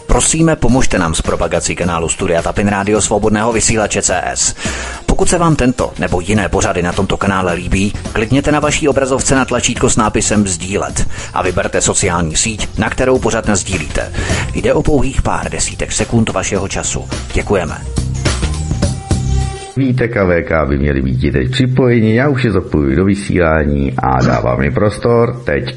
Prosíme, pomožte nám s propagací kanálu Studia Tapin Rádio Svobodného vysílače CS. Pokud se vám tento nebo jiné pořady na tomto kanále líbí, klikněte na vaší obrazovce na tlačítko s nápisem sdílet a vyberte sociální síť, na kterou pořad nasdílíte. Jde o pouhých pár desítek sekund vašeho času. Děkujeme. Vítek a VK by měli být teď připojeni, já už je zapojuji do vysílání a dávám mi prostor teď.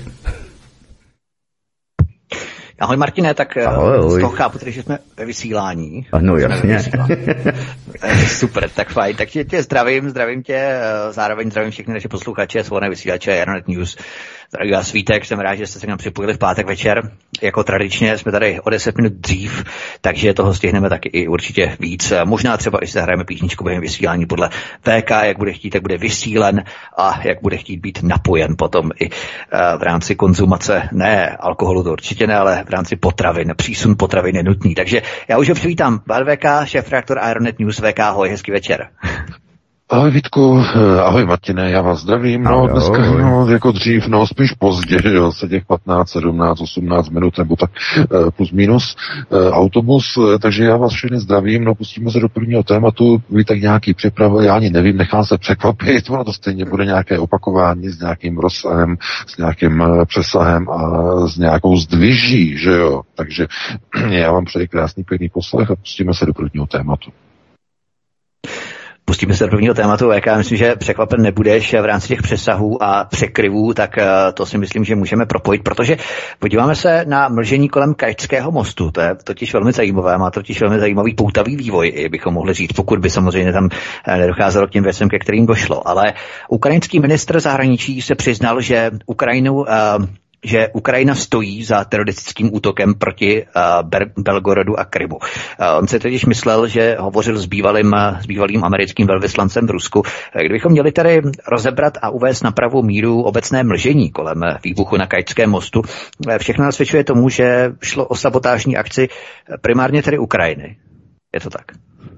Ahoj Martine, tak ahoj. Z toho chápu, že jsme ve vysílání. Ano, jasně. Super, tak fajn. Tak tě zdravím tě, zároveň zdravím všechny naše posluchače, svobodné vysílače, Aeronet News. Zdravím vás Vítek, jsem rád, že jste se k nám připojili v pátek večer. Jako tradičně jsme tady o 10 minut dřív, takže toho stihneme taky i určitě víc. Možná třeba i si zahrajeme písničku během vysílání podle VK, jak bude chtít, tak bude vysílen a jak bude chtít být napojen potom i v rámci konzumace, ne alkoholu to určitě ne, ale v rámci potravin, přísun potravin je nutný. Takže já už ho přivítám, VK, šéfredaktor Aeronet News, VK, ahoj, hezký večer. Ahoj Vítku, ahoj Martine, já vás zdravím, dneska, jako dřív, spíš pozdě, jo, se těch 15, 17, 18 minut, nebo tak plus minus autobus, takže já vás všechny zdravím, pustíme se do prvního tématu, vy tak nějaký připravil, já ani nevím, nechám se překvapit, ono to stejně bude nějaké opakování s nějakým rozsahem, s nějakým přesahem a s nějakou zdviží, že jo, takže já vám přeji krásný, pěkný poslech a pustíme se do prvního tématu. Pustíme se do prvního tématu, jaká myslím, že překvapen nebudeš v rámci těch přesahů a překryvů, tak to si myslím, že můžeme propojit, protože podíváme se na mlžení kolem Kerčského mostu, to je totiž velmi zajímavé, má totiž velmi zajímavý poutavý vývoj, bychom mohli říct, pokud by samozřejmě tam nedocházelo k těm věcem, ke kterým došlo, ale ukrajinský ministr zahraničí se přiznal, že Ukrajina stojí za teroristickým útokem proti Belgorodu a Krymu. On se totiž myslel, že hovořil s bývalým americkým velvyslancem v Rusku. Kdybychom měli tedy rozebrat a uvést na pravou míru obecné mlžení kolem výbuchu na Kerčském mostu, všechno nasvědčuje tomu, že šlo o sabotážní akci primárně tedy Ukrajiny. Je to tak?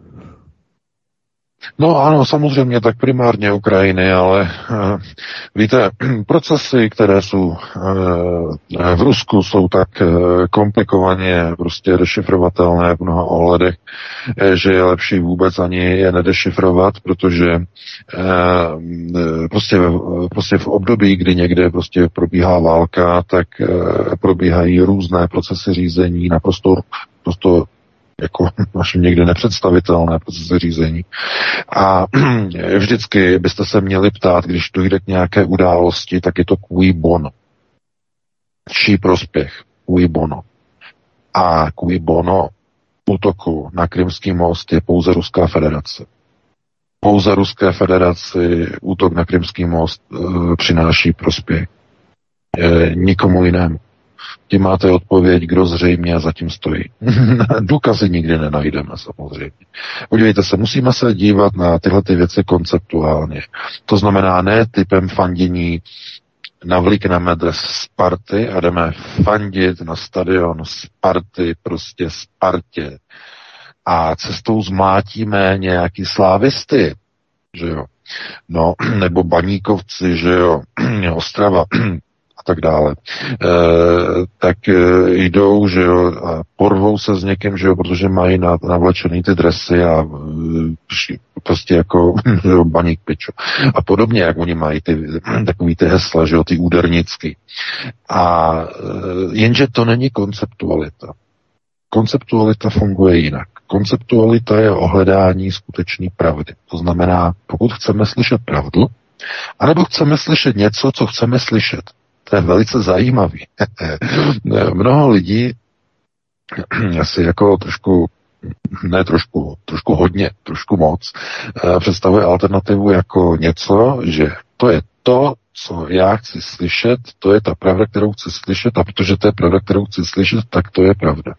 No ano, samozřejmě tak primárně Ukrajiny, ale víte, procesy, které jsou v Rusku, jsou tak komplikovaně prostě dešifrovatelné v mnoha ohledech, že je lepší vůbec ani je nedešifrovat, protože prostě v období, kdy někde prostě probíhá válka, tak probíhají různé procesy řízení naprosto jako našim někde nepředstavitelné procesy řízení. A vždycky byste se měli ptát, když dojde k nějaké události, tak je to cui bono. Čí prospěch? Cui bono. A cui bono útoku na Krymský most je pouze Ruská federace. Pouze Ruské federaci útok na Krymský most přináší prospěch. Nikomu jinému. Tím máte odpověď, kdo zřejmě zatím stojí. Důkazy nikdy nenajdeme, samozřejmě. Podívejte se, musíme se dívat na tyhle ty věci konceptuálně. To znamená ne typem fandění navlíkneme dres Sparty a jdeme fandit na stadion Sparty, prostě Spartě. A cestou zmátíme nějaký slávisty, že jo. No, nebo Baníkovci, že jo, Ostrava, tak dále, tak jdou, že jo, a porvou se s někým, že jo, protože mají navlečený ty dresy a prostě jako Baník pičo. A podobně, jak oni mají takový ty hesla, že jo, ty údernicky. A jenže to není konceptualita. Konceptualita funguje jinak. Konceptualita je o hledání skutečné pravdy. To znamená, pokud chceme slyšet pravdu, anebo chceme slyšet něco, co chceme slyšet. To je velice zajímavý. Mnoho lidí asi jako trošku hodně, trošku moc, představuje alternativu jako něco, že to je to, co já chci slyšet, to je ta pravda, kterou chci slyšet, a protože to je pravda, kterou chci slyšet, tak to je pravda.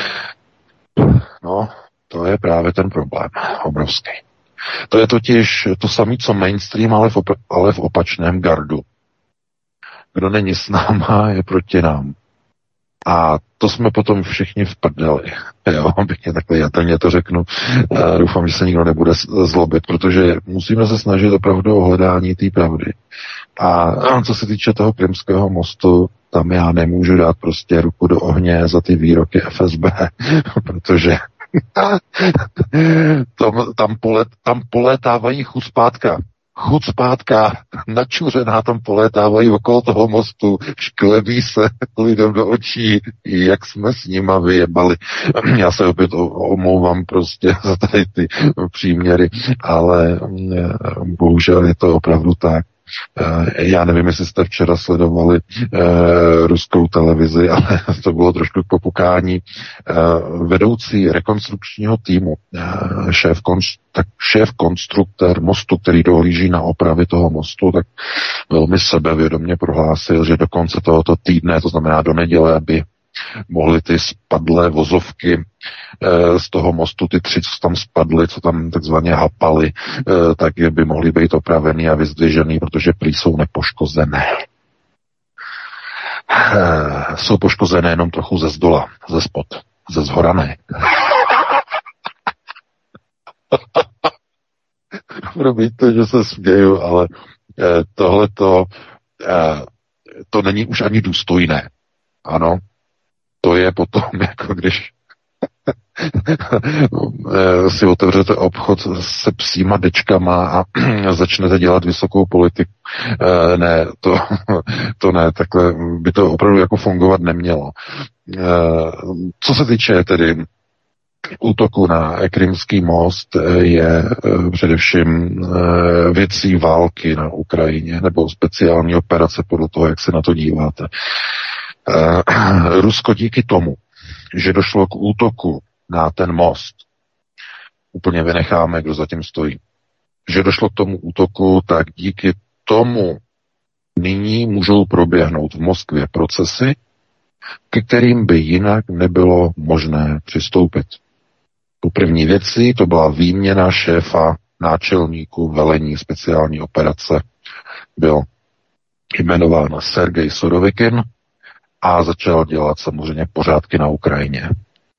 No, to je právě ten problém obrovský. To je totiž to samé, co mainstream, ale v opačném gardu. Kdo není s náma, je proti nám. A to jsme potom všichni v prdeli. Jo, pěkně takhle jatelně to řeknu. Doufám, že se nikdo nebude zlobit, protože musíme se snažit opravdu o hledání té pravdy. A co se týče toho Krymského mostu, tam já nemůžu dát prostě ruku do ohně za ty výroky FSB, protože tam polétávají chucpátka načuřená tam polétávají okolo toho mostu, šklebí se lidem do očí, jak jsme s nima vyjebali. Já se opět omlouvám prostě za tady ty příměry, ale bohužel je to opravdu tak. Já nevím, jestli jste včera sledovali ruskou televizi, ale to bylo trošku k popukání. Vedoucí rekonstrukčního týmu, šéf konstruktor mostu, který dohlíží na opravy toho mostu, tak velmi sebevědomě prohlásil, že do konce tohoto týdne, to znamená do neděle, aby mohly ty spadlé vozovky z toho mostu, ty 3, co tam spadly, co tam takzvaně hapaly, tak by mohly být opravený a vyzdvižený, protože prý jsou nepoškozené. Jsou poškozené jenom trochu ze zdola, ze spod, ze zhora ne. Promiňte, že se směju, ale tohleto to není už ani důstojné. Ano, to je potom, jako když si otevřete obchod se psíma dečkama a začnete dělat vysokou politiku. Ne, to ne, takhle by to opravdu jako fungovat nemělo. Co se týče tedy útoku na Krymský most, je především věcí války na Ukrajině nebo speciální operace podle toho, jak se na to díváte. Rusko díky tomu, že došlo k útoku na ten most, úplně vynecháme, kdo zatím stojí, že došlo k tomu útoku, tak díky tomu nyní můžou proběhnout v Moskvě procesy, ke kterým by jinak nebylo možné přistoupit. Po první věci to byla výměna šéfa náčelníků velení speciální operace. Byl jmenován Sergej Sorovikin a začal dělat samozřejmě pořádky na Ukrajině.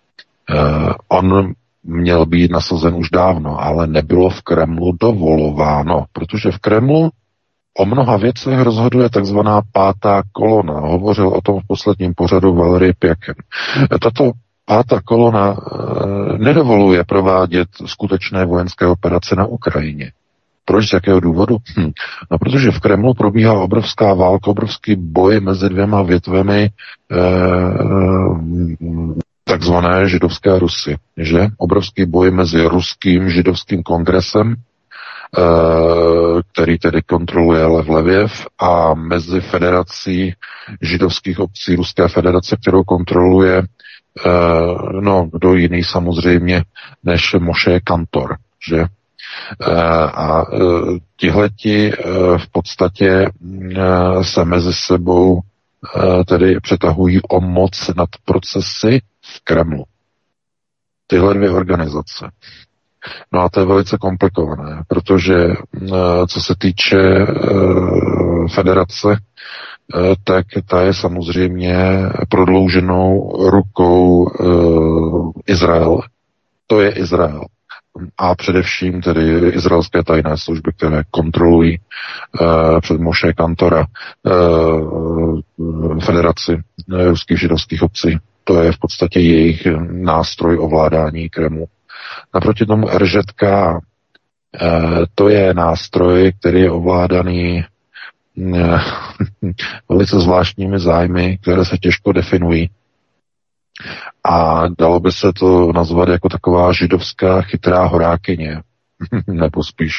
On měl být nasazen už dávno, ale nebylo v Kremlu dovolováno, protože v Kremlu o mnoha věcech rozhoduje takzvaná pátá kolona. Hovořil o tom v posledním pořadu Valery Pěken. Tato pátá kolona nedovoluje provádět skutečné vojenské operace na Ukrajině. Proč? Z jakého důvodu? No, protože v Kremlu probíhá obrovská válka, obrovský boj mezi dvěma větvemi takzvané židovské Rusy. Že? Obrovský boj mezi ruským židovským kongresem, který tedy kontroluje Lev Leviev, a mezi federací židovských obcí Ruské federace, kterou kontroluje kdo jiný samozřejmě než Moše Kantor, že? A tihleti v podstatě se mezi sebou tedy přetahují o moc nad procesy v Kremlu. Tyhle dvě organizace. No a to je velice komplikované, protože co se týče federace, tak ta je samozřejmě prodlouženou rukou Izraele. To je Izrael. A především tedy izraelské tajné služby, které kontrolují před Moše Kantora federaci ruských židovských obcí. To je v podstatě jejich nástroj ovládání Kremlu. Naproti tomu RŽK, to je nástroj, který je ovládaný velice zvláštními zájmy, které se těžko definují. A dalo by se to nazvat jako taková židovská chytrá horákyně, nebo spíš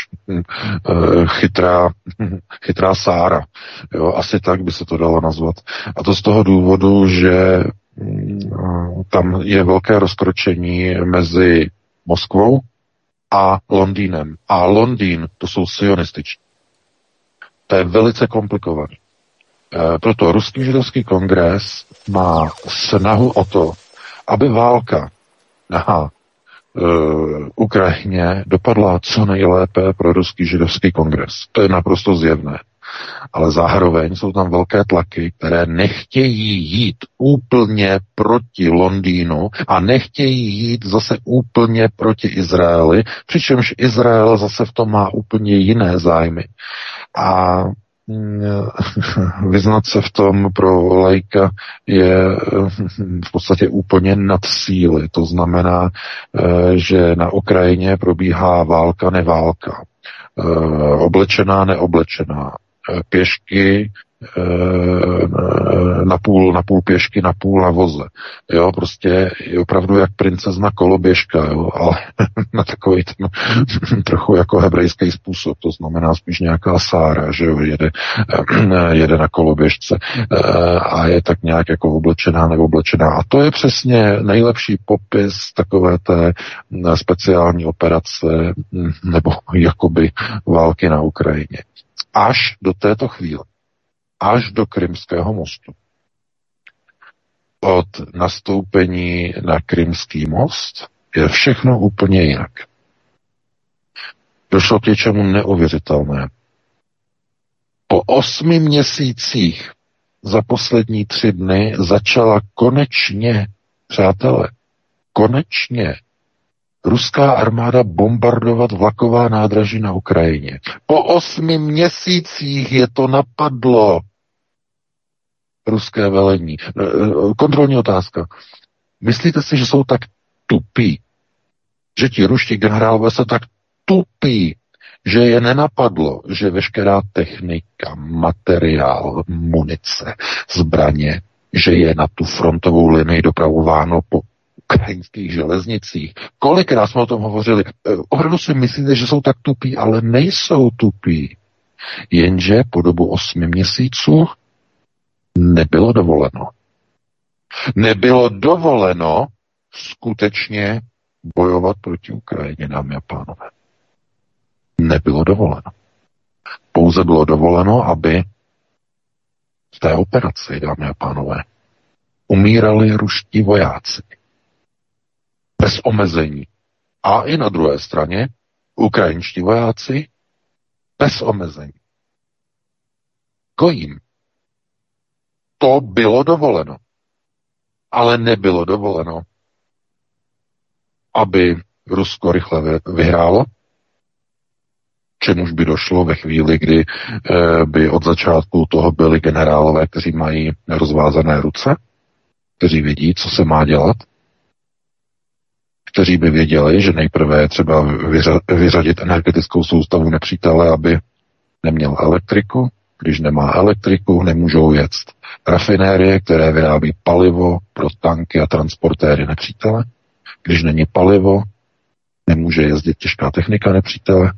chytrá Sára. Jo, asi tak by se to dalo nazvat. A to z toho důvodu, že tam je velké rozkročení mezi Moskvou a Londýnem. A Londýn, to jsou sionističní. To je velice komplikované. Proto Ruský židovský kongres má snahu o to, aby válka na Ukrajině dopadla co nejlépe pro Ruský židovský kongres. To je naprosto zjevné. Ale zároveň jsou tam velké tlaky, které nechtějí jít úplně proti Londýnu a nechtějí jít zase úplně proti Izraeli, přičemž Izrael zase v tom má úplně jiné zájmy. A vyznat se v tom pro laika je v podstatě úplně nad síly. To znamená, že na Ukrajině probíhá válka, neválka. Oblečená, neoblečená. Pěšky, na půl pěšky, na půl na voze. Jo, prostě je opravdu jak princezna koloběžka, jo, ale na takový ten trochu jako hebrejský způsob, to znamená spíš nějaká Sára, že jo, jede na koloběžce a je tak nějak jako oblečená, neoblečená. A to je přesně nejlepší popis takové té speciální operace nebo jakoby války na Ukrajině. Až do této chvíle. Až do Krymského mostu. Od nastoupení na Krymský most je všechno úplně jinak. Došlo k něčemu neuvěřitelnému. Po 8 měsících za poslední 3 dny začala konečně, přátelé, konečně ruská armáda bombardovat vlaková nádraží na Ukrajině. Po 8 měsících je to napadlo. Ruské velení. Kontrolní otázka. Myslíte si, že jsou tak tupí? Že ti ruští generálové jsou tak tupí, že je nenapadlo, že veškerá technika, materiál, munice, zbraně, že je na tu frontovou linii dopravováno po ukrajinských železnicích. Kolikrát jsme o tom hovořili. Opravdu si myslíte, že jsou tak tupí, ale nejsou tupí. Jenže po dobu 8 měsíců nebylo dovoleno. Nebylo dovoleno skutečně bojovat proti Ukrajině, dámy a pánové. Nebylo dovoleno. Pouze bylo dovoleno, aby v té operaci, dámy a pánové, umírali ruští vojáci. Bez omezení. A i na druhé straně ukrajinští vojáci bez omezení. Kojím? To bylo dovoleno. Ale nebylo dovoleno, aby Rusko rychle vyhrálo, čemuž by došlo ve chvíli, kdy by od začátku toho byli generálové, kteří mají rozvázané ruce, kteří vědí, co se má dělat, kteří by věděli, že nejprve je třeba vyřadit energetickou soustavu nepřítele, aby neměl elektriku. Když nemá elektriku, nemůžou jet rafinérie, které vyrábí palivo pro tanky a transportéry nepřítele. Když není palivo, nemůže jezdit těžká technika nepřítele.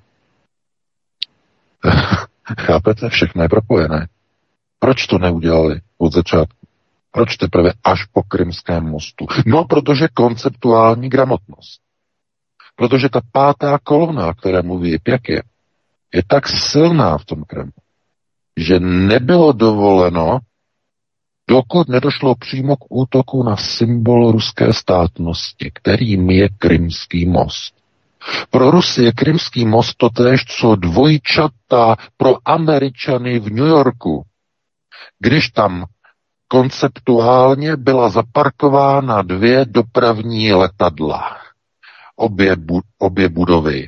Chápete? Všechno je propojené. Proč to neudělali od začátku? Proč teprve až po Krymském mostu? No, protože konceptuální gramotnost. Protože ta 5. kolona, o které mluví Pěkě, je tak silná v tom Kremlu, že nebylo dovoleno, dokud nedošlo přímo k útoku na symbol ruské státnosti, kterým je Krymský most. Pro Rusy je Krymský most totéž, co dvojčata pro Američany v New Yorku. Když tam konceptuálně byla zaparkována 2 dopravní letadla. Obě budovy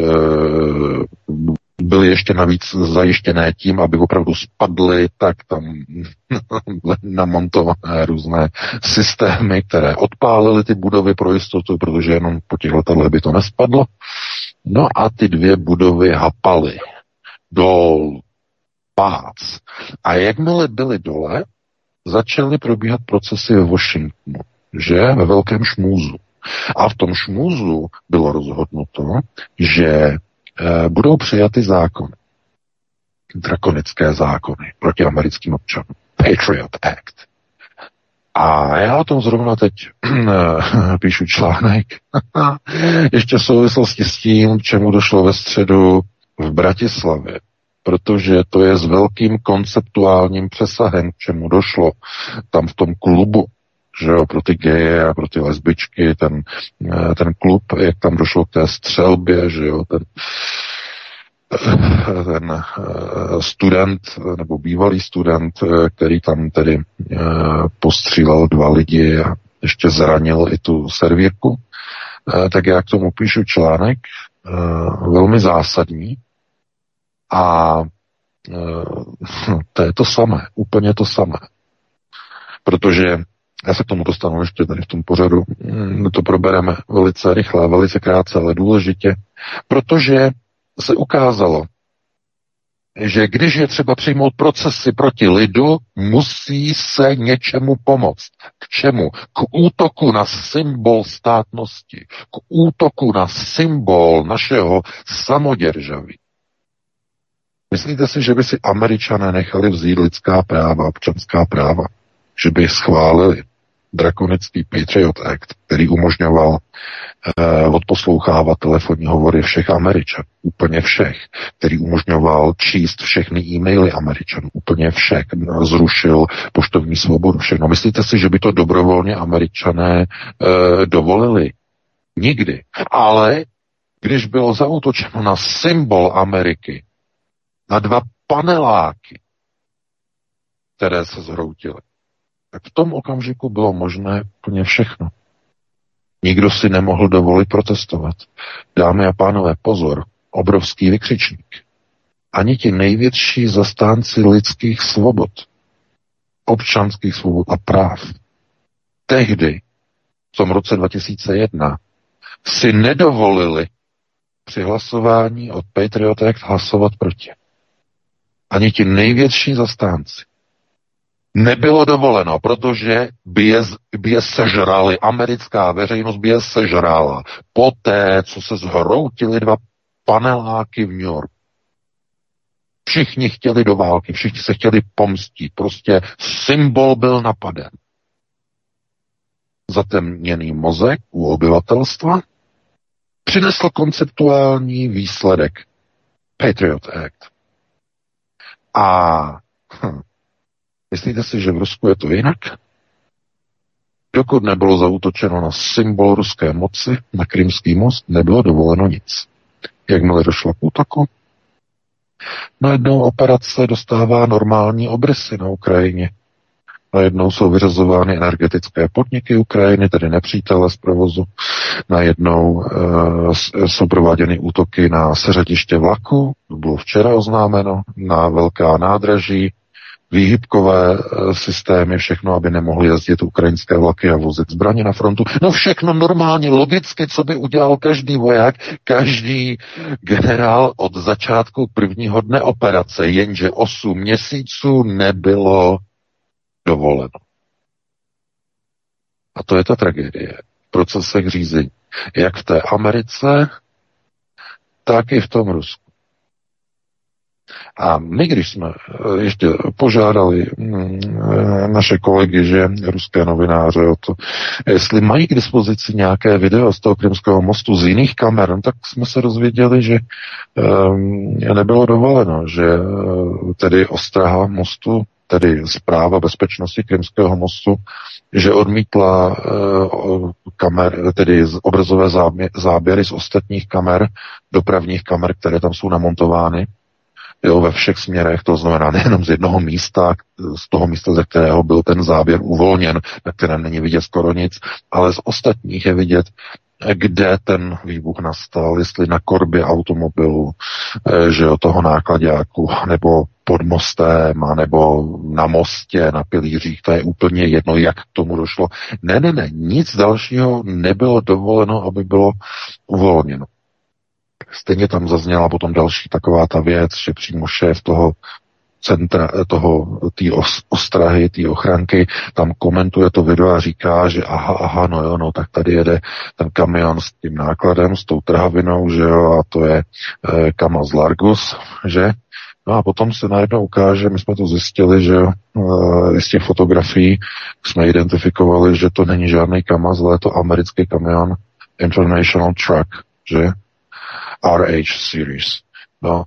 byly ještě navíc zajištěné tím, aby opravdu spadly, tak tam namontované různé systémy, které odpálily ty budovy pro jistotu, protože jenom po těch letadlech by to nespadlo. No a ty 2 budovy hapaly dol, pác. A jakmile byly dole, začaly probíhat procesy ve Washingtonu, že ve velkém šmůzu. A v tom šmůzu bylo rozhodnuto, že budou přijaty zákony, drakonické zákony proti americkým občanům. Patriot Act. A já o tom zrovna teď píšu článek. Ještě v souvislosti s tím, k čemu došlo ve středu v Bratislavě. Protože to je s velkým konceptuálním přesahem, k čemu došlo tam v tom klubu, že jo, pro ty geje a pro ty lesbičky, ten klub, jak tam došlo k té střelbě, že jo, ten student, nebo bývalý student, který tam tedy postřílel 2 lidi a ještě zranil i tu servírku, tak já k tomu píšu článek, velmi zásadní, a to je to samé, úplně to samé. Protože já se k tomu dostanu ještě tady v tom pořadu, to probereme velice rychle, velice krátce, ale důležitě, protože se ukázalo, že když je třeba přijmout procesy proti lidu, musí se něčemu pomoct. K čemu? K útoku na symbol státnosti, k útoku na symbol našeho samoděržaví. Myslíte si, že by si Američané nechali vzít lidská práva, občanská práva? Že by schválili drakonický Patriot Act, který umožňoval odposlouchávat telefonní hovory všech Američanů, úplně všech, který umožňoval číst všechny e-maily Američanů, úplně všech, zrušil poštovní svobodu, všechno. Myslíte si, že by to dobrovolně Američané dovolili? Nikdy. Ale když bylo zaútočeno na symbol Ameriky, na 2 paneláky, které se zhroutily, tak v tom okamžiku bylo možné úplně všechno. Nikdo si nemohl dovolit protestovat. Dámy a pánové, pozor, obrovský vykřičník. Ani ti největší zastánci lidských svobod, občanských svobod a práv, tehdy, v tom roce 2001, si nedovolili při hlasování od Patriot Act hlasovat proti. Ani ti největší zastánci. Nebylo dovoleno, protože by je sežrali, americká veřejnost by je sežrala. Poté, co se zhroutily 2 paneláky v New Yorku. Všichni chtěli do války, všichni se chtěli pomstit. Prostě symbol byl napaden. Zatemněný mozek u obyvatelstva přinesl konceptuální výsledek Patriot Act. A myslíte si, že v Rusku je to jinak? Dokud nebylo zaútočeno na symbol ruské moci, na Krymský most, nebylo dovoleno nic. Jakmile došlo k útoku, najednou operace dostává normální obrysy na Ukrajině. Najednou jsou vyřazovány energetické podniky Ukrajiny, tedy nepřítele z provozu. Najednou jsou prováděny útoky na seřadiště vlaku, to bylo včera oznámeno, na velká nádraží, výhybkové systémy, všechno, aby nemohly jezdit ukrajinské vlaky a vozit zbraně na frontu. No všechno normálně, logicky, co by udělal každý voják, každý generál od začátku prvního dne operace, jenže 8 měsíců nebylo dovoleno. A to je ta tragédie v procesech řízení. Jak v té Americe, tak i v tom Rusku. A my, když jsme ještě požádali naše kolegy, že ruské novináře o to, jestli mají k dispozici nějaké video z toho Krymského mostu z jiných kamer, no, tak jsme se dozvěděli, že nebylo dovoleno, že tedy ostraha mostu, tedy správa bezpečnosti Krymského mostu, že odmítla tedy obrazové záběry z ostatních kamer, dopravních kamer, které tam jsou namontovány, jo, ve všech směrech, to znamená nejenom z jednoho místa, z toho místa, ze kterého byl ten záběr uvolněn, na kterém není vidět skoro nic, ale z ostatních je vidět, kde ten výbuch nastal, jestli na korbě automobilu, že jo, toho nákladáku, nebo pod mostem, nebo na mostě, na pilířích, to je úplně jedno, jak k tomu došlo. Ne, nic dalšího nebylo dovoleno, aby bylo uvolněno. Stejně tam zazněla potom další taková ta věc, že přímo šéf toho centra, té ostrahy, té ochranky, tam komentuje to video a říká, že aha, no jo, no, tak tady jede ten kamion s tím nákladem, s tou trhavinou, že jo, a to je Kamaz Largus, že? No a potom se najednou ukáže, my jsme to zjistili, že z těch fotografií jsme identifikovali, že to není žádný Kamaz, ale je to americký kamion International Truck, že? RH Series. No.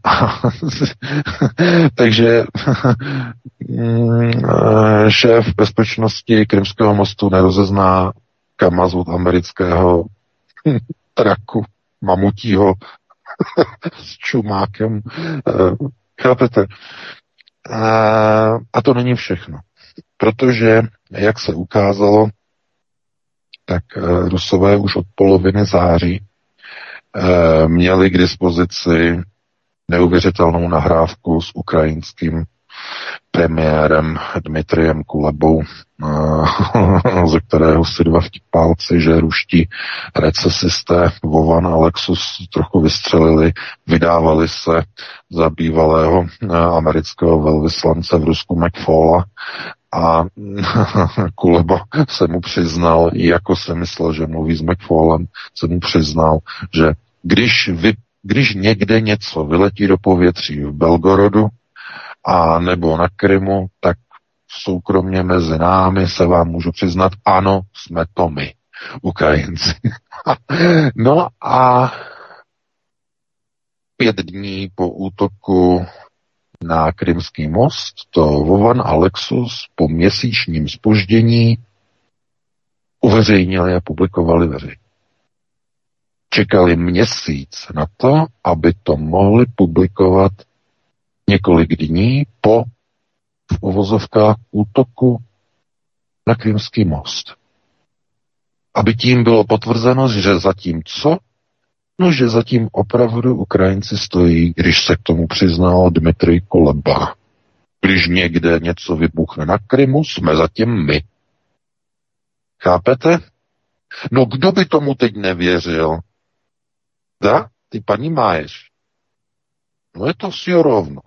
Takže šéf bezpečnosti Krymského mostu nerozezná Kamaz od amerického traku mamutího s čumákem. Chápete? A to není všechno. Protože, jak se ukázalo, tak Rusové už od poloviny září měli k dispozici neuvěřitelnou nahrávku s ukrajinským premiérem Dmitrijem Kulebou, ze kterého si dva vtipálci, že ruští recesisté Vovan a Lexus trochu vystřelili, vydávali se za bývalého amerického velvyslance v Rusku McFalla a Kuleba se mu přiznal, jako se myslel, že mluví s McFallem, se mu přiznal, že když někde něco vyletí do povětří v Belgorodu a nebo na Krymu, tak soukromně mezi námi se vám můžu přiznat, ano, jsme to my, Ukrajinci. No a 5 dní po útoku na Krymský most to Vovan a Lexus po měsíčním zpoždění uveřejnili a publikovali veřejně. Čekali měsíc na to, aby to mohli publikovat několik dní po v uvozovkách útoku na Krymský most. Aby tím bylo potvrzeno, že zatím co? No, že zatím opravdu Ukrajinci stojí, když se k tomu přiznal Dmitrij Kuleba. Když někde něco vybuchne na Krymu, jsme zatím my. Chápete? No, kdo by tomu teď nevěřil? Da? Ty paní máješ. No je to si rovno.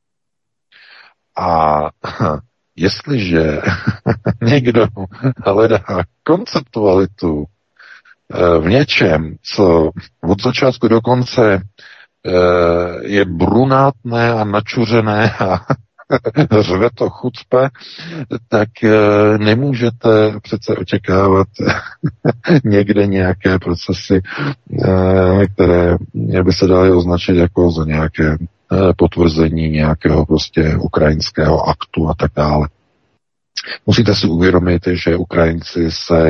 A jestliže někdo hledá konceptualitu v něčem, co od začátku do konce je brunátné a načuřené a řve to chucpe, tak nemůžete přece očekávat někde nějaké procesy, které by se daly označit jako za nějaké potvrzení nějakého prostě ukrajinského aktu a tak dále. Musíte si uvědomit, že Ukrajinci se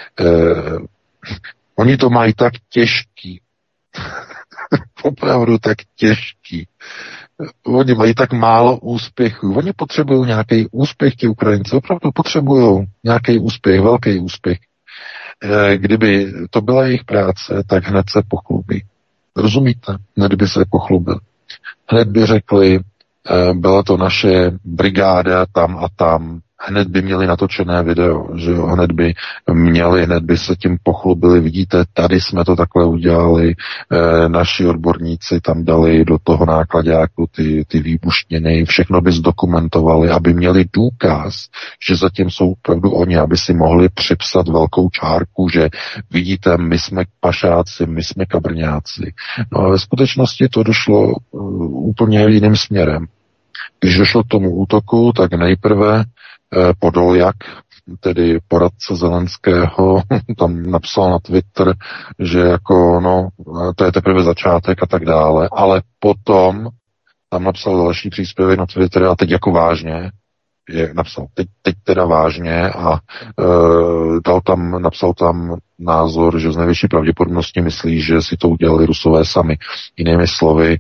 oni to mají tak těžký, opravdu tak těžký. Oni mají tak málo úspěchů. Oni potřebují nějaký úspěch, ti Ukrajinci opravdu potřebují nějaký úspěch, velký úspěch. Kdyby to byla jejich práce, tak hned se pochlubí. Rozumíte? Hned by se pochlubili. Hned by řekli, byla to naše brigáda tam a tam, hned by měli natočené video, že jo, hned by se tím pochlubili, vidíte, tady jsme to takhle udělali, naši odborníci tam dali do toho nákladáku ty výbušniny, všechno by zdokumentovali, aby měli důkaz, že zatím jsou opravdu oni, aby si mohli připsat velkou čárku, že vidíte, my jsme pašáci, my jsme kabrňáci. No a ve skutečnosti to došlo úplně jiným směrem. Když došlo k tomu útoku, tak nejprve Podoljak, tedy poradce Zelenského, tam napsal na Twitter, že jako, no, to je teprve začátek a tak dále, ale potom tam napsal další příspěvek na Twitter a teď jako vážně, napsal teď teda vážně a napsal tam názor, že z největší pravděpodobností myslí, že si to udělali Rusové sami. Jinými slovy,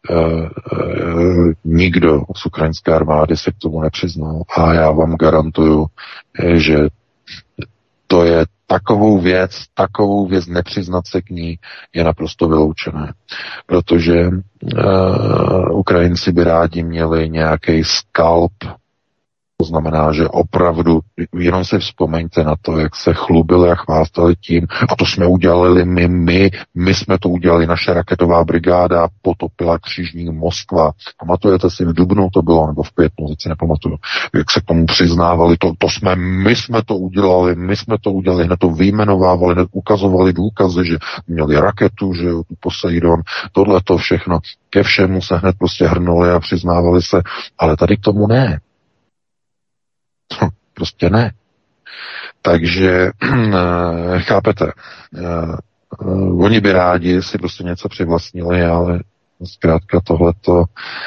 nikdo z ukrajinské armády se k tomu nepřiznal a já vám garantuju, že to je takovou věc nepřiznat se k ní je naprosto vyloučené. Protože Ukrajinci by rádi měli nějaký skalp. To znamená, že opravdu, jenom si vzpomeňte na to, jak se chlubili a chvástali tím, a to jsme udělali my jsme to udělali, naše raketová brigáda potopila křižník Moskva. Pamatujete si, v dubnu to bylo, nebo v květnu, teď si nepamatuju, jak se k tomu přiznávali, my jsme to udělali, hned to vyjmenovávali, hned ukazovali důkazy, že měli raketu, že tu Poseidon, tohle to všechno, ke všemu se hned prostě hrnuli a přiznávali se, ale tady k tomu ne. Prostě ne. Takže chápete, oni by rádi si prostě něco přivlastnili, ale zkrátka tohleto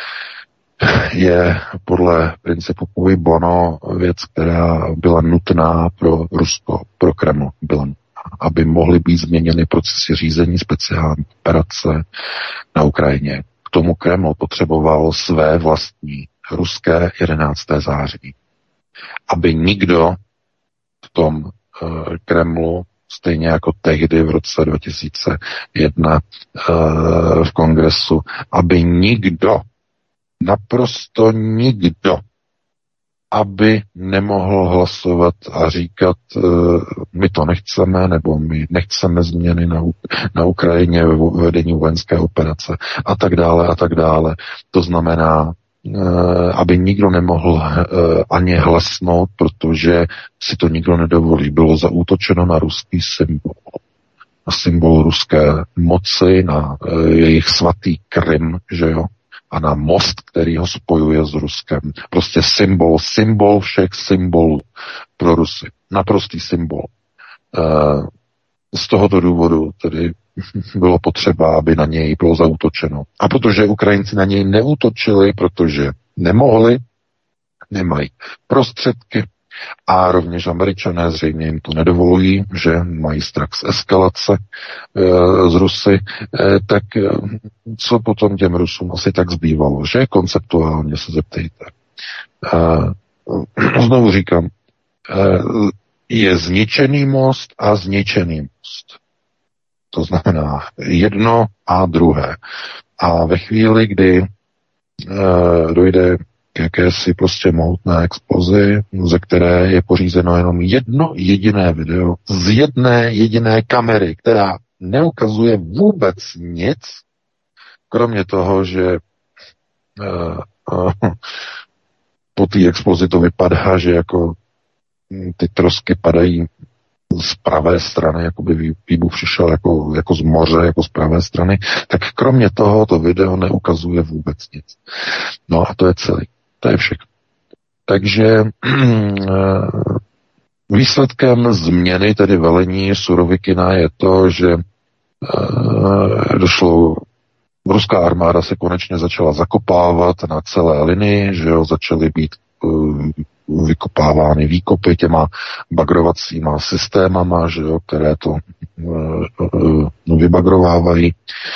je podle principu cui bono věc, která byla nutná pro Rusko, pro Kreml, byla nutná, aby mohly být změněny procesy řízení speciální operace na Ukrajině. K tomu Kreml potřeboval své vlastní ruské 11. září. Aby nikdo v tom Kremlu stejně jako tehdy v roce 2001 v kongresu, aby nikdo, naprosto nikdo, aby nemohl hlasovat a říkat, my to nechceme, nebo my nechceme změny na Ukrajině ve vedení vojenské operace a tak dále a tak dále. To znamená, aby nikdo nemohl ani hlasnout, protože si to nikdo nedovolí. Bylo zaútočeno na ruský symbol. Na symbol ruské moci, na jejich svatý Krym, že jo? A na most, který ho spojuje s Ruskem. Prostě symbol všech symbolů pro Rusy. Naprostý symbol. Z tohoto důvodu tedy bylo potřeba, aby na něj bylo zaútočeno. A protože Ukrajinci na něj neútočili, protože nemohli, nemají prostředky a rovněž Američané zřejmě jim to nedovolují, že mají strach z eskalace z Rusy, tak co potom těm Rusům asi tak zbývalo, že konceptuálně se zeptejte. Znovu říkám, je zničený most a zničený most. To znamená jedno a druhé. A ve chvíli, kdy dojde k jakési prostě mohutné explozi, ze které je pořízeno jenom jedno jediné video z jedné jediné kamery, která neukazuje vůbec nic, kromě toho, že po té explozi to vypadá, že jako ty trosky padají z pravé strany, jako by výbuch přišel jako z moře, jako z pravé strany, tak kromě toho to video neukazuje vůbec nic. No a to je celý. To je všechno. Takže výsledkem změny, tedy velení Surovikina, je to, že ruská armáda se konečně začala zakopávat na celé linii, že jo, začaly být vykopávány výkopy těma bagrovacíma systémama, že jo, které to vybagrovávají.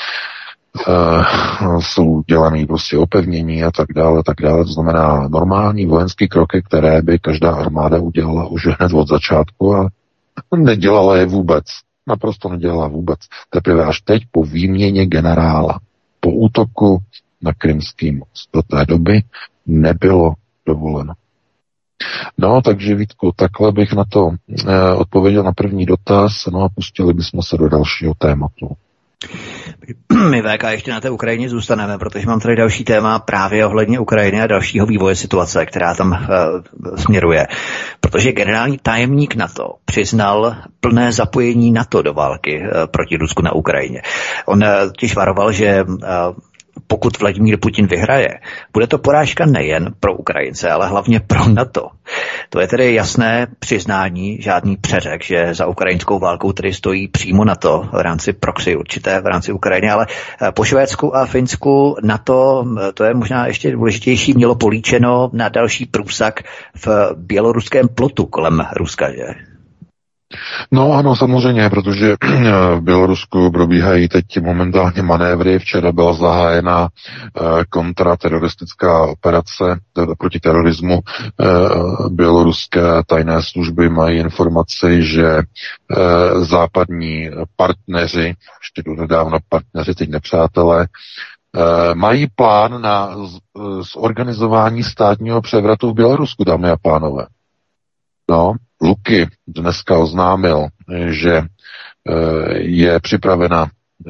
Jsou dělaný prostě opevnění a tak dále, tak dále. To znamená normální vojenské kroky, které by každá armáda udělala už hned od začátku a nedělala je vůbec. Naprosto nedělala vůbec. Teprve až teď po výměně generála, po útoku na Krymský most. Do té doby nebylo dovoleno. No, takže Vítku, takhle bych na to odpověděl na první dotaz, no a pustili bychom se do dalšího tématu. My VK ještě na té Ukrajině zůstaneme, protože mám tady další téma právě ohledně Ukrajiny a dalšího vývoje situace, která tam směruje. Protože generální tajemník NATO přiznal plné zapojení NATO do války proti Rusku na Ukrajině. On totiž varoval, že pokud Vladimír Putin vyhraje, bude to porážka nejen pro Ukrajince, ale hlavně pro NATO. To je tedy jasné přiznání, žádný přeřek, že za ukrajinskou válkou tedy stojí přímo NATO v rámci proxy určité v rámci Ukrajiny, ale po Švédsku a Finsku NATO, to je možná ještě důležitější, mělo políčeno na další průsak v běloruském plotu kolem Ruska, že? No ano, samozřejmě, protože v Bělorusku probíhají teď momentálně manévry. Včera byla zahájena kontrateroristická operace proti terorismu. Běloruské tajné služby mají informaci, že západní partneři, ještě donedávno partneři, teď nepřátelé, mají plán na zorganizování státního převratu v Bělorusku, dámy a pánové. No, Luky dneska oznámil, že je připravena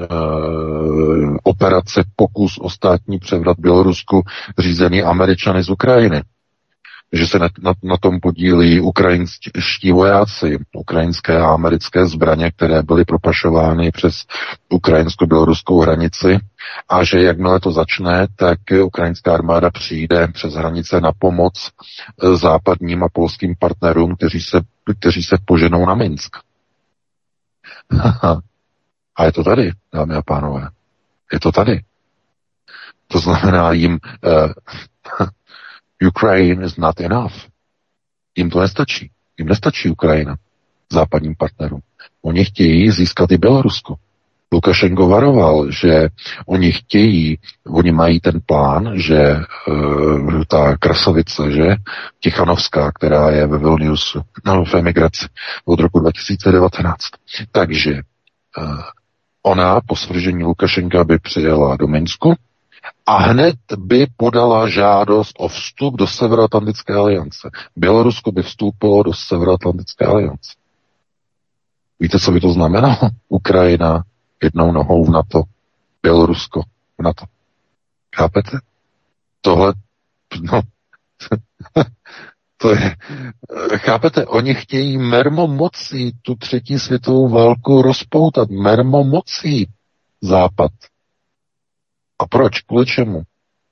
operace pokus o státní převrat Bělorusku řízený Američany z Ukrajiny. Že se na tom podílí ukrajinští vojáci, ukrajinské a americké zbraně, které byly propašovány přes ukrajinsko-běloruskou hranici a že jakmile to začne, tak ukrajinská armáda přijde přes hranice na pomoc západním a polským partnerům, kteří se poženou na Minsk. A je to tady, dámy a pánové. Je to tady. To znamená jim Ukraine is not enough. Jim to nestačí. Jim nestačí Ukrajina západním partnerům. Oni chtějí získat i Bělorusko. Lukašenko varoval, že oni mají ten plán, že ta krasavice, že Tichanovská, která je ve Vilniusu, v emigraci od roku 2019, takže ona po svržení Lukašenka by přijela do Minsku a hned by podala žádost o vstup do Severoatlantické aliance. Bělorusko by vstoupilo do Severoatlantické aliance. Víte, co by to znamenalo? Ukrajina jednou nohou v NATO, Bělorusko v NATO. Chápete? Tohle, no, to je, chápete, oni chtějí mermomocí tu třetí světovou válku rozpoutat. Mermomocí Západ. A proč? Kvůli čemu?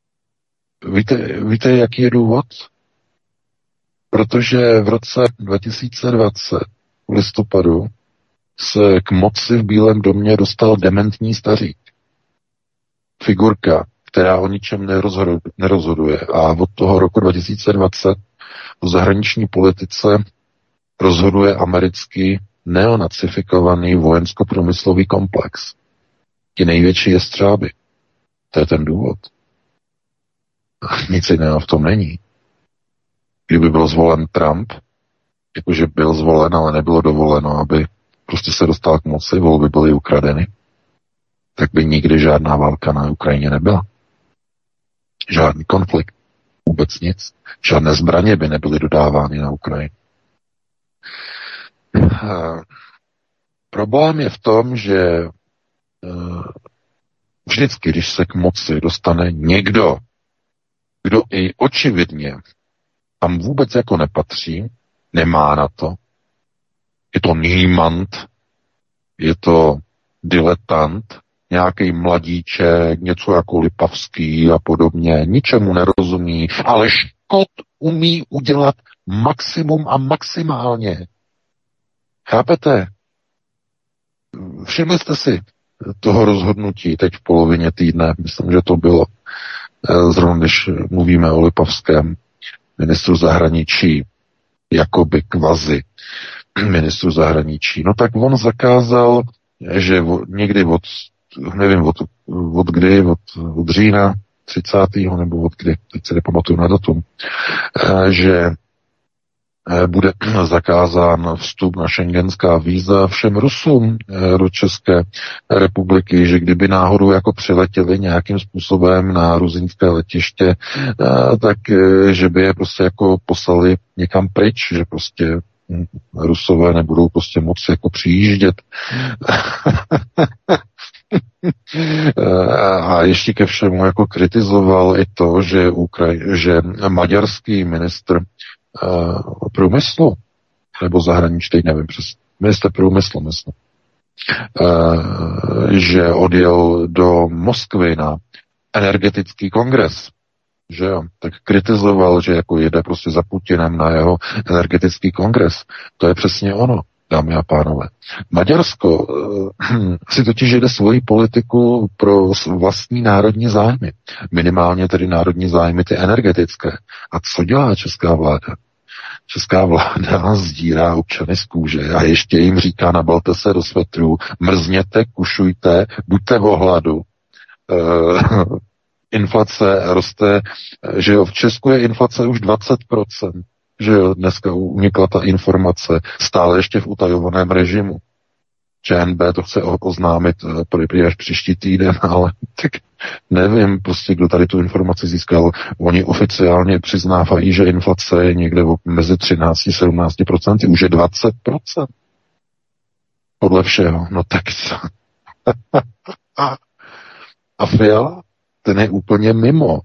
Víte, jaký je důvod? Protože v roce 2020 v listopadu se k moci v Bílém domě dostal dementní stařík. Figurka, která o ničem nerozhoduje. A od toho roku 2020 v zahraniční politice rozhoduje americký neonacifikovaný vojensko-průmyslový komplex. Ti největší jestřáby. To je ten důvod. Nic jiného v tom není. Kdyby byl zvolen Trump, jakože byl zvolen, ale nebylo dovoleno, aby prostě se dostal k moci, volby byly ukradeny, tak by nikdy žádná válka na Ukrajině nebyla. Žádný konflikt. Vůbec nic. Žádné zbraně by nebyly dodávány na Ukrajinu. Problém je v tom, že vždycky, když se k moci dostane někdo, kdo i očividně tam vůbec jako nepatří, nemá na to, je to niemand, je to diletant, nějaký mladíček, něco jako Lipavský a podobně, ničemu nerozumí, ale škod umí udělat maximum a maximálně. Chápete? Všimli jste si toho rozhodnutí teď v polovině týdne, myslím, že to bylo zrovna, když mluvíme o Lipavském ministru zahraničí, jakoby kvazi ministru zahraničí. No tak on zakázal, že někdy nevím od kdy, od října 30. nebo od kdy, teď se nepamatuju na datum, že bude zakázán vstup na šengenská víza všem Rusům do České republiky, že kdyby náhodou jako přiletěli nějakým způsobem na ruzinské letiště, tak že by je prostě jako poslali někam pryč, že prostě Rusové nebudou prostě moci jako přijíždět. A ještě ke všemu jako kritizoval i to, že maďarský ministr průmyslu, nebo zahraničí, teď nevím přesně, ministr průmyslu, myslím, že odjel do Moskvy na energetický kongres, že jo, tak kritizoval, že jako jede prostě za Putinem na jeho energetický kongres. To je přesně ono, dámy a pánové. Maďarsko si totiž jede svoji politiku pro vlastní národní zájmy. Minimálně tedy národní zájmy ty energetické. A co dělá česká vláda? Česká vláda sdírá občany z kůže a ještě jim říká, nabalte se do svetrů, mrzněte, kušujte, buďte v ohladu. Inflace roste, že jo, v Česku je inflace už 20%, že jo, dneska unikla ta informace, stále ještě v utajovaném režimu. ČNB to chce oznámit až příští týden, ale tak nevím prostě, kdo tady tu informaci získal. Oni oficiálně přiznávají, že inflace je někde mezi 13-17%, už je 20%. Podle všeho. No tak co? A Fiala? Ten je úplně mimo.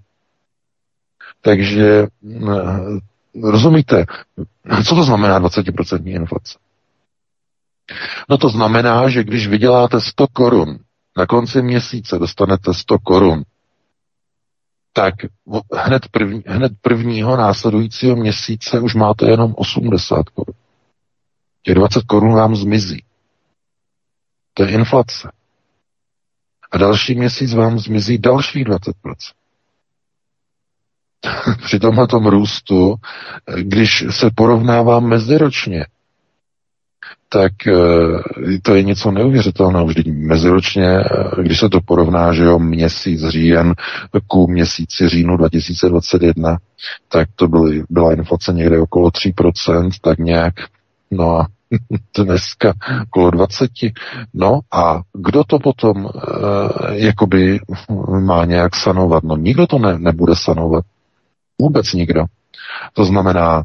Takže rozumíte, co to znamená 20% inflace? No to znamená, že když vyděláte 100 korun, na konci měsíce dostanete 100 korun, tak hned prvního následujícího měsíce už máte jenom 80 korun. Těch 20 korun vám zmizí. To je inflace. A další měsíc vám zmizí dalších 20%. Při tomhletom růstu, když se porovnává meziročně, tak to je něco neuvěřitelného. Vždyť meziročně, když se to porovná, že jo, měsíc říjen ku měsíci říjnu 2021, tak to byla inflace někde okolo 3%, tak nějak, no a dneska okolo 20. No a kdo to potom jakoby má nějak sanovat? No nikdo to nebude sanovat. Vůbec nikdo. To znamená,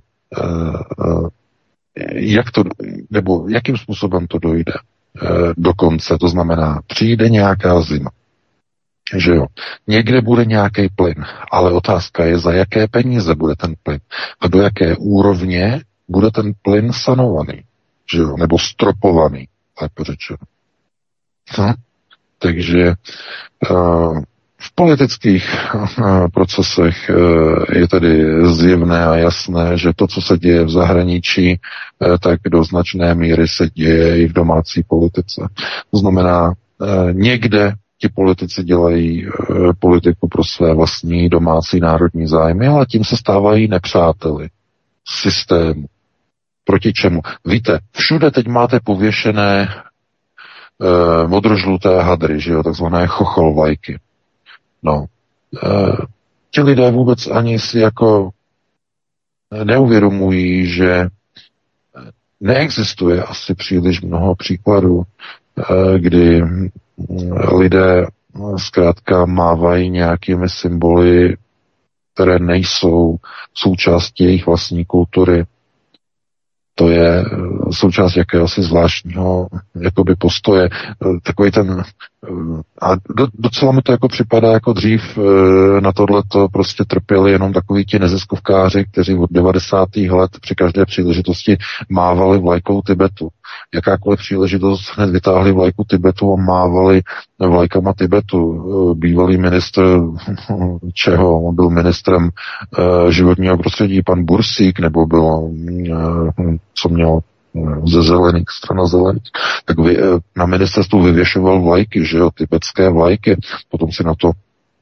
jakým způsobem to dojde do konce. To znamená, přijde nějaká zima. Že jo. Někde bude nějaký plyn, ale otázka je, za jaké peníze bude ten plyn a do jaké úrovně bude ten plyn sanovaný, že jo, nebo stropovaný, lépe řečeno. No, takže v politických procesech je tedy zjevné a jasné, že to, co se děje v zahraničí, tak do značné míry se děje i v domácí politice. To znamená, někde ti politici dělají politiku pro své vlastní domácí národní zájmy, ale tím se stávají nepřáteli systému. Proti čemu? Víte, všude teď máte pověšené modrožluté hadry, že jo, takzvané chocholvajky. No, ti lidé vůbec ani si jako neuvědomují, že neexistuje asi příliš mnoho příkladů, kdy lidé zkrátka mávají nějakými symboly, které nejsou součástí jejich vlastní kultury. To je součást jakéhosi zvláštního jakoby postoje. Takový ten... A docela mi to jako připadá jako dřív na tohleto prostě trpěli jenom takoví ti neziskovkáři, kteří od 90. let při každé příležitosti mávali vlajkou Tibetu. Jakákoliv příležitost hned vytáhli vlajku Tibetu a mávali vlajkama Tibetu. Bývalý ministr čeho? On byl ministrem životního prostředí, pan Bursík, nebo byl, co měl ze zelených, strana zelených, tak na ministerstvu vyvěšoval vlajky, že jo, tibetské vlajky, potom si na to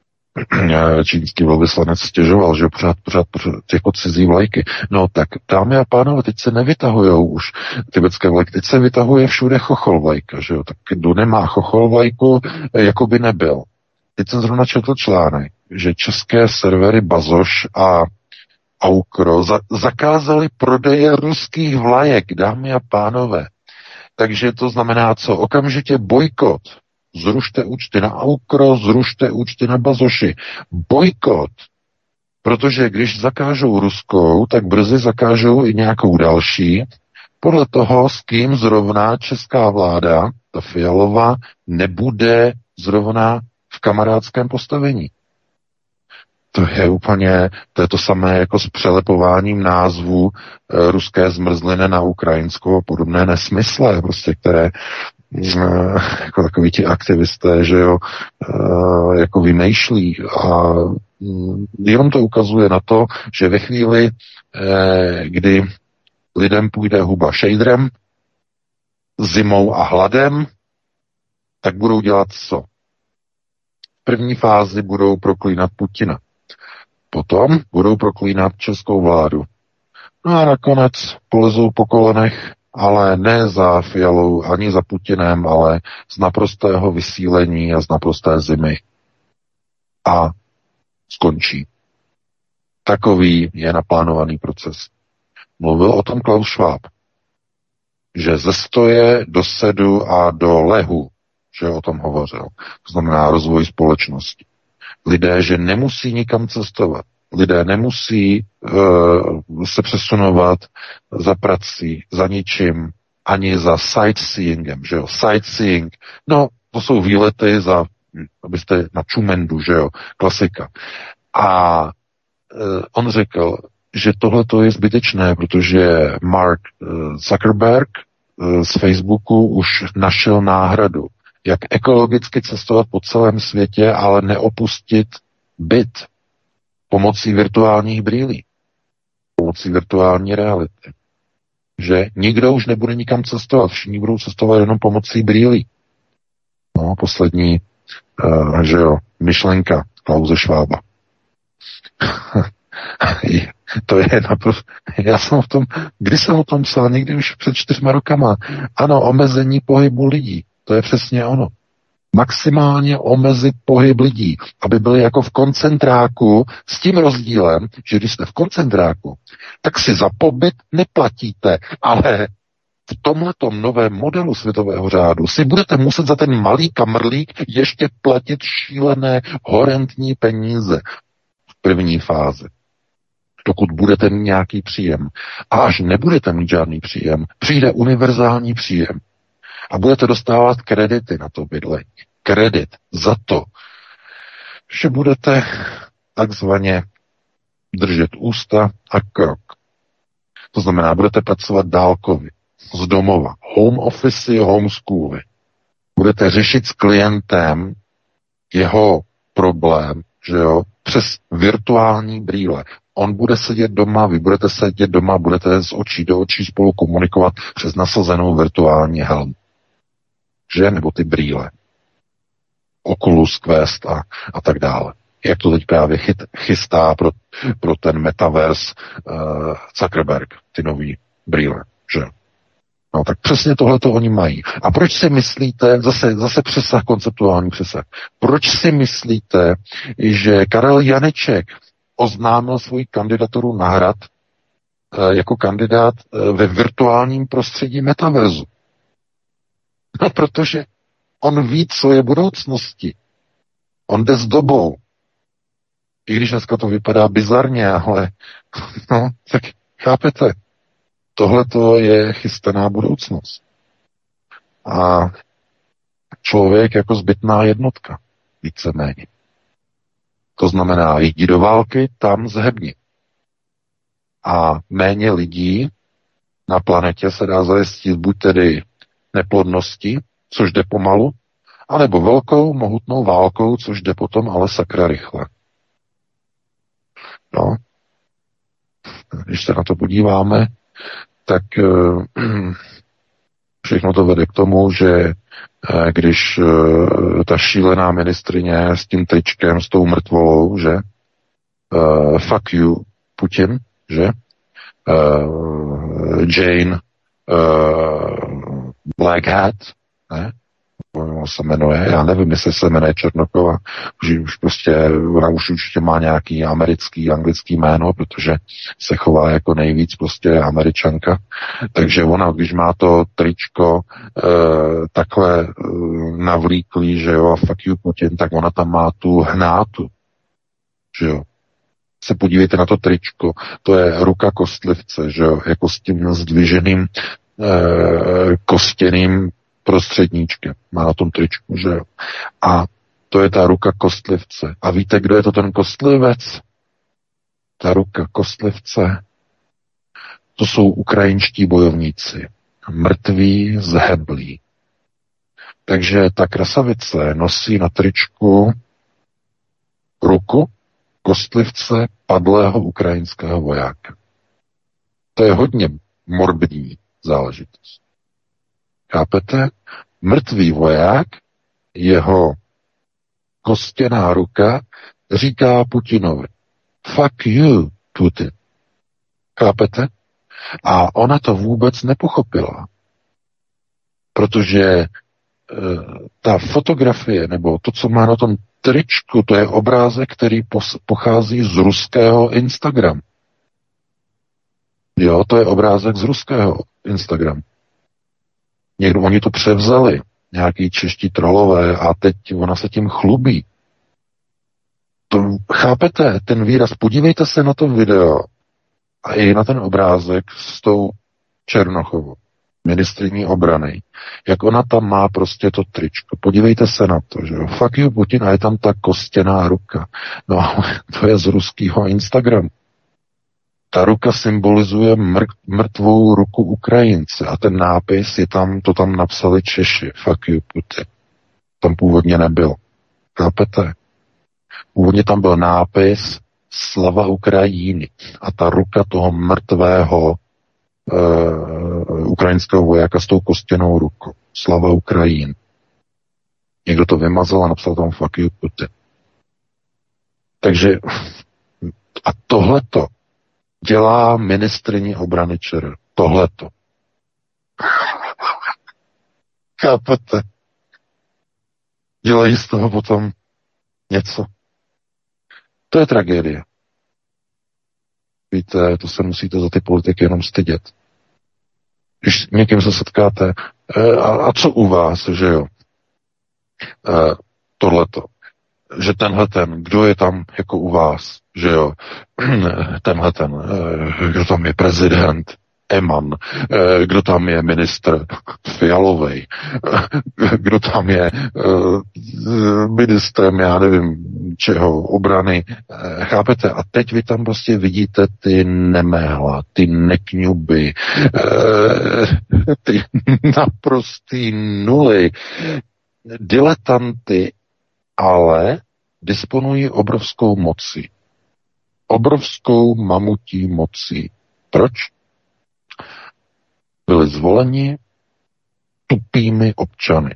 čínský velvyslanec stěžoval, že pořád jako cizí vlajky. No tak, dámy a pánové, teď se nevytahujou už tibetské vlajky, teď se vytahuje všude chochol vlajka, že jo, tak kdo nemá chochol vlajku, jako by nebyl. Teď jsem zrovna četl článek, že české servery Bazoš a Aukro zakázali prodeje ruských vlajek, dámy a pánové. Takže to znamená co? Okamžitě bojkot. Zrušte účty na Aukro, zrušte účty na Bazoši. Bojkot. Protože když zakážou ruskou, tak brzy zakážou i nějakou další. Podle toho, s kým zrovna česká vláda, ta Fialová, nebude zrovna v kamarádském postavení. To je to samé jako s přelepováním názvu ruské zmrzliny na ukrajinskou a podobné nesmysly, prostě, které jako takoví ti aktivisté, že jo, jako vymýšlí a jenom to ukazuje na to, že ve chvíli, kdy lidem půjde huba šejdrem, zimou a hladem, tak budou dělat co? V první fázi budou proklínat Putina. Potom budou proklínat českou vládu. No a nakonec polezou po kolenech, ale ne za Fialou ani za Putinem, ale z naprostého vysílení a z naprosté zimy. A skončí. Takový je naplánovaný proces. Mluvil o tom Klaus Schwab, že ze stoje do sedu a do lehu, že o tom hovořil. To znamená rozvoj společnosti. Lidé, že nemusí nikam cestovat. Lidé nemusí se přesunovat za prací, za ničím, ani za sightseeingem, že jo. Sightseeing, no, to jsou výlety abyste na Čumendu, že jo, klasika. A on řekl, že tohle je zbytečné, protože Mark Zuckerberg z Facebooku už našel náhradu. Jak ekologicky cestovat po celém světě, ale neopustit byt pomocí virtuálních brýlí, pomocí virtuální reality. Že nikdo už nebude nikam cestovat, všichni budou cestovat jenom pomocí brýlí. No, poslední, že jo, myšlenka Klause Schwaba. To je naprosto... Kdy jsem o tom psal? Někdy už před 4 rokama. Ano, omezení pohybu lidí. To je přesně ono. Maximálně omezit pohyb lidí, aby byli jako v koncentráku, s tím rozdílem, že když jste v koncentráku, tak si za pobyt neplatíte, ale v tomhletom novém modelu světového řádu si budete muset za ten malý kamrlík ještě platit šílené horentní peníze v první fázi, dokud budete mít nějaký příjem. A až nebudete mít žádný příjem, přijde univerzální příjem a budete dostávat kredity na to bydlení. Kredit za to, že budete takzvaně držet ústa a krok. To znamená, budete pracovat dálkově, z domova. Home office, homeschooly. Budete řešit s klientem jeho problém, že jo, přes virtuální brýle. On bude sedět doma, vy budete sedět doma, budete z očí do očí spolu komunikovat přes nasazenou virtuální helmu. Že? Nebo ty brýle. Oculus Quest a tak dále. Jak to teď právě chystá pro ten metaverse Zuckerberg, ty nový brýle, že? No tak přesně tohle to oni mají. A proč si myslíte, zase přesah, konceptuální přesah, proč si myslíte, že Karel Janeček oznámil svoji kandidaturu na Hrad jako kandidát ve virtuálním prostředí metaverzu? No protože on ví, co je budoucnosti. On jde s dobou. I když dneska to vypadá bizarně, ale no, tak chápete, tohle to je chystaná budoucnost. A člověk jako zbytná jednotka, víceméně. To znamená, jdi do války, tam zhebni. A méně lidí na planetě se dá zajistit buď tedy neplodností, což jde pomalu, anebo velkou, mohutnou válkou, což jde potom ale sakra rychle. No, když se na to podíváme, tak všechno to vede k tomu, že když ta šílená ministryně s tím tričkem, s tou mrtvolou, že fuck you Putin, že Jane Black Hat, ne? Ono se jmenuje, já nevím, jestli se jmenuje Černokova, už prostě, ona už určitě má nějaký americký, anglický jméno, protože se chová jako nejvíc prostě Američanka, takže ona, když má to tričko takhle navlíklý, že jo, a fuck you Putin, tak ona tam má tu hnátu, že jo. Se podívejte na to tričko, to je ruka kostlivce, že jo, jako s tím zdviženým kostěným prostředníčkem. Má na tom tričku, že jo. A to je ta ruka kostlivce. A víte, kdo je to ten kostlivec? Ta ruka kostlivce. To jsou ukrajinští bojovníci. Mrtví, zheblí. Takže ta krasavice nosí na tričku ruku kostlivce padlého ukrajinského vojáka. To je hodně morbidní záležitost. Chápete? Mrtvý voják, jeho kostěná ruka říká Putinovi fuck you, Putin. Chápete? A ona to vůbec nepochopila. Protože ta fotografie, nebo to, co má na tom tričku, to je obrázek, který pochází z ruského Instagramu. Jo, to je obrázek z ruského Instagramu. Někdo, oni to převzali, nějaký čeští trolové, a teď ona se tím chlubí. To, chápete, ten výraz, podívejte se na to video a i na ten obrázek s tou Černochovou, ministryní obrany, jak ona tam má prostě to tričko. Podívejte se na to, že jo. Fuck you, Putin, a je tam ta kostěná ruka. No ale to je z ruského Instagramu. Ta ruka symbolizuje mrtvou ruku Ukrajince a ten nápis je tam, to tam napsali Češi. Fuck you, Putin. Tam původně nebyl. Chápete? Původně tam byl nápis Slava Ukrajiny a ta ruka toho mrtvého ukrajinského vojáka s tou kostěnou rukou. Slava Ukrajin. Někdo to vymazal a napsal tam fuck you, Putin. Takže a tohleto dělá ministryni obrany ČR. Tohleto. Chápete? Dělají z toho potom něco. To je tragédie. Víte, to se musíte za ty politiky jenom stydět. Když s někým se setkáte, a co u vás, že jo? Tohleto. Že tenhle ten, kdo je tam jako u vás, že jo? Tenhle ten, kdo tam je prezident, Eman, kdo tam je ministr Fialovej, kdo tam je ministrem, já nevím čeho, obrany, chápete? A teď vy tam prostě vidíte ty neméhla, ty nekňuby, ty naprostý nuly, diletanty, ale disponují obrovskou mocí. Obrovskou mamutí mocí. Proč? Byli zvoleni tupými občany.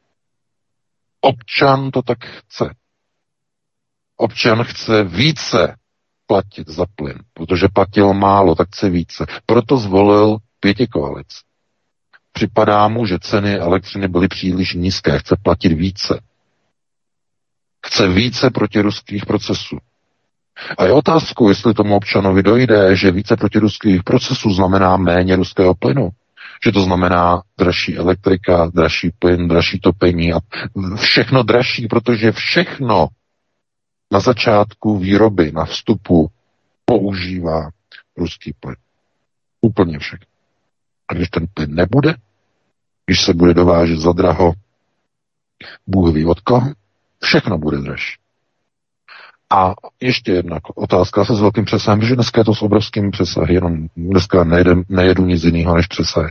Občan to tak chce. Občan chce více platit za plyn, protože platil málo, tak chce více. Proto zvolil pětikoalici. Připadá mu, že ceny elektřiny byly příliš nízké, chce platit více. Chce více protiruských procesů. A je otázkou, jestli tomu občanovi dojde, že více protiruských procesů znamená méně ruského plynu. Že to znamená dražší elektrika, dražší plyn, dražší topení a všechno dražší, protože všechno na začátku výroby, na vstupu používá ruský plyn. Úplně všechno. A když ten plyn nebude, když se bude dovážet za draho, Bůh ví od koho, všechno bude dražší. A ještě jedna otázka se s velkým přesahem, protože dneska je to s obrovským přesahem, jenom dneska nejedu nic jiného než přesah.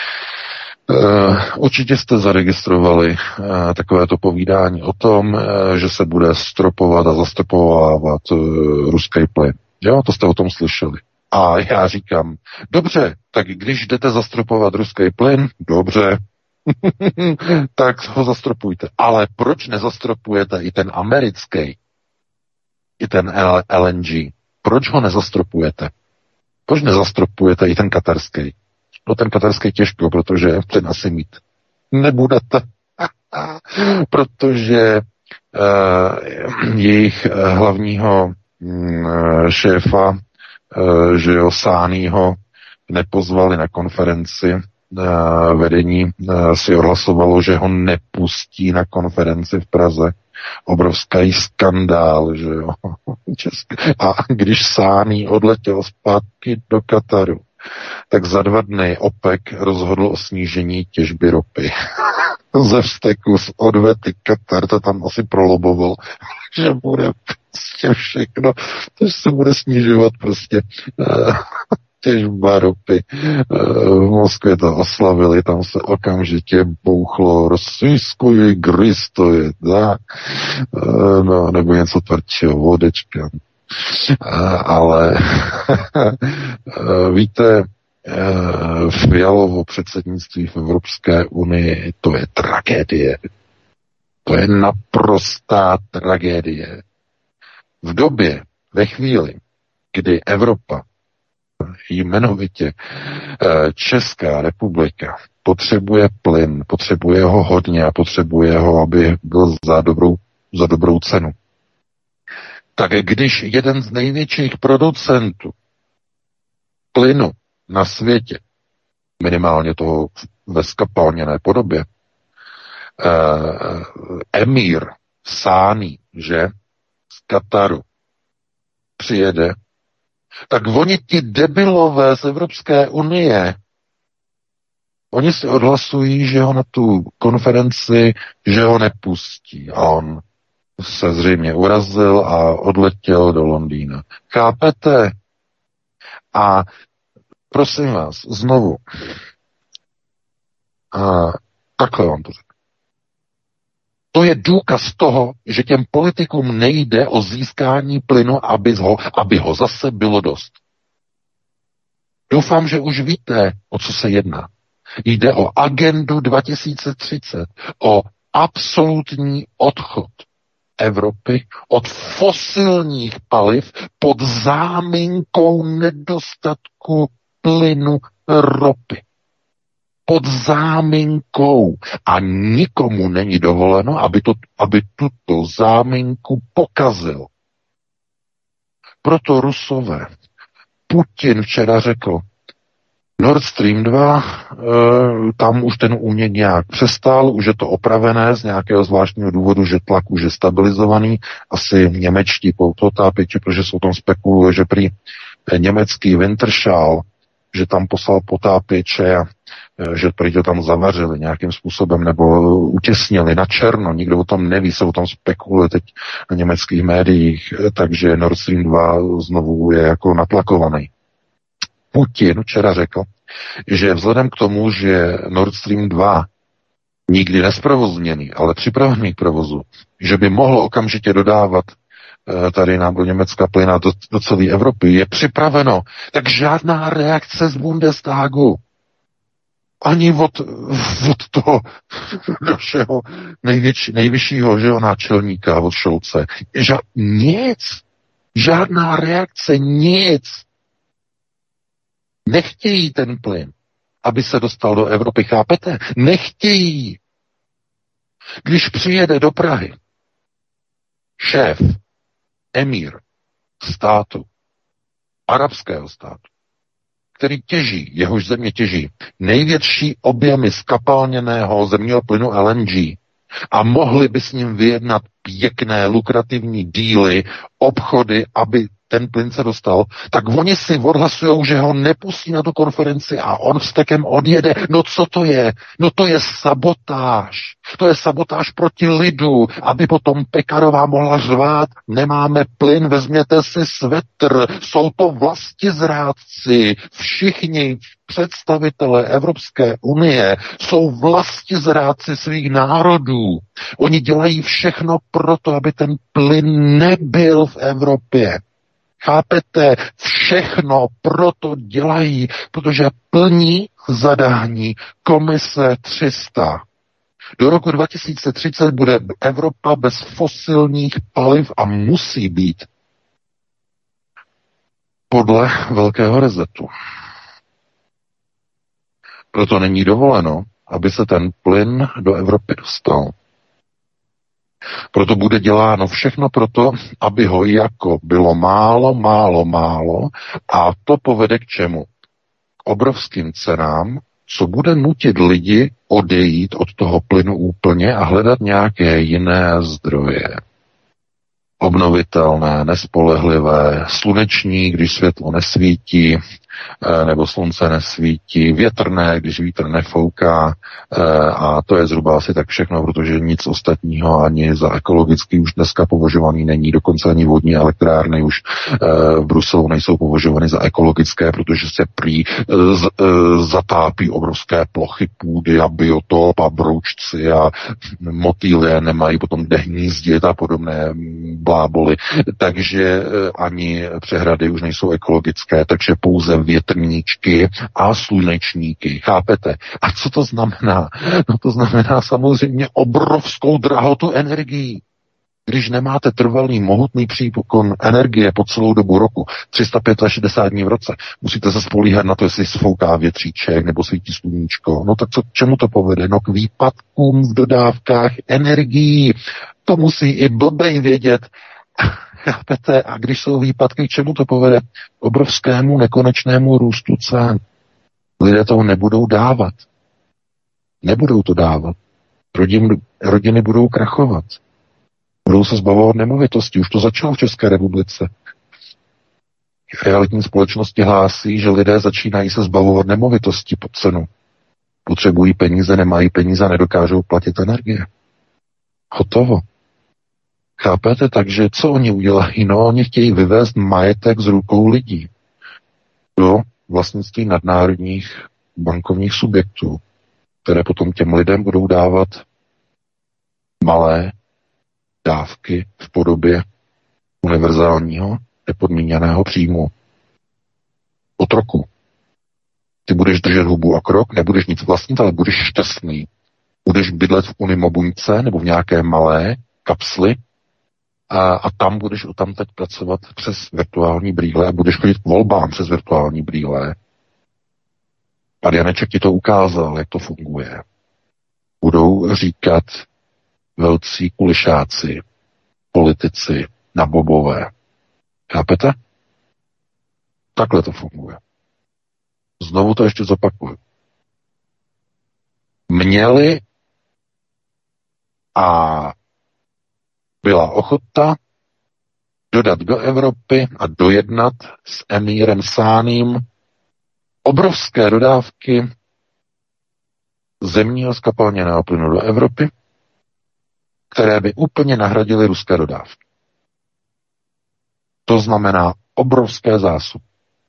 Určitě jste zaregistrovali takovéto povídání o tom, že se bude stropovat a zastropovávat ruský plyn. Jo, to jste o tom slyšeli. A já říkám, dobře, tak když jdete zastropovat ruský plyn, dobře, tak ho zastropujte. Ale proč nezastropujete i ten americký? I ten LNG. Proč ho nezastropujete? Proč nezastropujete i ten katarský? No ten katarský těžko, protože ten asi mít nebudete. Protože jejich hlavního šéfa, že jo, Sánýho nepozvali na konferenci. Vedení si odhlasovalo, že ho nepustí na konferenci v Praze. Obrovský skandál, že jo. A když Sáný odletěl zpátky do Kataru, tak za 2 dny OPEC rozhodl o snížení těžby ropy. Ze vzteku z odvety Katar to tam asi proloboval, že bude prostě všechno, to se bude snižovat prostě těžba ropy. V Moskvě to oslavili, tam se okamžitě bouchlo Rosijský gris, to je tak, no, nebo něco tvrdšího, vodečka. Ale víte, Fialovo předsednictví v Evropské unii, to je tragédie. To je naprostá tragédie. V době, ve chvíli, kdy Evropa, jmenovitě Česká republika, potřebuje plyn, potřebuje ho hodně a potřebuje ho, aby byl za dobrou cenu. Tak když jeden z největších producentů plynu na světě, minimálně toho ve skapalněné podobě, emír Sáný, že z Kataru přijede, tak oni ti debilové z Evropské unie, oni si odhlasují, že ho na tu konferenci, že ho nepustí. A on se zřejmě urazil a odletěl do Londýna. Chápete? A prosím vás, znovu, takhle vám to řeknu. To je důkaz toho, že těm politikům nejde o získání plynu, aby ho zase bylo dost. Doufám, že už víte, o co se jedná. Jde o agendu 2030, o absolutní odchod Evropy od fosilních paliv pod záminkou nedostatku plynu, ropy. Pod záminkou. A nikomu není dovoleno, aby tuto záminku pokazil. Proto Rusové. Putin včera řekl, Nord Stream 2, tam už ten únik nějak přestal, už je to opravené z nějakého zvláštního důvodu, že tlak už je stabilizovaný. Asi němečtí potápěči, protože se o tom spekuluje, že prý německý Wintershall, že tam poslal potápěče a že prý to tam zavařili nějakým způsobem nebo utěsnili na černo. Nikdo o tom neví, se o tom spekuluje teď na německých médiích, takže Nord Stream 2 znovu je jako natlakovaný. Putin včera řekl, že vzhledem k tomu, že Nord Stream 2 nikdy nesprovozněný, ale připravený k provozu, že by mohlo okamžitě dodávat tady nám do Německa plyna do celé Evropy, je připraveno, tak žádná reakce z Bundestagu. Ani od toho našeho nejvyššího že náčelníka, od Scholze. Nic. Žádná reakce, nic. Nechtějí ten plyn, aby se dostal do Evropy, chápete? Nechtějí. Když přijede do Prahy šéf, emír státu, arabského státu, který těží, jehož země těží největší objemy skapalněného zemního plynu LNG a mohli by s ním vyjednat pěkné, lukrativní díly, obchody, aby ten plyn se dostal, tak oni si odhlasujou, že ho nepustí na tu konferenci a on vztekem odjede. No co to je? No to je sabotáž. To je sabotáž proti lidu, aby potom Pekarová mohla řvát, nemáme plyn, vezměte si svetr. Jsou to vlastizrádci. Všichni představitelé Evropské unie jsou vlastizrádci svých národů. Oni dělají všechno proto, aby ten plyn nebyl v Evropě. Chápete? Všechno proto dělají, protože plní zadání Komise 300. Do roku 2030 bude Evropa bez fosilních paliv a musí být podle velkého resetu. Proto není dovoleno, aby se ten plyn do Evropy dostal. Proto bude děláno všechno proto, aby ho jako bylo málo a to povede k čemu? K obrovským cenám, co bude nutit lidi odejít od toho plynu úplně a hledat nějaké jiné zdroje. Obnovitelné, nespolehlivé, sluneční, když světlo nesvítí, nebo slunce nesvítí, větrné, když vítr nefouká, a to je zhruba asi tak všechno, protože nic ostatního ani za ekologický už dneska považovaný není, dokonce ani vodní elektrárny už v Bruselu nejsou považovány za ekologické, protože se prý zatápí obrovské plochy půdy a biotop a broučci a motýlie nemají potom kde hnízdit a podobné bláboli, takže ani přehrady už nejsou ekologické, takže pouze větrníčky a slunečníky. Chápete? A co to znamená? No to znamená samozřejmě obrovskou drahotu energií. Když nemáte trvalý, mohutný přípokon energie po celou dobu roku, 365 dní v roce, musíte se spolíhat na to, jestli sfouká větříček nebo svítí sluníčko. No tak co, k čemu to povede? No k výpadkům v dodávkách energií. To musí i blbej vědět. Chápete? A když jsou výpadky, k čemu to povede? Obrovskému nekonečnému růstu cen. Lidé toho nebudou dávat. Nebudou to dávat. Rodiny budou krachovat. Budou se zbavovat nemovitosti. Už to začalo v České republice. Realitní společnosti hlásí, že lidé začínají se zbavovat nemovitosti pod cenu. Potřebují peníze, nemají peníze, nedokážou platit energie. Hotovo. Chápete? Takže co oni udělají? No, oni chtějí vyvést majetek z rukou lidí do vlastnictví nadnárodních bankovních subjektů, které potom těm lidem budou dávat malé dávky v podobě univerzálního nepodmíněného příjmu. Otroku. Ty budeš držet hubu a krok, nebudeš nic vlastnit, ale budeš šťastný. Budeš bydlet v unimobuňce nebo v nějaké malé kapsli a tam budeš odtamtud pracovat přes virtuální brýle a budeš chodit k volbám přes virtuální brýle. Pan Janeček ti to ukázal, jak to funguje. Budou říkat velcí kulišáci, politici, nabobové. Chápete? Takhle to funguje. Znovu to ještě zopakuju. Měli a byla ochota dodat do Evropy a dojednat s emírem Sáným obrovské dodávky zemního zkapalněného plynu do Evropy, které by úplně nahradily ruské dodávky. To znamená obrovské zásoby.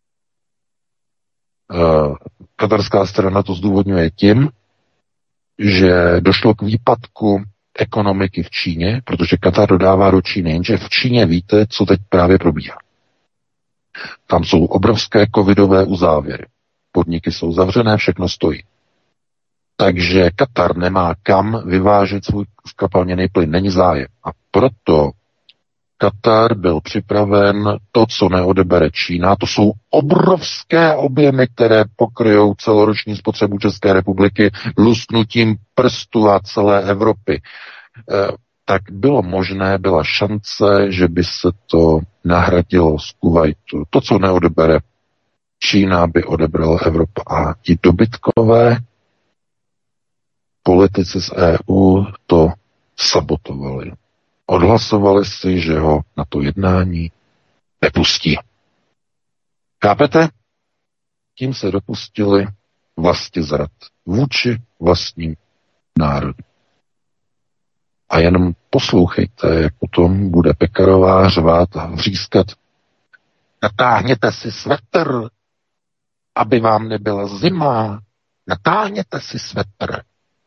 Katarská strana to zdůvodňuje tím, že došlo k výpadku ekonomiky v Číně, protože Katar dodává do Číny, jenže v Číně víte, co teď právě probíhá. Tam jsou obrovské covidové uzávěry. Podniky jsou zavřené, všechno stojí. Takže Katar nemá kam vyvážet svůj zkapalněný plyn, není zájem. A proto Katar byl připraven to, co neodebere Čína, to jsou obrovské objemy, které pokryjou celoroční spotřebu České republiky lusknutím prstu a celé Evropy. Tak bylo možné, byla šance, že by se to nahradilo z Kuvajtu. To, co neodebere Čína, by odebrala Evropa. A ti dobytkové politici z EU to sabotovali. Odhlasovali si, že ho na to jednání nepustí. Chápete? Tím se dopustili vlastizrad vůči vlastním národu. A jenom poslouchejte, jak potom bude Pekarová řvát a vřískat. Natáhněte si svetr, aby vám nebyla zima. Natáhněte si svetr.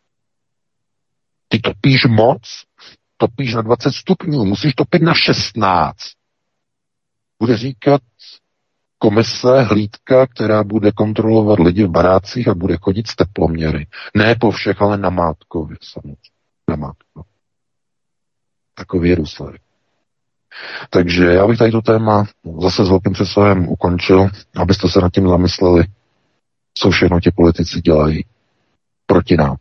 Ty topíš moc, topíš na 20 stupňů, musíš topit na 16. Bude říkat komise, hlídka, která bude kontrolovat lidi v barácích a bude chodit s teploměry. Ne po všech, ale na Mátkově samozřejmě. Na Mátkově. Takový je důsledek. Takže já bych tady to téma zase s velkým přesahem ukončil, abyste se nad tím zamysleli, co všechno ti politici dělají proti nám.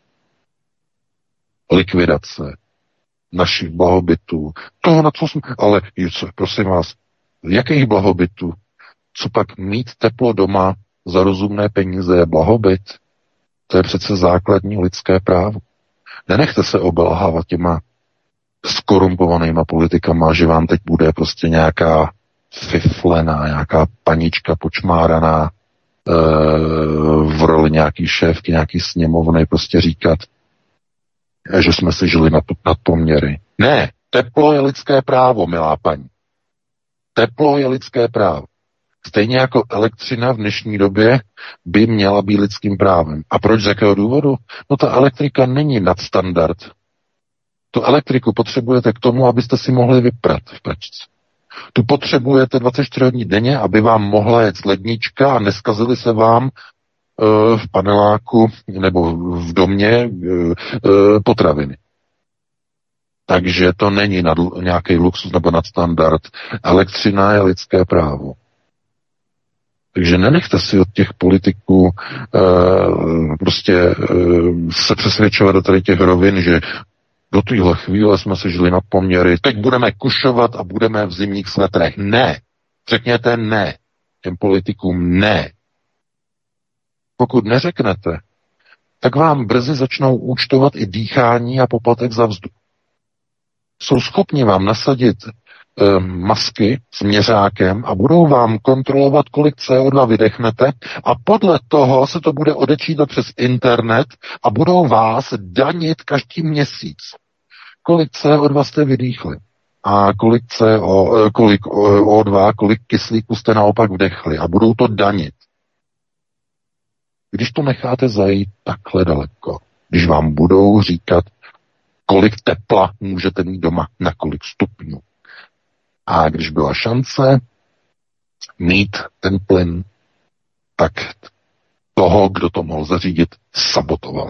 Likvidace našich blahobytů, toho, na co jsme, ale co, prosím vás, jakých blahobytů? Co pak mít teplo doma za rozumné peníze je blahobyt? To je přece základní lidské právo. Nenechte se obelhávat těma skorumpovanýma politikama, že vám teď bude prostě nějaká fiflená, nějaká panička počmáraná v roli nějaký šéfky, nějaký sněmovny prostě říkat, že jsme si žili nad poměry. Ne, teplo je lidské právo, milá paní. Teplo je lidské právo. Stejně jako elektřina v dnešní době by měla být lidským právem. A proč, z jakého důvodu? No ta elektrika není nadstandard. Tu elektriku potřebujete k tomu, abyste si mohli vyprat v pračce. Tu potřebujete 24 hodin denně, aby vám mohla jet lednička a neskazily se vám v paneláku nebo v domě potraviny. Takže to není nějaký luxus nebo nadstandard. Elektřina je lidské právo. Takže nenechte si od těch politiků se přesvědčovat do tady těch rovin, že do téhle chvíle jsme se žili nad poměry, teď budeme kušovat a budeme v zimních svetrech. Ne. Řekněte ne. Těm politikům ne. Pokud neřeknete, tak vám brzy začnou účtovat i dýchání a poplatek za vzduch. Jsou schopni vám nasadit masky s měřákem a budou vám kontrolovat, kolik CO2 vydechnete a podle toho se to bude odečítat přes internet a budou vás danit každý měsíc. Kolik CO2 jste vydýchli a kolik O2, kolik kyslíku jste naopak vdechli a budou to danit. Když to necháte zajít takhle daleko, když vám budou říkat, kolik tepla můžete mít doma, na kolik stupňů. A když byla šance mít ten plyn, tak toho, kdo to mohl zařídit, sabotovali.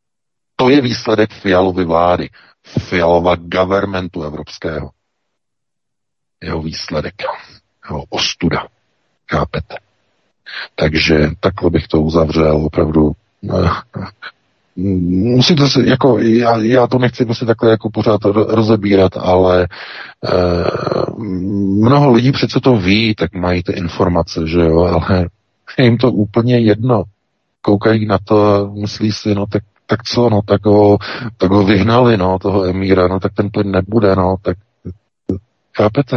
To je výsledek Fialovy vlády, Fialova governmentu evropského. jeho výsledek, jeho ostuda. Chápete? Takže takhle bych to uzavřel opravdu. Musíte si, jako, já to nechci prostě takhle jako pořád rozebírat, ale mnoho lidí přece to ví, tak mají ty informace, že jo, ale je jim to úplně jedno. Koukají na to a myslí si, no tak co, no tak ho vyhnali, no, toho emíra, no tak ten plyn nebude, no, tak chápete?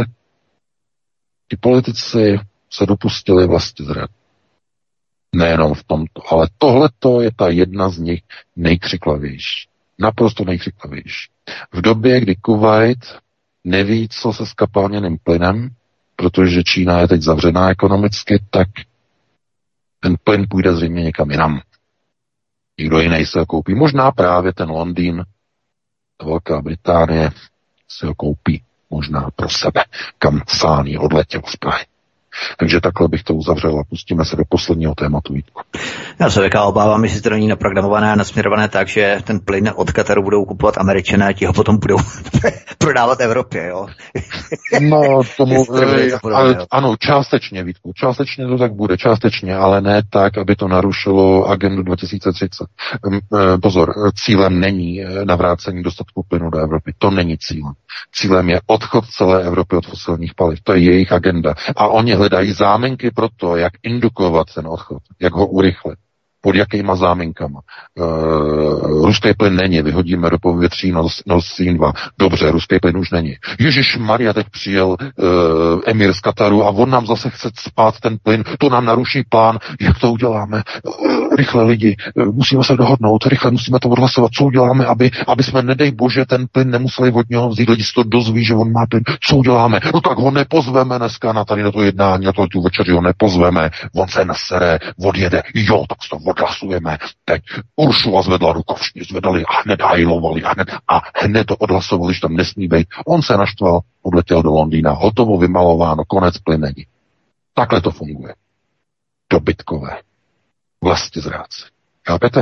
Ti politici se dopustili vlastizrad. Nejenom v tomto, ale tohleto je ta jedna z nich nejkřiklavější. Naprosto nejkřiklavější. V době, kdy Kuvajt neví, co se skapalněným plynem, protože Čína je teď zavřená ekonomicky, tak ten plyn půjde zřejmě někam jinam. Nikdo jiný se ho koupí. Možná právě ten Londýn, Velká Británie si ho koupí možná pro sebe, kam sání odletěl z Prahy. Takže takhle bych to uzavřel a pustíme se do posledního tématu, Vítku. Já se věká obávám, jestli to není naprogramované a nasměrované tak, že ten plyn od Kataru budou kupovat Američané a ti ho potom budou prodávat Evropě, jo? No, tomu, ano, částečně, Vítku, částečně to tak bude, částečně, ale ne tak, aby to narušilo agendu 2030. Pozor, cílem není navrácení dostatku plynu do Evropy, to není cílem. Cílem je odchod celé Evropy od fosilních paliv, to je jejich agenda. A oni hledají záminky pro to, jak indukovat ten odchod, jak ho urychlit. Pod jakýma záminkama. Ruský plyn není, vyhodíme do povětří Nord Stream 2. Dobře, ruský plyn už není. Ježiš Maria, teď přijel emír z Kataru a on nám zase chce spát ten plyn, to nám naruší plán, jak to uděláme? Rychle lidi, musíme se dohodnout, rychle musíme to odhlasovat, co uděláme, aby jsme, nedej bože, ten plyn nemuseli od něho vzít, lidi si to dozví, že on má plyn, co uděláme? No tak ho nepozveme dneska na tady na to jednání, na to tu večeři ho nepozveme, on se nasere, odjede, jo, tak to odhlasujeme. Teď Uršula zvedla ruku, všichni zvedali a hned hajlovali a hned to odhlasovali, že tam nesmí být. On se naštval, odletěl do Londýna, hotovo, vymalováno, konec, plyn není. Takhle to funguje. Dobytkové. Vlastizrádci. Chápete?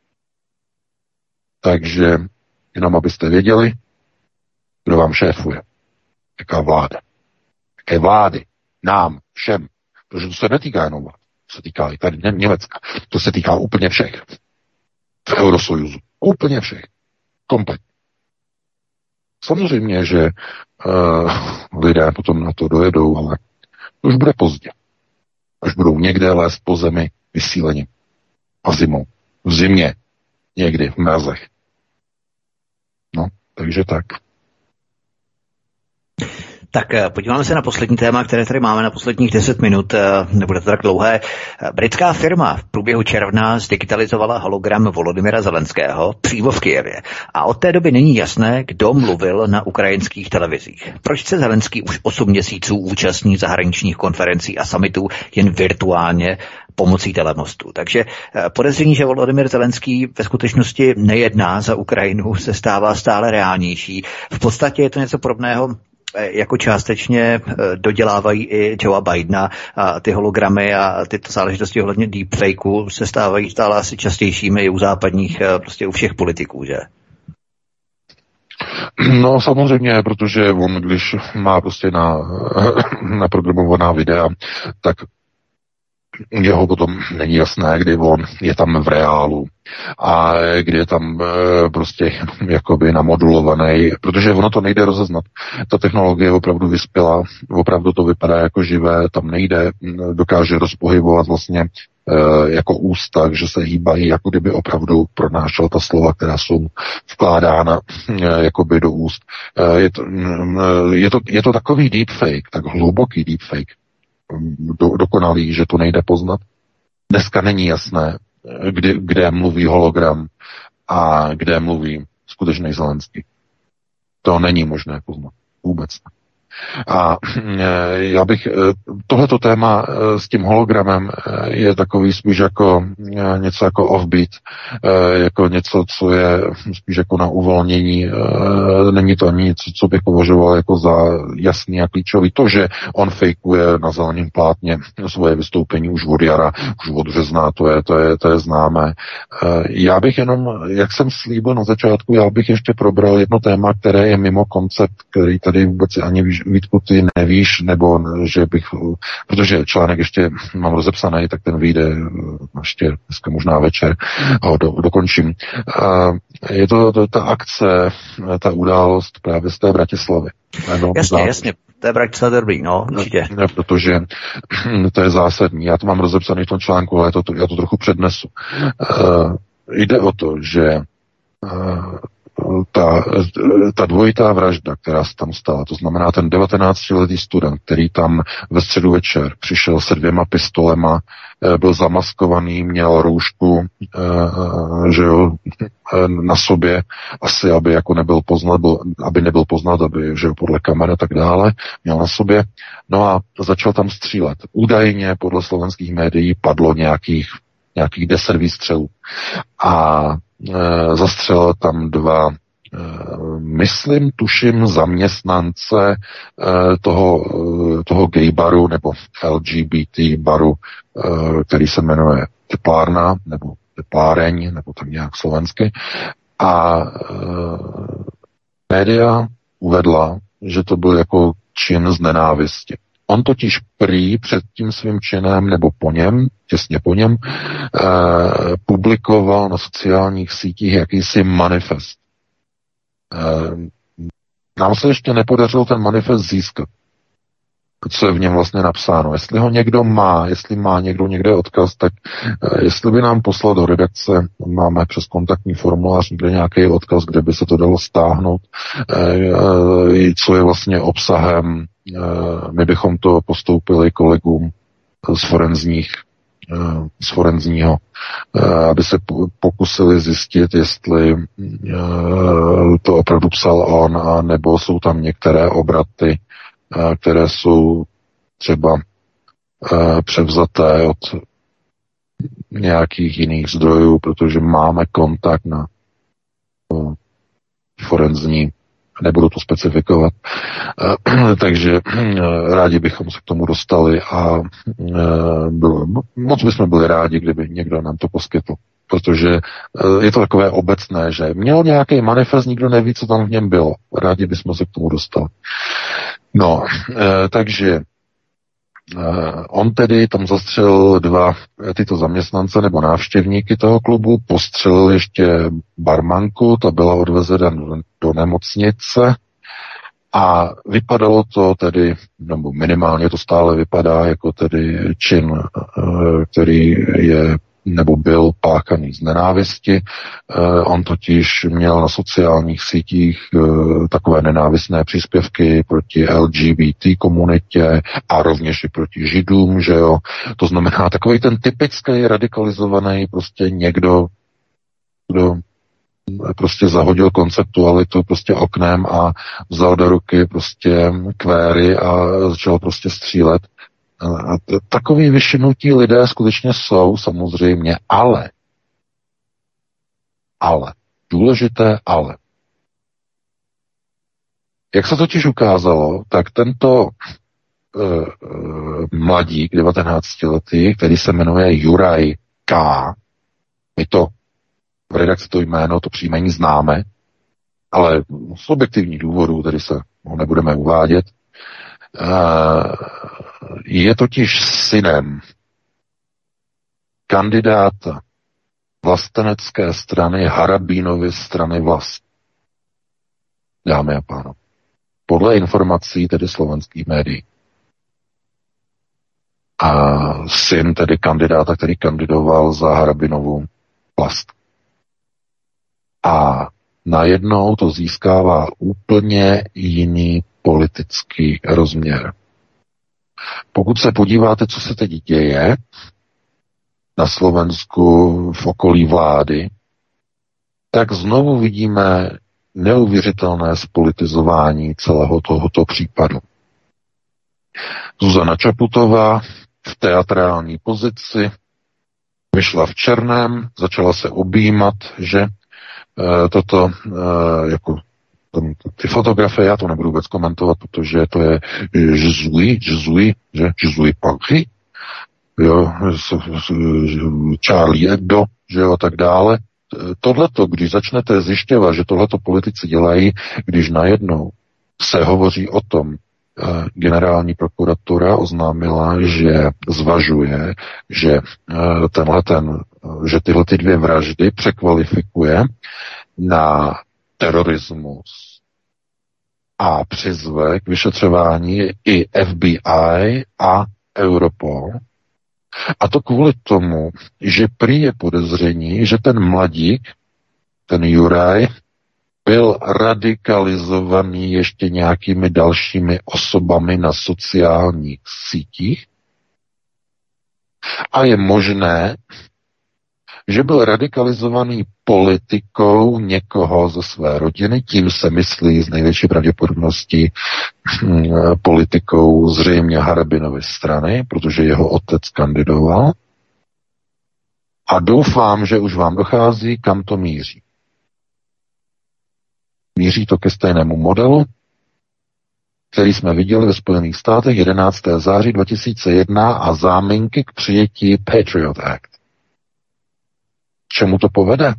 Takže jenom abyste věděli, kdo vám šéfuje. Jaká vláda. Jaké vlády. Nám, všem. Protože to se netýká jenom vlád. To se týká i tady Německa. To se týká úplně všech. V Eurosojuzu. Úplně všech. Kompletně. Samozřejmě, že lidé potom na to dojedou, ale to už bude pozdě. Až budou někde lézt po zemi vysíleni. A zimou. V zimě. Někdy v mrazech. No, takže tak. Tak podíváme se na poslední téma, které tady máme na posledních 10 minut, nebude to tak dlouhé. Britská firma v průběhu června zdigitalizovala hologram Volodymyra Zelenského přímo v Kyjevě. A od té doby není jasné, kdo mluvil na ukrajinských televizích. Proč se Zelenský už 8 měsíců účastní zahraničních konferencí a summitů jen virtuálně pomocí telemostu. Takže podezření, že Volodymyr Zelenský ve skutečnosti nejedná za Ukrajinu, se stává stále reálnější. V podstatě je to něco podobného, jako částečně dodělávají i Joea Bidena a ty hologramy a tyto záležitosti ohledně deepfakeu se stávají stále asi častějšími i u západních, prostě u všech politiků, že? No samozřejmě, protože on, když má prostě naprogramovaná videa, tak jeho potom není jasné, kdy on je tam v reálu a kdy je tam prostě jakoby namodulovaný, protože ono to nejde rozeznat. Ta technologie je opravdu vyspělá, opravdu to vypadá jako živé, tam nejde, dokáže rozpohybovat vlastně jako ústa, že se hýbají, jako kdyby opravdu pronášel ta slova, která jsou vkládána jakoby do úst. Je to takový deepfake, tak hluboký deepfake, dokonalý, že to nejde poznat. Dneska není jasné, kde mluví hologram a kde mluví skutečný Zelenský. To není možné poznat. Vůbec. A já bych, tohleto téma s tím hologramem je takový spíš jako něco jako offbeat, jako něco, co je spíš jako na uvolnění, není to ani něco, co bych považoval jako za jasný a klíčový. To, že on fejkuje na zeleném plátně svoje vystoupení už od jara, už od března, to je známé. Já bych jenom, jak jsem slíbil na začátku, já bych ještě probral jedno téma, které je mimo koncept, který tady vůbec ani v Vítku, ty nevíš, nebo že bych, protože článek ještě mám rozepsaný, tak ten vyjde ještě dneska možná večer, ho dokončím. Je to ta akce, ta událost právě z té Bratislavy. Jasně, to je Bratislava dobrý, no, určitě. Ne, protože to je zásadní. Já to mám rozepsaný v tom článku, ale já to trochu přednesu. Jde o to, že ta dvojitá vražda, která se tam stala, to znamená ten 19-letý student, který tam ve středu večer přišel se 2 pistolema, byl zamaskovaný, měl roušku, že jo, na sobě, asi aby jako nebyl poznat, aby, že jo, podle kamer a tak dále, měl na sobě, no a začal tam střílet. Údajně podle slovenských médií padlo nějakých 10 výstřelů a zastřelil tam 2, tuším, zaměstnance toho gay baru nebo LGBT baru, který se jmenuje Teplárna nebo Tepláreň, nebo tak nějak slovensky. A média uvedla, že to byl jako čin z nenávisti. On totiž prý před tím svým činem, nebo těsně po něm, publikoval na sociálních sítích jakýsi manifest. Nám se ještě nepodařilo ten manifest získat. Co je v něm vlastně napsáno. Jestli ho někdo má, jestli má někdo někde odkaz, tak jestli by nám poslal do redakce, máme přes kontaktní formulář někde nějaký odkaz, kde by se to dalo stáhnout, co je vlastně obsahem. My bychom to postoupili kolegům z forenzního, aby se pokusili zjistit, jestli to opravdu psal on, a nebo jsou tam některé obraty, které jsou třeba převzaté od nějakých jiných zdrojů, protože máme kontakt na forenzní, nebudu to specifikovat, takže rádi bychom se k tomu dostali a moc bychom byli rádi, kdyby někdo nám to poskytl, protože je to takové obecné, že měl nějaký manifest, nikdo neví, co tam v něm bylo. Rádi bychom se k tomu dostali. No, takže on tedy tam zastřelil 2 tyto zaměstnance nebo návštěvníky toho klubu, postřelil ještě barmanku, ta byla odvezena do nemocnice a vypadalo to tedy, nebo minimálně to stále vypadá jako tedy čin, který je nebo byl páchaný z nenávisti. On totiž měl na sociálních sítích takové nenávistné příspěvky proti LGBT komunitě a rovněž i proti Židům, že jo. To znamená takový ten typický radikalizovaný prostě někdo, kdo prostě zahodil konceptualitu prostě oknem a vzal do ruky prostě kvéry a začal prostě střílet. A takový vyšinutí lidé skutečně jsou, samozřejmě, ale, důležité ale. Jak se totiž ukázalo, tak tento mladík, 19letý, který se jmenuje Juraj K., my to v redakci to jméno, to příjmení známe, ale z objektivních důvodů, tedy se ho nebudeme uvádět, je totiž synem kandidáta vlastenecké strany Harabínovy strany Vlast. Dámy a pánové. Podle informací tedy slovenských médií. A syn tedy kandidáta, který kandidoval za Harabinovu Vlast. A najednou to získává úplně jiný politický rozměr. Pokud se podíváte, co se teď děje na Slovensku v okolí vlády, tak znovu vidíme neuvěřitelné spolitizování celého tohoto případu. Zuzana Čaputová v teatrální pozici vyšla v černém, začala se objímat, že toto jako ty fotografie, já to nebudu vůbec komentovat, protože to je Jesuit Paris, jo, Charlie Hebdo, že jo, a tak dále. Tohleto, když začnete zjišťovat, že tohleto politici dělají, když najednou se hovoří o tom, generální prokuratura oznámila, že zvažuje, že že tyhle ty 2 vraždy překvalifikuje na terorismus a přizve k vyšetřování i FBI a Europol. A to kvůli tomu, že prý je podezření, že ten mladík, ten Juraj, byl radikalizovaný ještě nějakými dalšími osobami na sociálních sítích a je možné, že byl radikalizovaný politikou někoho ze své rodiny, tím se myslí z největší pravděpodobností politikou zřejmě Harabinovy strany, protože jeho otec kandidoval. A doufám, že už vám dochází, kam to míří. Míří to ke stejnému modelu, který jsme viděli ve Spojených státech 11. září 2001 a záminky k přijetí Patriot Act. Čemu to povede?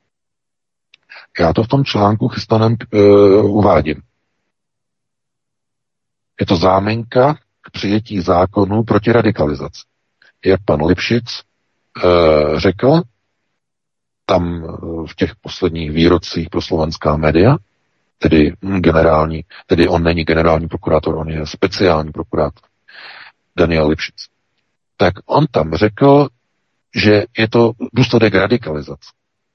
Já to v tom článku chystaném uvádím. Je to záminka k přijetí zákonů proti radikalizaci. Jak pan Lipšic řekl, tam v těch posledních výrocích pro slovenská média, tedy on není generální prokurátor, on je speciální prokurátor, Daniel Lipšic, tak on tam řekl, že je to důsledek radikalizace.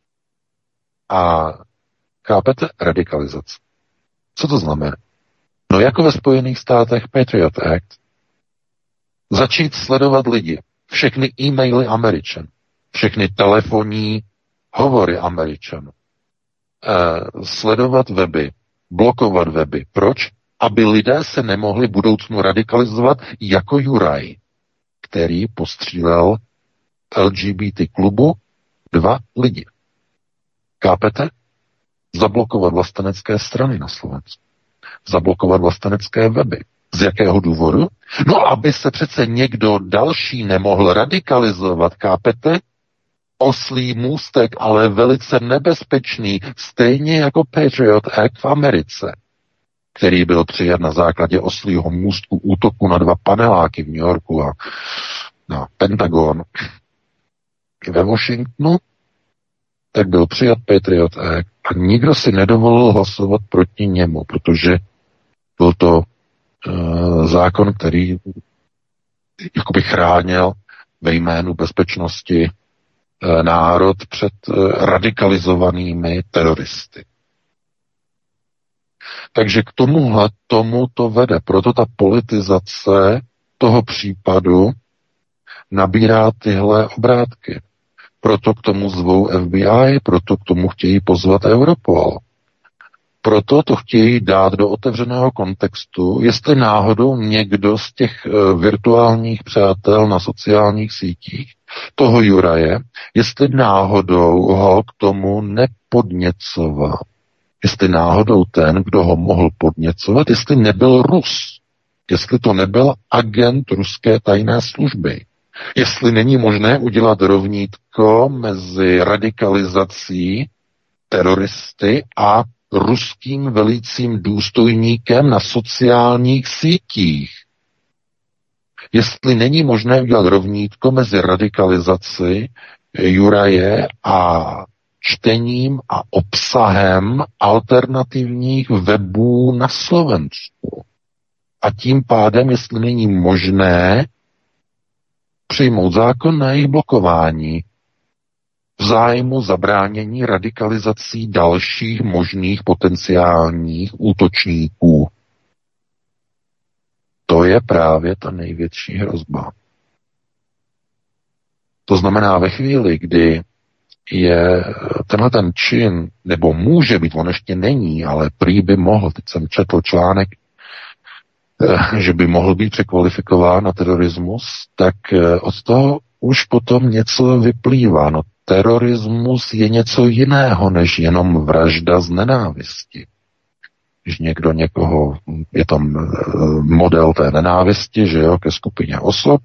A chápete? Radikalizace. Co to znamená? No jako ve Spojených státech Patriot Act začít sledovat lidi, všechny e-maily Američanů, všechny telefonní hovory Američanů, sledovat weby, blokovat weby. Proč? Aby lidé se nemohli v budoucnu radikalizovat jako Juraj, který postřílel LGBT klubu 2 lidi. Kápete? Zablokovat vlastenecké strany na Slovensku. Zablokovat vlastenecké weby. Z jakého důvodu? No, aby se přece někdo další nemohl radikalizovat, kápete? Oslý můstek, ale velice nebezpečný, stejně jako Patriot Act v Americe, který byl přijat na základě oslího můstku útoku na 2 paneláky v New Yorku a na Pentagon ve Washingtonu, tak byl přijat Patriot Act a nikdo si nedovolil hlasovat proti němu, protože byl to zákon, který jakoby chránil ve jménu bezpečnosti národ před radikalizovanými teroristy. Takže k tomu to vede. Proto ta politizace toho případu nabírá tyhle obrátky. Proto k tomu zvou FBI, proto k tomu chtějí pozvat Europol. Proto to chtějí dát do otevřeného kontextu, jestli náhodou někdo z těch virtuálních přátel na sociálních sítích toho Juraje, jestli náhodou ho k tomu nepodněcoval. Jestli náhodou ten, kdo ho mohl podněcovat, jestli nebyl Rus. Jestli to nebyl agent ruské tajné služby. Jestli není možné udělat rovnítko mezi radikalizací teroristy a ruským velícím důstojníkem na sociálních sítích. Jestli není možné udělat rovnítko mezi radikalizací Juraje a čtením a obsahem alternativních webů na Slovensku. A tím pádem, jestli není možné přijmout zákon na jejich blokování v zájmu zabránění radikalizací dalších možných potenciálních útočníků. To je právě ta největší hrozba. To znamená, ve chvíli, kdy je tenhle ten čin, nebo může být, on ještě není, ale prý by mohl, teď jsem četl článek, že by mohl být překvalifikován na terorismus, tak od toho už potom něco vyplývá. No, terorismus je něco jiného, než jenom vražda z nenávisti. Když někdo někoho, je tam model té nenávisti, že jo, ke skupině osob,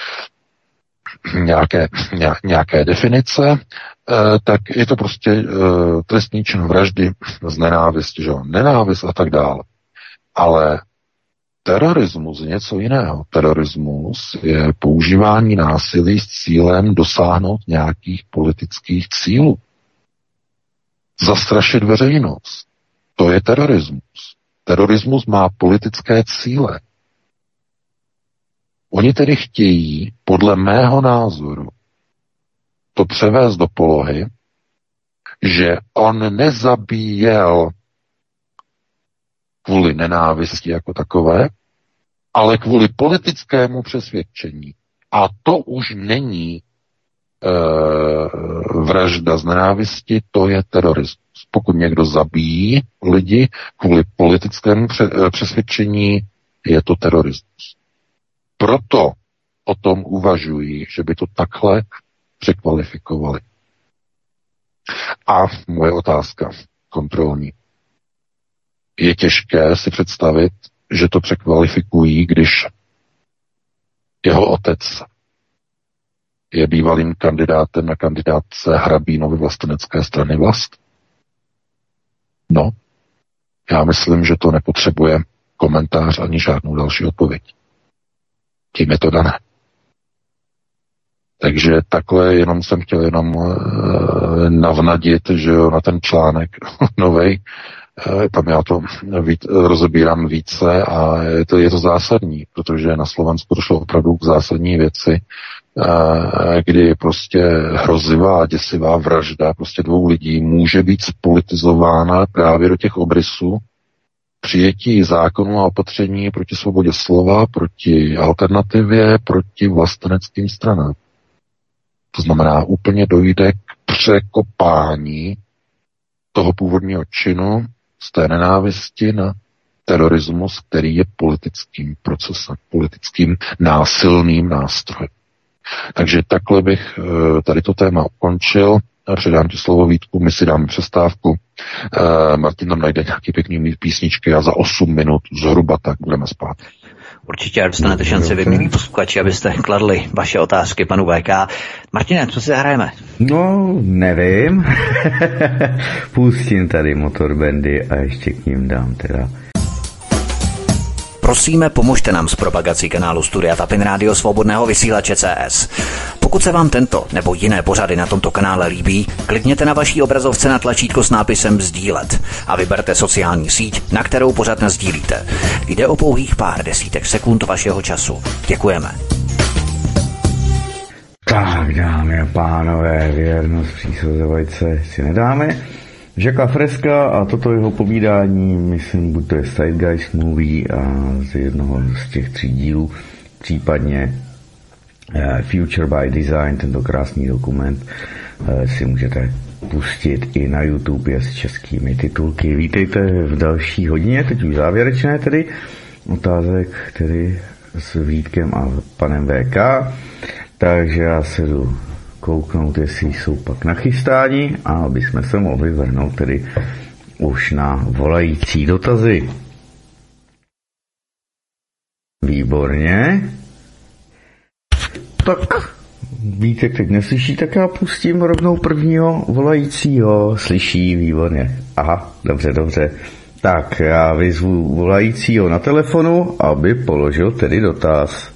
nějaké definice, tak je to prostě trestný čin vraždy z nenávisti, že jo, nenávist a tak dále. Ale terorismus je něco jiného. Terorismus je používání násilí s cílem dosáhnout nějakých politických cílů. Zastrašit veřejnost. To je terorismus. Terorismus má politické cíle. Oni tedy chtějí, podle mého názoru, to převést do polohy, že on nezabíjel kvůli nenávisti jako takové, ale kvůli politickému přesvědčení. A to už není vražda z nenávisti, to je terorismus. Pokud někdo zabíjí lidi kvůli politickému přesvědčení, je to terorismus. Proto o tom uvažují, že by to takhle překvalifikovali. A moje otázka kontrolní. Je těžké si představit, že to překvalifikují, když jeho otec je bývalým kandidátem na kandidátce Hrabínovy vlastenecké strany Vlast? No, já myslím, že to nepotřebuje komentář ani žádnou další odpověď. Tím je to dané. Takže takhle jenom jsem chtěl navnadit, že jo, na ten článek novej, tam já to rozebírám více a je to zásadní, protože na Slovensku došlo opravdu k zásadní věci, kdy prostě hrozivá a děsivá vražda prostě 2 lidí může být spolitizována právě do těch obrysů přijetí zákonů a opatření proti svobodě slova, proti alternativě, proti vlasteneckým stranám. To znamená, úplně dojde k překopání toho původního činu z té nenávisti na terorismus, který je politickým procesem, politickým násilným nástrojem. Takže takhle bych tady to téma ukončil. Předám ti slovo, Vítku, my si dáme přestávku. Martin tam najde nějaký pěkný písničky a za 8 minut zhruba tak budeme spát. Určitě dostanete šanci vy, milí posluchači, abyste kladli vaše otázky panu VK. Martine, co si zahrajeme? No, nevím. Pustím tady Motorbandy a ještě k ním dám teda. Prosíme, pomožte nám s propagací kanálu Studia Tapin Rádio Svobodného vysílače CS. Pokud se vám tento nebo jiné pořady na tomto kanále líbí, klikněte na vaší obrazovce na tlačítko s nápisem sdílet a vyberte sociální síť, na kterou pořad nasdílíte. Jde o pouhých pár desítek sekund vašeho času. Děkujeme. Tak, dámy a pánové, věrnost přísazovajce si nedáme. Žaka Freska a toto jeho povídání, myslím, buď to je Zeitgeist Movie a z jednoho z těch 3 dílů, případně Future by Design, tento krásný dokument, si můžete pustit i na YouTube, je s českými titulky. Vítejte v další hodině, teď už závěrečné tedy, otázek tedy s Vítkem a panem VK, takže já se jdu kouknout, jestli jsou pak nachystáni a aby jsme se mohli vrhnout tedy už na volající dotazy. Výborně. Tak, Vítek teď neslyší, tak já pustím rovnou prvního volajícího. Slyší, výborně. Aha, dobře. Tak, já vyzvu volajícího na telefonu, aby položil tedy dotaz.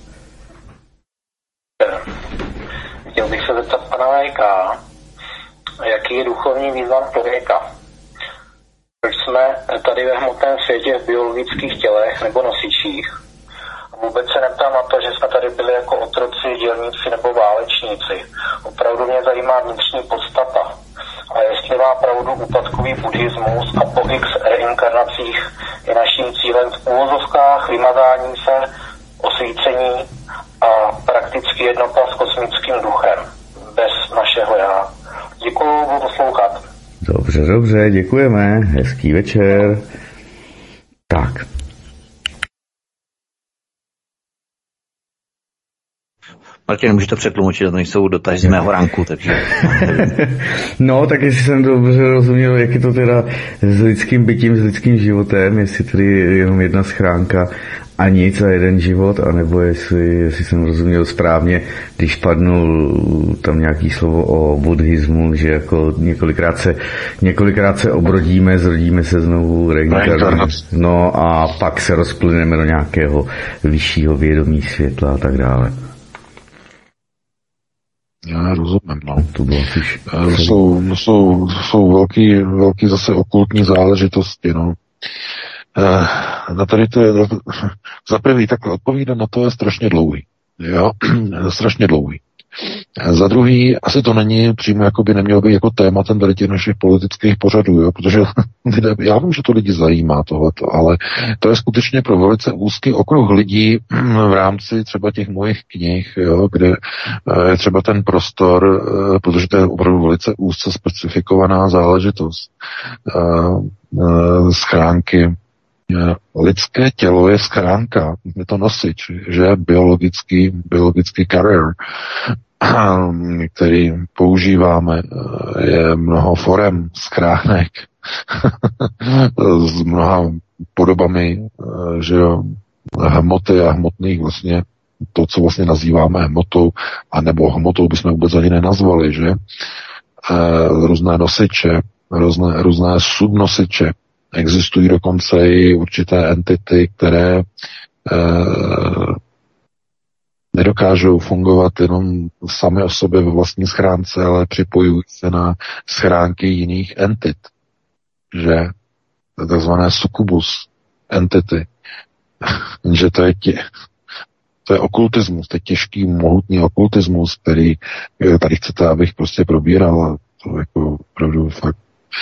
Chtěl bych se zeptat pana VK, jaký je duchovní význam člověka? Proč jsme tady ve hmotném světě v biologických tělech nebo nosičích? Vůbec se neptám na to, že jsme tady byli jako otroci, dělníci nebo válečníci. Opravdu mě zajímá vnitřní podstata. A jestli má pravdu úpadkový buddhismus a po x reinkarnacích je naším cílem v úvozovkách vymazání se, osvícení a prakticky jednota s kosmickým duchem. Bez našeho já. Děkuju, budu poslouchat. Dobře, děkujeme. Hezký večer. Tak. Martin, můžeš to přetlumočit, to nejsou dotazy z mého ranku, takže... No, tak jestli jsem dobře rozuměl, jak je to teda s lidským bytím, s lidským životem, jestli tedy jenom jedna schránka a nic a jeden život, anebo jestli jsem rozuměl správně, když padnul tam nějaký slovo o buddhismu, že jako několikrát se obrodíme, zrodíme se znovu, no a pak se rozplyneme do nějakého vyššího vědomí světla a tak dále. Já rozumím, no. To bylo jsou velký zase okultní záležitosti, no. Na tady to je, za prvý, takhle odpovídat na to je strašně dlouhý, jo, strašně dlouhý. Za druhý, asi to není přímo, jako by nemělo být jako tématem tady těch našich politických pořadů, jo, protože já vím, že to lidi zajímá tohleto, ale to je skutečně pro velice úzký okruh lidí v rámci třeba těch mojich knih, jo, kde je třeba ten prostor, protože to je opravdu velice úzce specifikovaná záležitost. Schránky. Lidské tělo je schránka, je to nosič, že biologický carrier, který používáme, je mnoho forem schránek s mnoha podobami, že jo, hmoty a hmotných vlastně, to, co vlastně nazýváme hmotou, anebo hmotou bychom vůbec ani nenazvali, že? Různé nosiče, různé subnosiče. Existují dokonce i určité entity, které nedokážou fungovat jenom sami o sobě ve vlastní schránce, ale připojují se na schránky jiných entit, že takzvané succubus entity, že to je okultismus, to je těžký, mohutný okultismus, který tady chcete, abych prostě probíral, a to jako opravdu fakt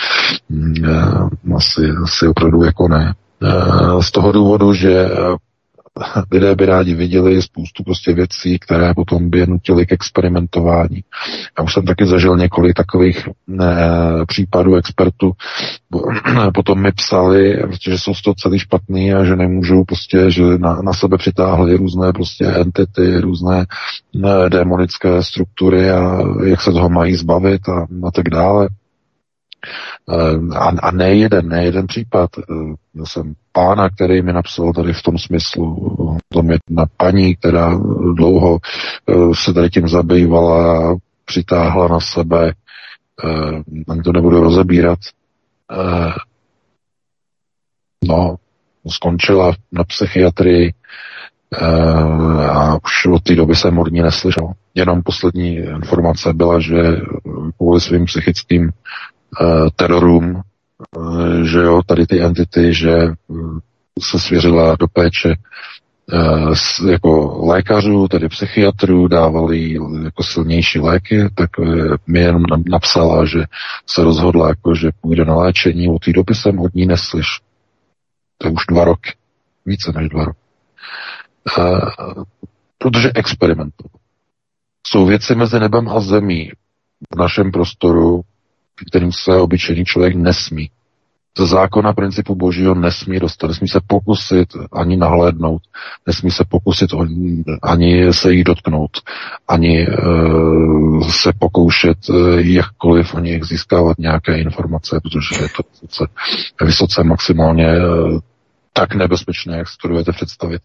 asi opravdu jako ne. Z toho důvodu, že lidé by rádi viděli spoustu prostě věcí, které potom by je nutily k experimentování. Já už jsem taky zažil několik takových případů expertů, potom mi psali, že jsou z toho celý špatný a že nemůžou prostě, že na sebe přitáhli různé prostě entity, různé démonické struktury a jak se toho mají zbavit a tak dále. A ne jeden případ. Měl jsem pána, který mi napsal tady v tom smyslu, tam je jedna paní, která dlouho se tady tím zabývala, přitáhla na sebe, ani to nebudu rozebírat. Skončila na psychiatrii a už od té doby jsem od ní neslyšel. Jenom poslední informace byla, že kvůli svým psychickým terorům, že jo, tady ty entity, že se svěřila do péče jako lékařů, tedy psychiatrů, dávali jako silnější léky, tak mi jenom napsala, že se rozhodla, jako, že půjde na léčení. Od té doby jsem od ní neslyšel. To je už 2 roky. Více než 2 roky. Protože experimentoval. Jsou věci mezi nebem a zemí v našem prostoru, kterým se obyčejný člověk nesmí. Ze zákona principu božího nesmí dostat, nesmí se pokusit ani nahlédnout, nesmí se pokusit ani se jich dotknout, ani se pokoušet jakkoliv o nich získávat nějaké informace, protože je to vysoce maximálně tak nebezpečné, jak si to dovedete představit.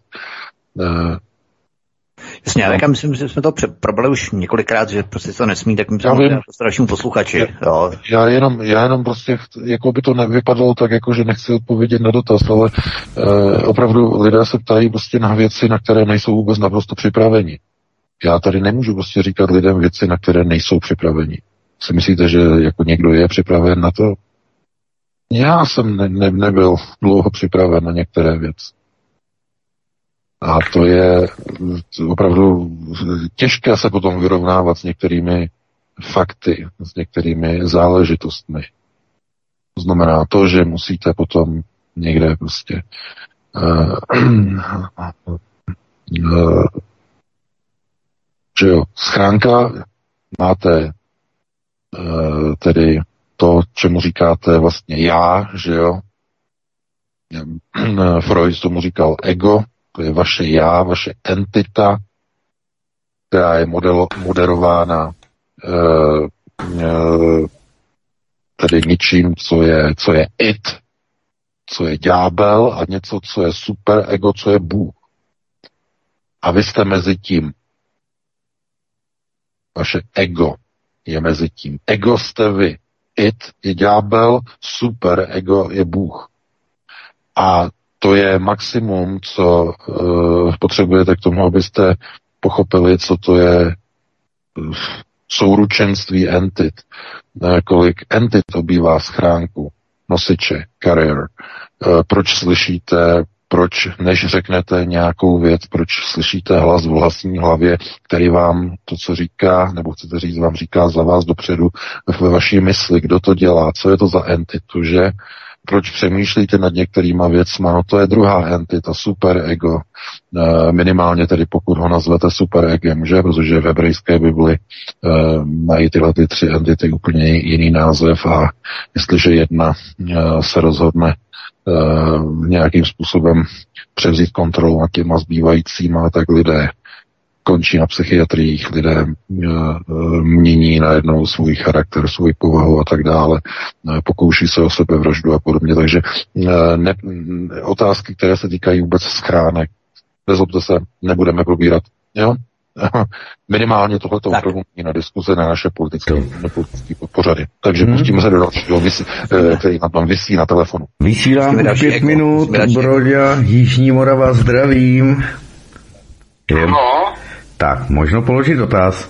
Jasně, já myslím, že jsme to probrali už několikrát, že prostě to nesmí, tak myslím, to dalšímu posluchači. Já jenom prostě, jako by to nevypadalo tak, jako že nechci odpovědět na dotaz, ale opravdu lidé se ptají prostě na věci, na které nejsou vůbec naprosto připraveni. Já tady nemůžu prostě říkat lidem věci, na které nejsou připraveni. Si myslíte, že jako někdo je připraven na to? Já jsem nebyl dlouho připraven na některé věci. A to je opravdu těžké se potom vyrovnávat s některými fakty, s některými záležitostmi. To znamená to, že musíte potom někde prostě že jo, schránka, máte tedy to, čemu říkáte vlastně já, že jo. Freud tomu říkal ego, to je vaše já, vaše entita, která je moderována tedy něčím, co je it, co je ďábel a něco, co je super ego, co je Bůh. A vy jste mezi tím. Vaše ego je mezi tím. Ego jste vy. Id je ďábel, super ego je Bůh. A to je maximum, co potřebujete k tomu, abyste pochopili, co to je souručenství entit. Kolik entit obývá schránku, nosiče, carrier. Proč slyšíte, proč než řeknete nějakou věc, proč slyšíte hlas v vlastní hlavě, který vám to, co říká, nebo chcete říct, vám říká za vás dopředu ve vaší mysli, kdo to dělá, co je to za entitu, že? Proč přemýšlíte nad některýma věcma? No to je druhá entita, superego. Minimálně tedy pokud ho nazvete superegem, že? Protože v hebrejské Bibli mají tyhle ty tři entity úplně jiný název a jestliže jedna se rozhodne nějakým způsobem převzít kontrolu nad těma zbývajícíma, tak lidé končí na psychiatriích, lidé mění najednou svůj charakter, svou povahu a tak dále, pokouší se o sebevraždu a podobně. Takže otázky, které se týkají vůbec schránek, nezlobte se, nebudeme probírat. Jo? Minimálně tohleto opravdu na diskuze na naše politické pořady. Takže pustíme se do dalšího, který na tom visí na telefonu. Vysílám už 5 minut, Broďa, Jižní Morava, zdravím. No. Tak, možno položit dotaz.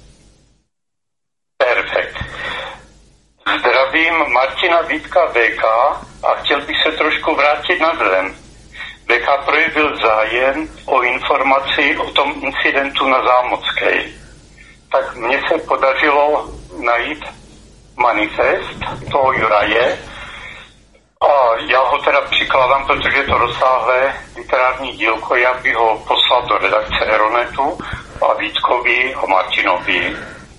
Perfekt. Zdravím Martina Vítka VK a chtěl bych se trošku vrátit na zem. VK projevil zájem o informaci o tom incidentu na Zámocké. Tak mně se podařilo najít manifest toho Juraje a já ho teda přikládám, protože je to rozsáhlé literární dílko, já bych ho poslal do redakce Aeronetu a Vítkovi a Martinovi.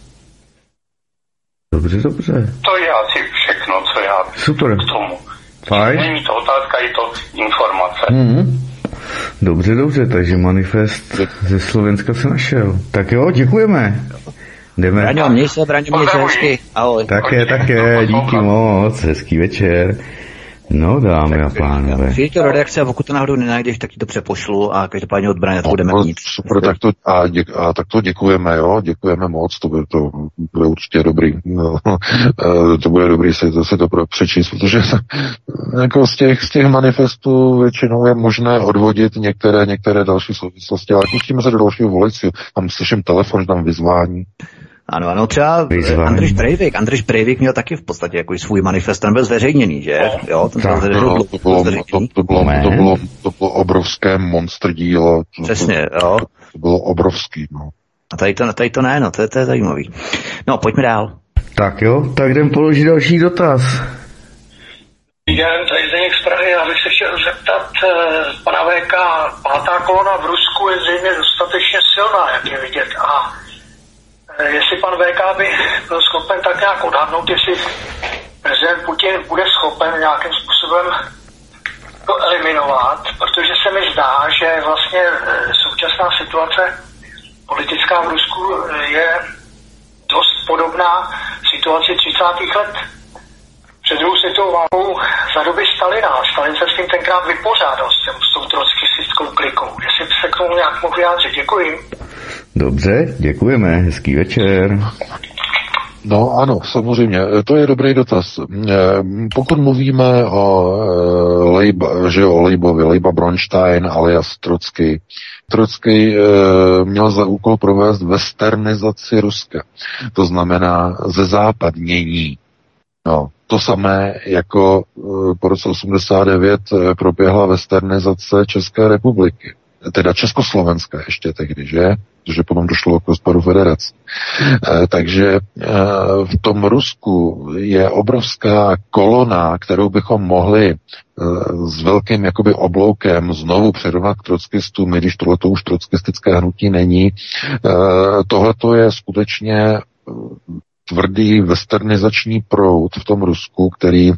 Dobře. To je asi všechno, co já Super. k tomu. Fajn. Není to otázka, je to informace. Dobře, takže manifest ze Slovenska se našel. Tak jo, děkujeme. Jdeme. Braňo, měj se hezky. Ahoj. Také, díky moc, hezký večer. No, dámy a pánové. Přijďte do redakce a pokud to náhodou nenajdeš, tak ti to přepošlu a každopádně od Braňa to budeme mít. Super, tak to děkujeme, jo, děkujeme moc, to bude určitě dobrý. To bude dobrý si to přečíst, protože jako z těch manifestů většinou je možné odvodit některé další souvislosti, ale pustíme se do dalšího volajícího. Tam slyším telefon, že tam vyzvání. Ano, třeba Andrej Breivik měl taky v podstatě jako svůj manifest, ten byl zveřejněný, že? Jo, to bylo obrovské monster dílo. Přesně, jo. To bylo obrovský, no. A tady to ne, no, to je zajímavý. No, pojďme dál. Tak jo, tak jdem položit další dotaz. Já tady Zdeněk z Prahy, já bych se chtěl zeptat pana VK, pátá kolona v Rusku je zřejmě dostatečně silná, jak je vidět, a jestli pan VK by byl schopen tak nějak odhadnout, jestli prezident Putin bude schopen nějakým způsobem to eliminovat, protože se mi zdá, že vlastně současná situace politická v Rusku je dost podobná situaci 30. let před druhou světovou válkou za doby Stalina. Stalin se s tím tenkrát vypořádal s tou trockistickou klikou. Jestli by se k tomu nějak mohl vyjádřit. Děkuji. Dobře, děkujeme, hezký večer. No ano, samozřejmě, to je dobrý dotaz. Pokud mluvíme o Leiba Bronstein alias Trocký měl za úkol provést westernizaci Ruska. To znamená zezápadnění. No, to samé jako po roce 89 proběhla westernizace České republiky. Teda Československa ještě tehdy, že? Protože potom došlo k rozpadu federace. Takže v tom Rusku je obrovská kolona, kterou bychom mohli s velkým jakoby obloukem znovu přirovnat k trockistům, i když tohleto už trockistické hnutí není. Tohleto je skutečně tvrdý westernizační proud v tom Rusku, který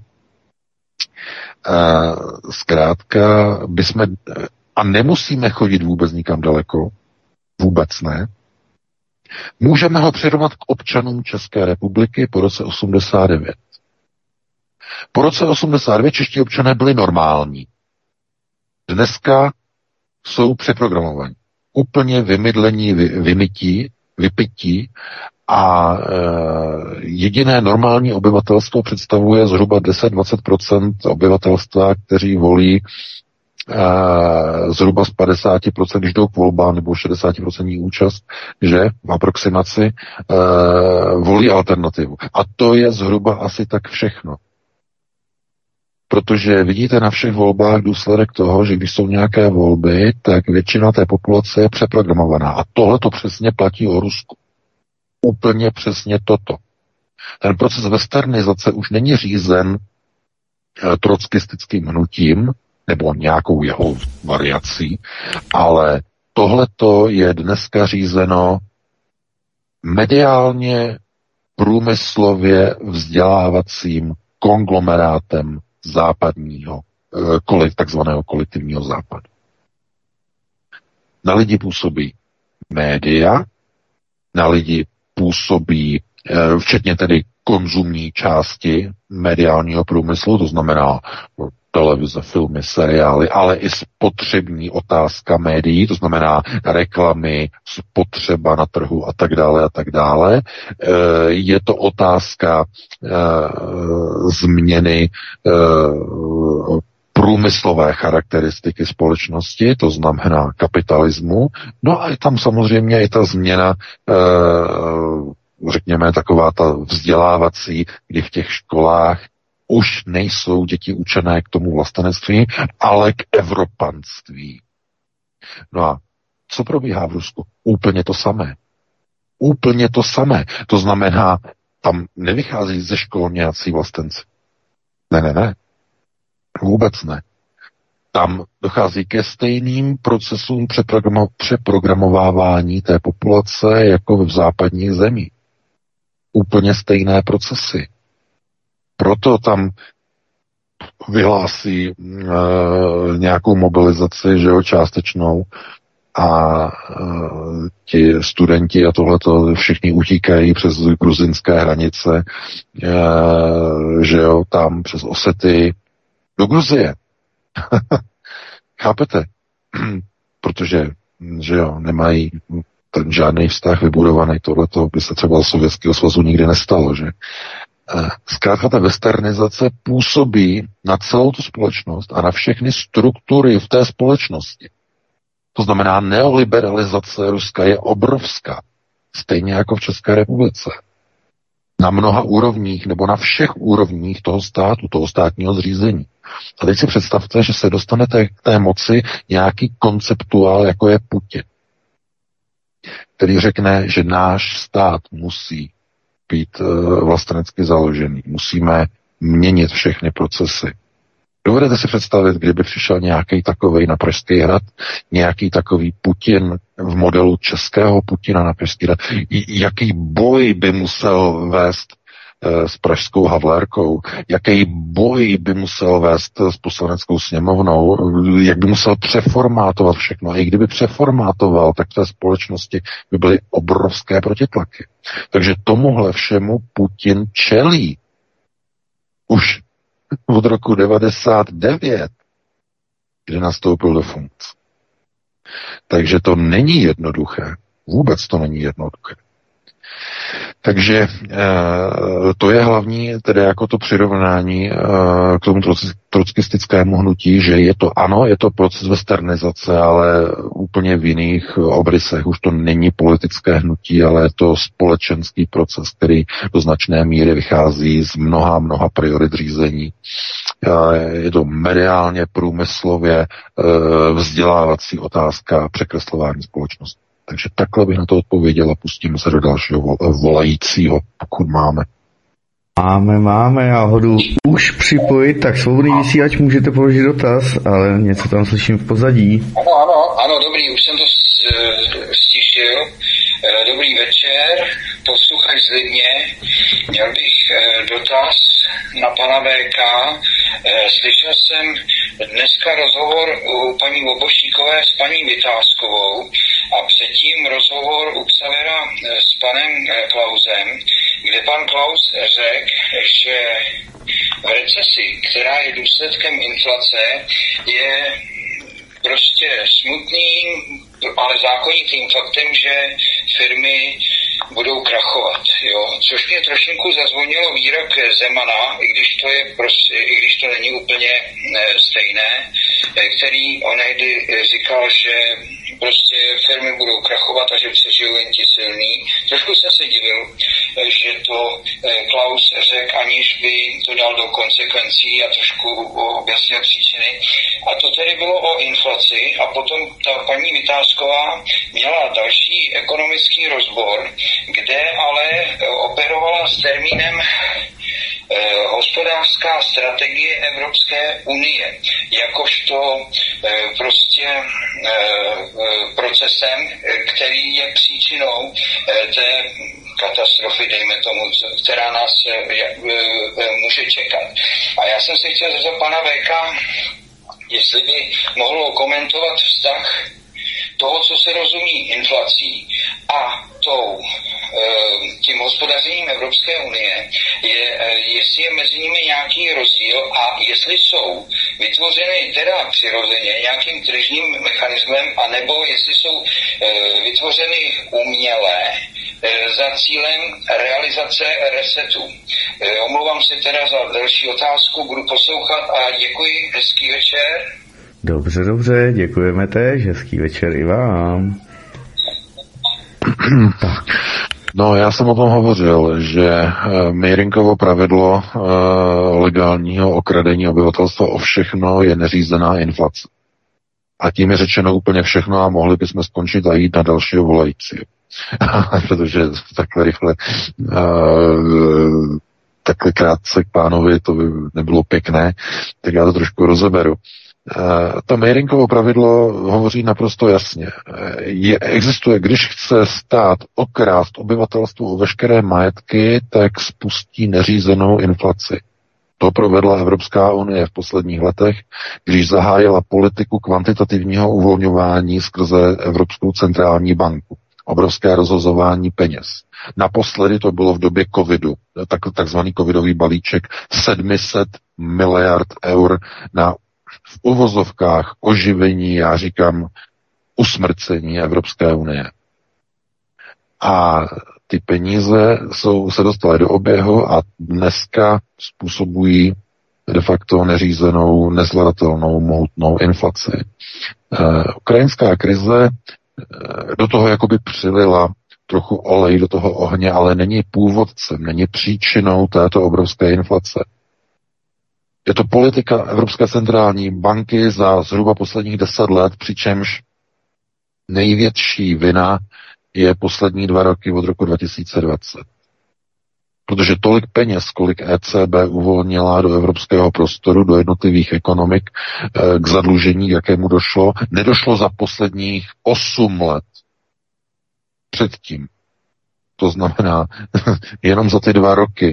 zkrátka bychom, a nemusíme chodit vůbec nikam daleko, vůbec ne, můžeme ho přirovnat k občanům České republiky po roce 89. Po roce 89 čeští občané byli normální. Dneska jsou přeprogramovaní. úplně vymydlení, vypití a jediné normální obyvatelstvo představuje zhruba 10-20% obyvatelstva, kteří volí zhruba z 50%, když jdou k volbám, nebo 60% účast, že v aproximaci volí alternativu. A to je zhruba asi tak všechno. Protože vidíte na všech volbách důsledek toho, že když jsou nějaké volby, tak většina té populace je přeprogramovaná. A tohle to přesně platí o Rusku. Úplně přesně toto. Ten proces westernizace už není řízen trotskistickým hnutím, nebo nějakou jeho variací, ale tohleto je dneska řízeno mediálně, průmyslově vzdělávacím konglomerátem západního, takzvaného kolektivního západu. Na lidi působí média, na lidi působí, včetně tedy konzumní části mediálního průmyslu, to znamená televize, filmy, seriály, ale i spotřební otázka médií, to znamená reklamy, spotřeba na trhu a tak dále a tak dále. Je to otázka změny průmyslové charakteristiky společnosti, to znamená kapitalismu. No a je tam samozřejmě i ta změna, řekněme, taková ta vzdělávací, kdy v těch školách už nejsou děti učené k tomu vlastenectví, ale k evropanství. No a co probíhá v Rusku? Úplně to samé. Úplně to samé. To znamená, tam nevychází ze škol nějací vlastenci. Ne. Vůbec ne. Tam dochází ke stejným procesům přeprogramovávání té populace jako v západních zemích. Úplně stejné procesy. Proto tam vyhlásí nějakou mobilizaci, že jo, částečnou a ti studenti a tohleto všichni utíkají přes gruzinské hranice, že jo, tam přes Osety do Gruzie. Chápete? Protože, že jo, nemají ten žádný vztah vybudovaný, tohleto by se třeba z Sovětského svazu nikdy nestalo, že? Zkrátka ta westernizace působí na celou tu společnost a na všechny struktury v té společnosti. To znamená, neoliberalizace Ruska je obrovská, stejně jako v České republice. Na mnoha úrovních, nebo na všech úrovních toho státu, toho státního zřízení. A teď si představte, že se dostanete k té moci nějaký konceptuál, jako je Putin, který řekne, že náš stát musí být vlastenecky založený. Musíme měnit všechny procesy. Dovedete si představit, kdyby přišel nějaký takovej na Pražský hrad, nějaký takový Putin v modelu českého Putina na Pražský hrad, jaký boj by musel vést s pražskou Havlérkou, jaký boj by musel vést s poslaneckou sněmovnou, jak by musel přeformátovat všechno. A i kdyby přeformátoval, tak v té společnosti by byly obrovské protitlaky. Takže tomuhle všemu Putin čelí. Už od roku 99, kdy nastoupil do funkce. Takže to není jednoduché. Vůbec to není jednoduché. Takže to je hlavní, tedy jako to přirovnání k tomu trockistickému hnutí, že je to, ano, je to proces westernizace, ale úplně v jiných obrysech. Už to není politické hnutí, ale je to společenský proces, který do značné míry vychází z mnoha priorit řízení. Je to mediálně, průmyslově vzdělávací otázka překreslování společnosti. Takže takhle bych na to odpověděl a pustíme se do dalšího volajícího, pokud máme. Máme, já ho jdu už připojit, tak svobodný vysílač, můžete položit dotaz, ale něco tam slyším v pozadí. Ano, dobrý, už jsem to stišil. Dobrý večer, posluchač z Lidně. Měl bych dotaz na pana VK. Slyšel jsem dneska rozhovor u paní Vobošníkové s paní Vytázkovou a předtím rozhovor u Xavera s panem Klausem, kde pan Klaus řekl, že v recesi, která je důsledkem inflace, je prostě smutný ale zákonitým faktem, že firmy budou krachovat, jo. Což mě trošinku zazvonilo výrok Zemana, i když to není úplně stejné, který onehdy říkal, že prostě firmy budou krachovat a že přežijou jen ti silní. Trošku jsem se divil, že to Klaus řekl, aniž by to dal do konsekvencí a trošku objasnil příčiny. A to tedy bylo o inflaci a potom ta paní Vitásková měla další ekonomický rozbor, kde ale operovala s termínem hospodářská strategie Evropské unie, jakožto prostě procesem, který je příčinou té katastrofy, dejme tomu, která nás může čekat. A já jsem se chtěl zeptat pana VK, jestli by mohlo komentovat vztah toho, co se rozumí inflací a tím hospodařením Evropské unie, jestli je mezi nimi nějaký rozdíl a jestli jsou vytvořeny teda přirozeně nějakým tržním mechanismem, anebo jestli jsou vytvořeny uměle za cílem realizace resetu. Omlouvám se teda za další otázku, budu poslouchat a děkuji, hezký večer. Dobře, děkujeme též, hezký večer i vám. Tak. No, já jsem o tom hovořil, že Meirinkovo pravidlo legálního okradení obyvatelstva o všechno je neřízená inflace. A tím je řečeno úplně všechno a mohli bychom skončit a jít na dalšího volajícího. Protože takhle rychle takhle krátce k pánovi to by nebylo pěkné, tak já to trošku rozeberu. To Meirinkovo pravidlo hovoří naprosto jasně. Existuje, když chce stát okrást obyvatelstvo o veškeré majetky, tak spustí neřízenou inflaci. To provedla Evropská unie v posledních letech, když zahájila politiku kvantitativního uvolňování skrze Evropskou centrální banku. Obrovské rozhazování peněz. Naposledy to bylo v době covidu, takzvaný covidový balíček 700 miliard eur na v uvozovkách oživení, já říkám, usmrcení Evropské unie. A ty peníze se dostaly do oběhu a dneska způsobují de facto neřízenou, nezvladatelnou, mohutnou inflaci. Ukrajinská krize do toho jakoby přilila trochu olej do toho ohně, ale není původcem, není příčinou této obrovské inflace. Je to politika Evropské centrální banky za zhruba posledních 10 let, přičemž největší vina je poslední 2 roky od roku 2020. Protože tolik peněz, kolik ECB uvolnila do evropského prostoru, do jednotlivých ekonomik, k zadlužení, jakému došlo, nedošlo za posledních 8 let. Předtím. To znamená, jenom za ty 2 roky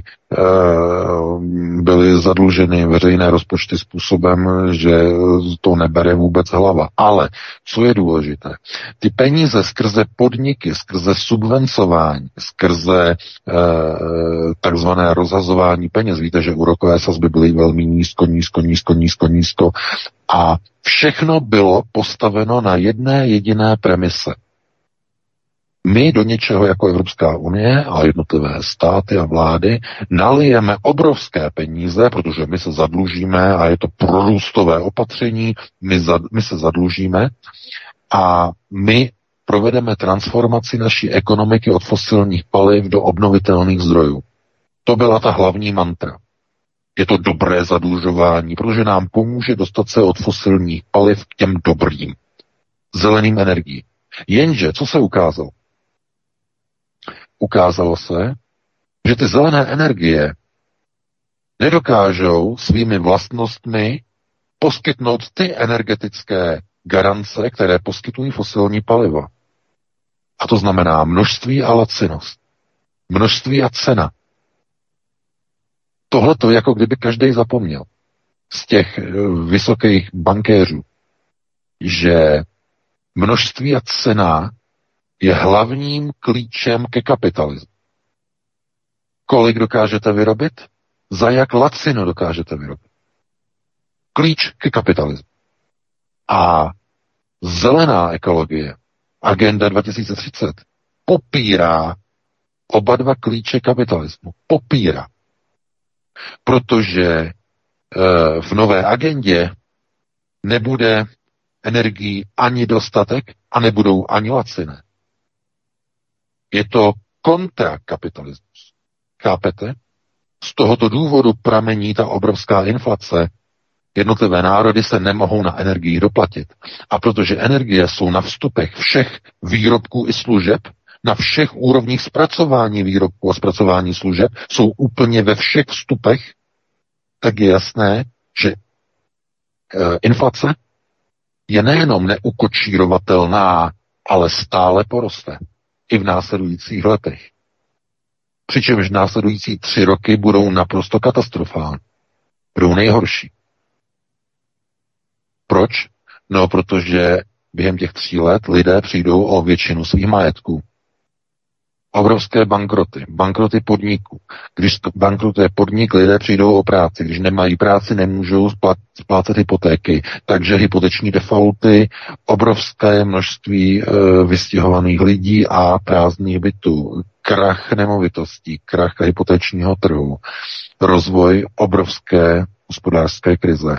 byly zadluženy veřejné rozpočty způsobem, že to nebere vůbec hlava. Ale co je důležité? Ty peníze skrze podniky, skrze subvencování, skrze takzvané rozhazování peněz, víte, že úrokové sazby byly velmi nízko a všechno bylo postaveno na jedné jediné premise. My do něčeho jako Evropská unie a jednotlivé státy a vlády nalijeme obrovské peníze, protože my se zadlužíme a je to prorůstové opatření, my se zadlužíme a my provedeme transformaci naší ekonomiky od fosilních paliv do obnovitelných zdrojů. To byla ta hlavní mantra. Je to dobré zadlužování, protože nám pomůže dostat se od fosilních paliv k těm dobrým, zeleným energiím. Jenže, co se ukázalo? Ukázalo se, že ty zelené energie nedokážou svými vlastnostmi poskytnout ty energetické garance, které poskytují fosilní paliva. A to znamená množství a lacinost. Množství a cena. Tohle to jako kdyby každý zapomněl z těch vysokých bankéřů, že množství a cena je hlavním klíčem ke kapitalismu. Kolik dokážete vyrobit? Za jak lacino dokážete vyrobit? Klíč ke kapitalismu. A zelená ekologie Agenda 2030 popírá oba dva klíče kapitalismu. Popírá. Protože v nové agendě nebude energií ani dostatek a nebudou ani laciné. Je to kontrakapitalismus. Chápete? Z tohoto důvodu pramení ta obrovská inflace. Jednotlivé národy se nemohou na energii doplatit. A protože energie jsou na vstupech všech výrobků i služeb, na všech úrovních zpracování výrobků a zpracování služeb, jsou úplně ve všech vstupech, tak je jasné, že inflace je nejenom neukočírovatelná, ale stále poroste. I v následujících letech. Přičemž následující 3 roky budou naprosto katastrofální. Budou nejhorší. Proč? No, protože během těch 3 let lidé přijdou o většinu svých majetků. Obrovské bankroty podniků. Když bankrotuje podnik, lidé přijdou o práci. Když nemají práci, nemůžou splácet hypotéky. Takže hypoteční defaulty, obrovské množství vystěhovaných lidí a prázdných bytů. Krach nemovitostí, krach hypotečního trhu. Rozvoj obrovské hospodářské krize.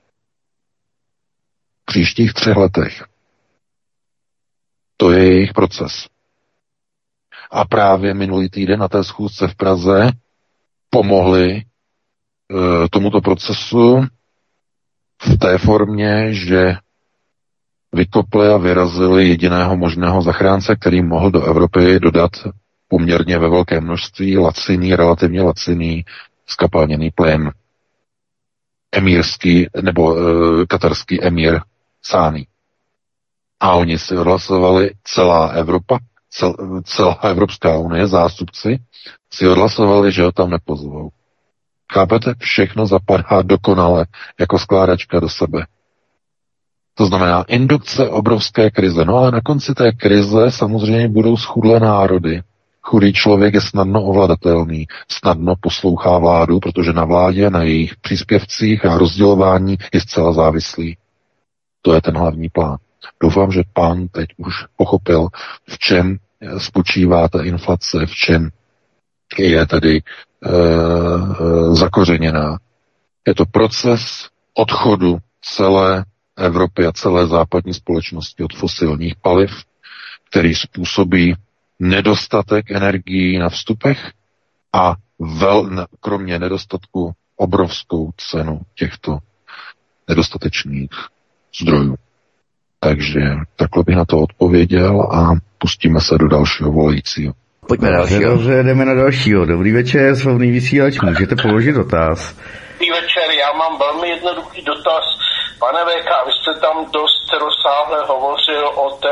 V příštích 3 letech. To je jejich proces. A právě minulý týden na té schůzce v Praze pomohli tomuto procesu v té formě, že vykopli a vyrazili jediného možného zachránce, který mohl do Evropy dodat poměrně ve velké množství relativně laciný skapalněný plyn. Emírský nebo katarský emír Sáni. A oni si odhlasovali celá Evropa, celá Evropská unie, zástupci, si odhlasovali, že ho tam nepozvou. Chápete? Všechno zapadá dokonale jako skládačka do sebe. To znamená indukce obrovské krize. No ale na konci té krize samozřejmě budou schudlé národy. Chudý člověk je snadno ovladatelný, snadno poslouchá vládu, protože na vládě, na jejich příspěvcích a rozdělování je zcela závislý. To je ten hlavní plán. Doufám, že pán teď už pochopil, v čem spočívá ta inflace, v čem je tady zakořeněná. Je to proces odchodu celé Evropy a celé západní společnosti od fosilních paliv, který způsobí nedostatek energií na vstupech a kromě nedostatku obrovskou cenu těchto nedostatečných zdrojů. Takže takhle bych na to odpověděl a pustíme se do dalšího volajícího. Pojďme dalšího. Dobře, jdeme na dalšího. Dobrý večer, Svobodný vysílač, můžete položit dotaz. Dobrý večer, já mám velmi jednoduchý dotaz. Pane VK, vy jste tam dost rozsáhle hovořil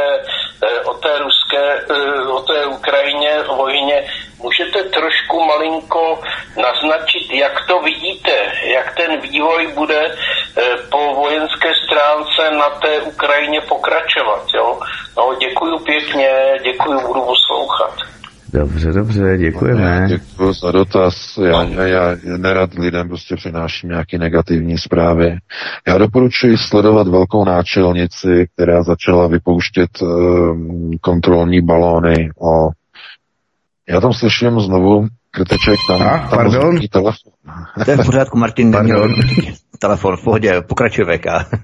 o té Ukrajině vojně. Můžete trošku malinko naznačit, jak to vidíte, jak ten vývoj bude po vojenské stránce na té Ukrajině pokračovat, jo? No, děkuju pěkně, budu poslouchat. Dobře, děkujeme. Děkuji za dotaz. Já nerad lidem prostě přináším nějaké negativní zprávy. Já doporučuji sledovat velkou náčelnici, která začala vypouštět kontrolní balóny o... Já tam slyším znovu krteček, tam zvuní telefon. To je v pořádku, Martin, neměl telefon, v pohodě, pokračuje VK.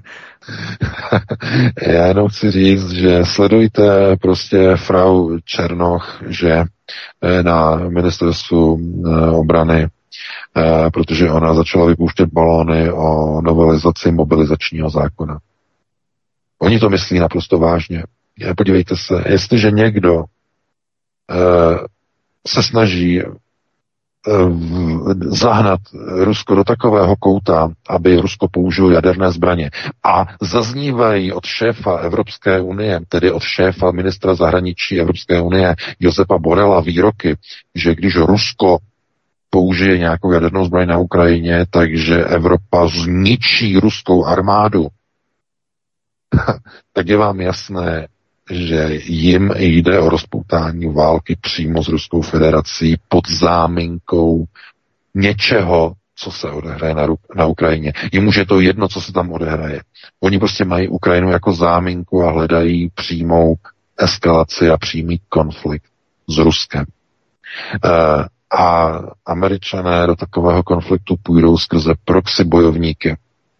Já jenom chci říct, že sledujte prostě frau Černoch, že na ministerstvu obrany, protože ona začala vypouštět balóny o novelizaci mobilizačního zákona. Oni to myslí naprosto vážně. Podívejte se, jestliže někdo se snaží zahnat Rusko do takového kouta, aby Rusko použilo jaderné zbraně. A zaznívají od šéfa Evropské unie, tedy od šéfa ministra zahraničí Evropské unie Josepa Borrella výroky, že když Rusko použije nějakou jadernou zbraň na Ukrajině, takže Evropa zničí ruskou armádu. Tak je vám jasné, že jim jde o rozpoutání války přímo s Ruskou federací pod záminkou něčeho, co se odehraje na Ukrajině. Jim už je to jedno, co se tam odehraje. Oni prostě mají Ukrajinu jako záminku a hledají přímou eskalaci a přímý konflikt s Ruskem. A Američané do takového konfliktu půjdou skrze proxy bojovníky.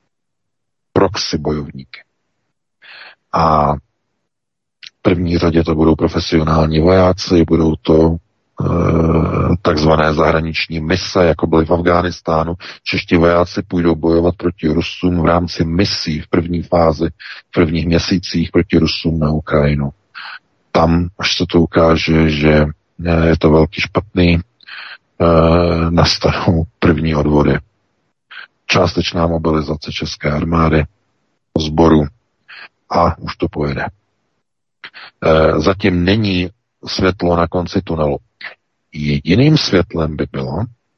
A v první řadě to budou profesionální vojáci, budou to takzvané zahraniční mise, jako byly v Afghánistánu. Čeští vojáci půjdou bojovat proti Rusům v rámci misí v první fázi, v prvních měsících proti Rusům na Ukrajinu. Tam, až se to ukáže, že je to velký špatný, nastanou první odvody. Částečná mobilizace české armády, sboru a už to pojede. Zatím není světlo na konci tunelu. Jediným světlem by bylo,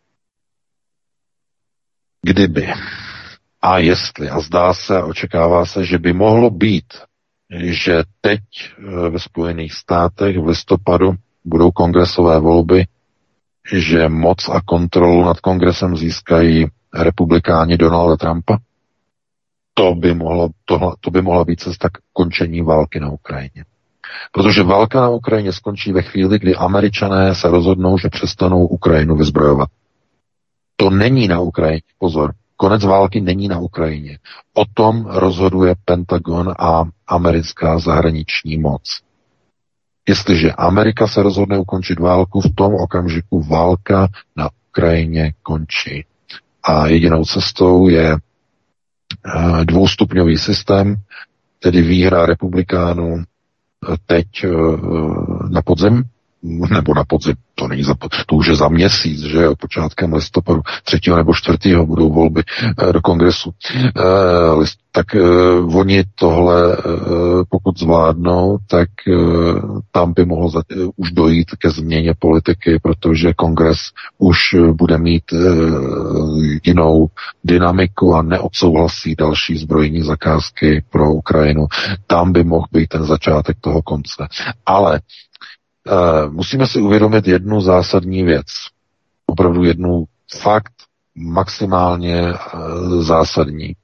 kdyby a jestli, a zdá se a očekává se, že by mohlo být, že teď ve Spojených státech v listopadu budou kongresové volby, že moc a kontrolu nad kongresem získají republikáni Donalda Trumpa. To by mohla být cesta k končení války na Ukrajině. Protože válka na Ukrajině skončí ve chvíli, kdy Američané se rozhodnou, že přestanou Ukrajinu vyzbrojovat. To není na Ukrajině. Pozor, konec války není na Ukrajině. O tom rozhoduje Pentagon a americká zahraniční moc. Jestliže Amerika se rozhodne ukončit válku, v tom okamžiku válka na Ukrajině končí. A jedinou cestou je dvoustupňový systém, tedy výhra republikánů teď na podzim, nebo na podzim, to není to už je za měsíc, že jo, počátkem listopadu, 3. nebo 4. budou volby do kongresu. Tak oni tohle, pokud zvládnou, tak tam by mohlo už dojít ke změně politiky, protože kongres už bude mít jinou dynamiku a neodsouhlasí další zbrojní zakázky pro Ukrajinu. Tam by mohl být ten začátek toho konce. Ale musíme si uvědomit jednu zásadní věc. Opravdu jednu fakt maximálně zásadní.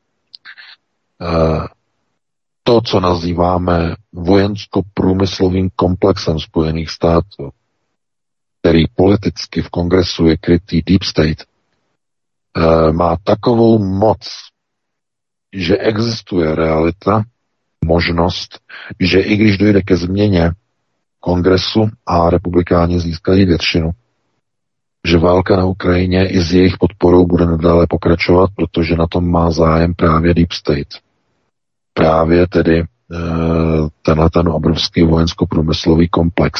To, co nazýváme vojensko-průmyslovým komplexem Spojených států, který politicky v kongresu je krytý Deep State, má takovou moc, že existuje realita, možnost, že i když dojde ke změně kongresu a republikáni získají většinu, že válka na Ukrajině i s jejich podporou bude nadále pokračovat, protože na tom má zájem právě Deep State. Právě tedy tenhle ten obrovský vojensko-průmyslový komplex.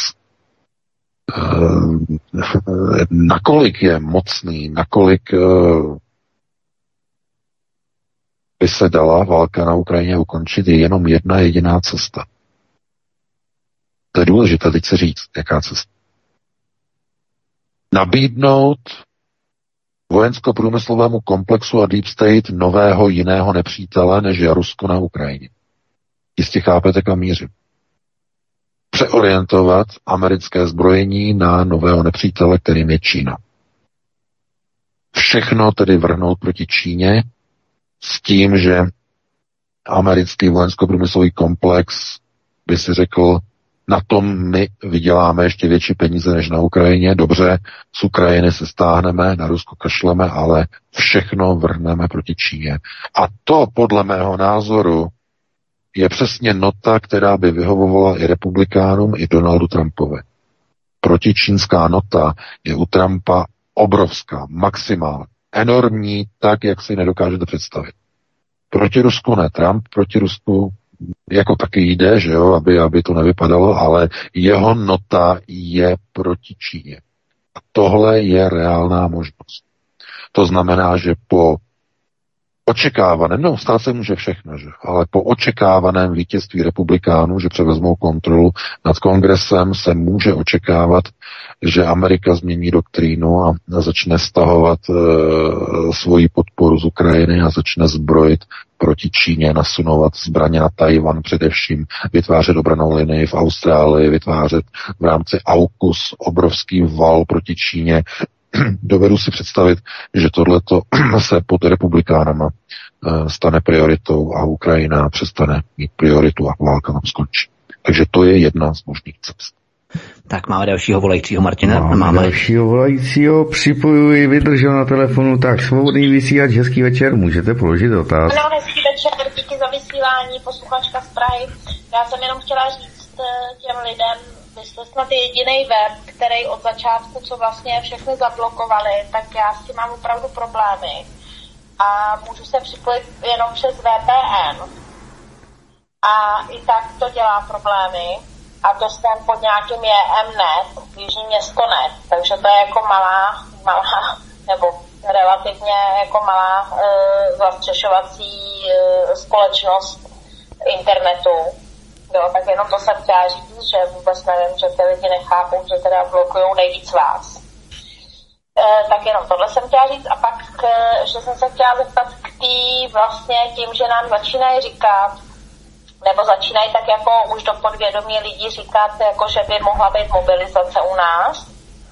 Nakolik je mocný, nakolik by se dala válka na Ukrajině ukončit, je jenom jedna jediná cesta. To je důležité teď se říct, jaká cesta. Nabídnout vojensko-průmyslovému komplexu a Deep State nového jiného nepřítele, než je Rusko na Ukrajině. Jistě chápete, kam mířím. Přeorientovat americké zbrojení na nového nepřítele, kterým je Čína. Všechno tedy vrhnout proti Číně s tím, že americký vojensko-průmyslový komplex by si řekl, na tom my vyděláme ještě větší peníze než na Ukrajině. Dobře, z Ukrajiny se stáhneme, na Rusko kašleme, ale všechno vrhneme proti Číně. A to podle mého názoru je přesně nota, která by vyhovovala i republikánům, i Donaldu Trumpovi. Protičínská nota je u Trumpa obrovská, maximální, enormní, tak, jak si nedokážete představit. Proti Rusku ne, Trump proti Rusku jako taky jde, že jo, aby to nevypadalo, ale jeho nota je proti Číně. A tohle je reálná možnost. To znamená, že po očekávaném, stát se může všechno, že? Ale po očekávaném vítězství republikánů, že převezmou kontrolu nad kongresem, se může očekávat, že Amerika změní doktrínu a začne stahovat svoji podporu z Ukrajiny a začne zbrojit proti Číně, nasunovat zbraně na Tajvan především, vytvářet obrannou linii v Austrálii, vytvářet v rámci AUKUS obrovský val proti Číně. Dovedu si představit, že tohleto se pod republikánama stane prioritou a Ukrajina přestane mít prioritu a válka nám skončí. Takže to je jedna z možných cest. Tak máme dalšího volajícího, Martina. Máme dalšího volajícího, připojuji, vydržel na telefonu, tak svobodný vysílač, hezký večer, můžete položit dotaz. Ano, hezký večer, díky za vysílání, posluchačka z Prahy. Já jsem jenom chtěla říct těm lidem, vy jste snad jediný web, který od začátku, co vlastně všechny zablokovali, tak já s tím mám opravdu problémy. A můžu se připojit jenom přes VPN. A i tak to dělá problémy. A to jsem pod nějakým JMNet, Jižní Město.net, takže to je jako malá, nebo relativně jako malá zastřešovací společnost internetu. Jo, tak jenom to jsem chtěla říct, že vůbec nevím, že ty lidi nechápou, že teda blokujou nejvíc vás. Tak jenom tohle jsem chtěla říct a pak ještě jsem se chtěla zeptat k vlastně tím, že nám začínají říkat, nebo začínají tak jako už do podvědomí lidí říkat, jako že by mohla být mobilizace u nás.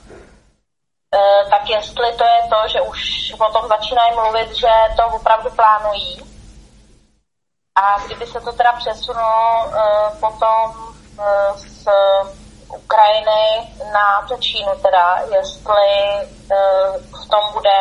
Tak jestli to je to, že už o tom začínají mluvit, že to opravdu plánují. A kdyby se to teda přesunulo potom z Ukrajiny na tu Čínu teda, jestli v tom bude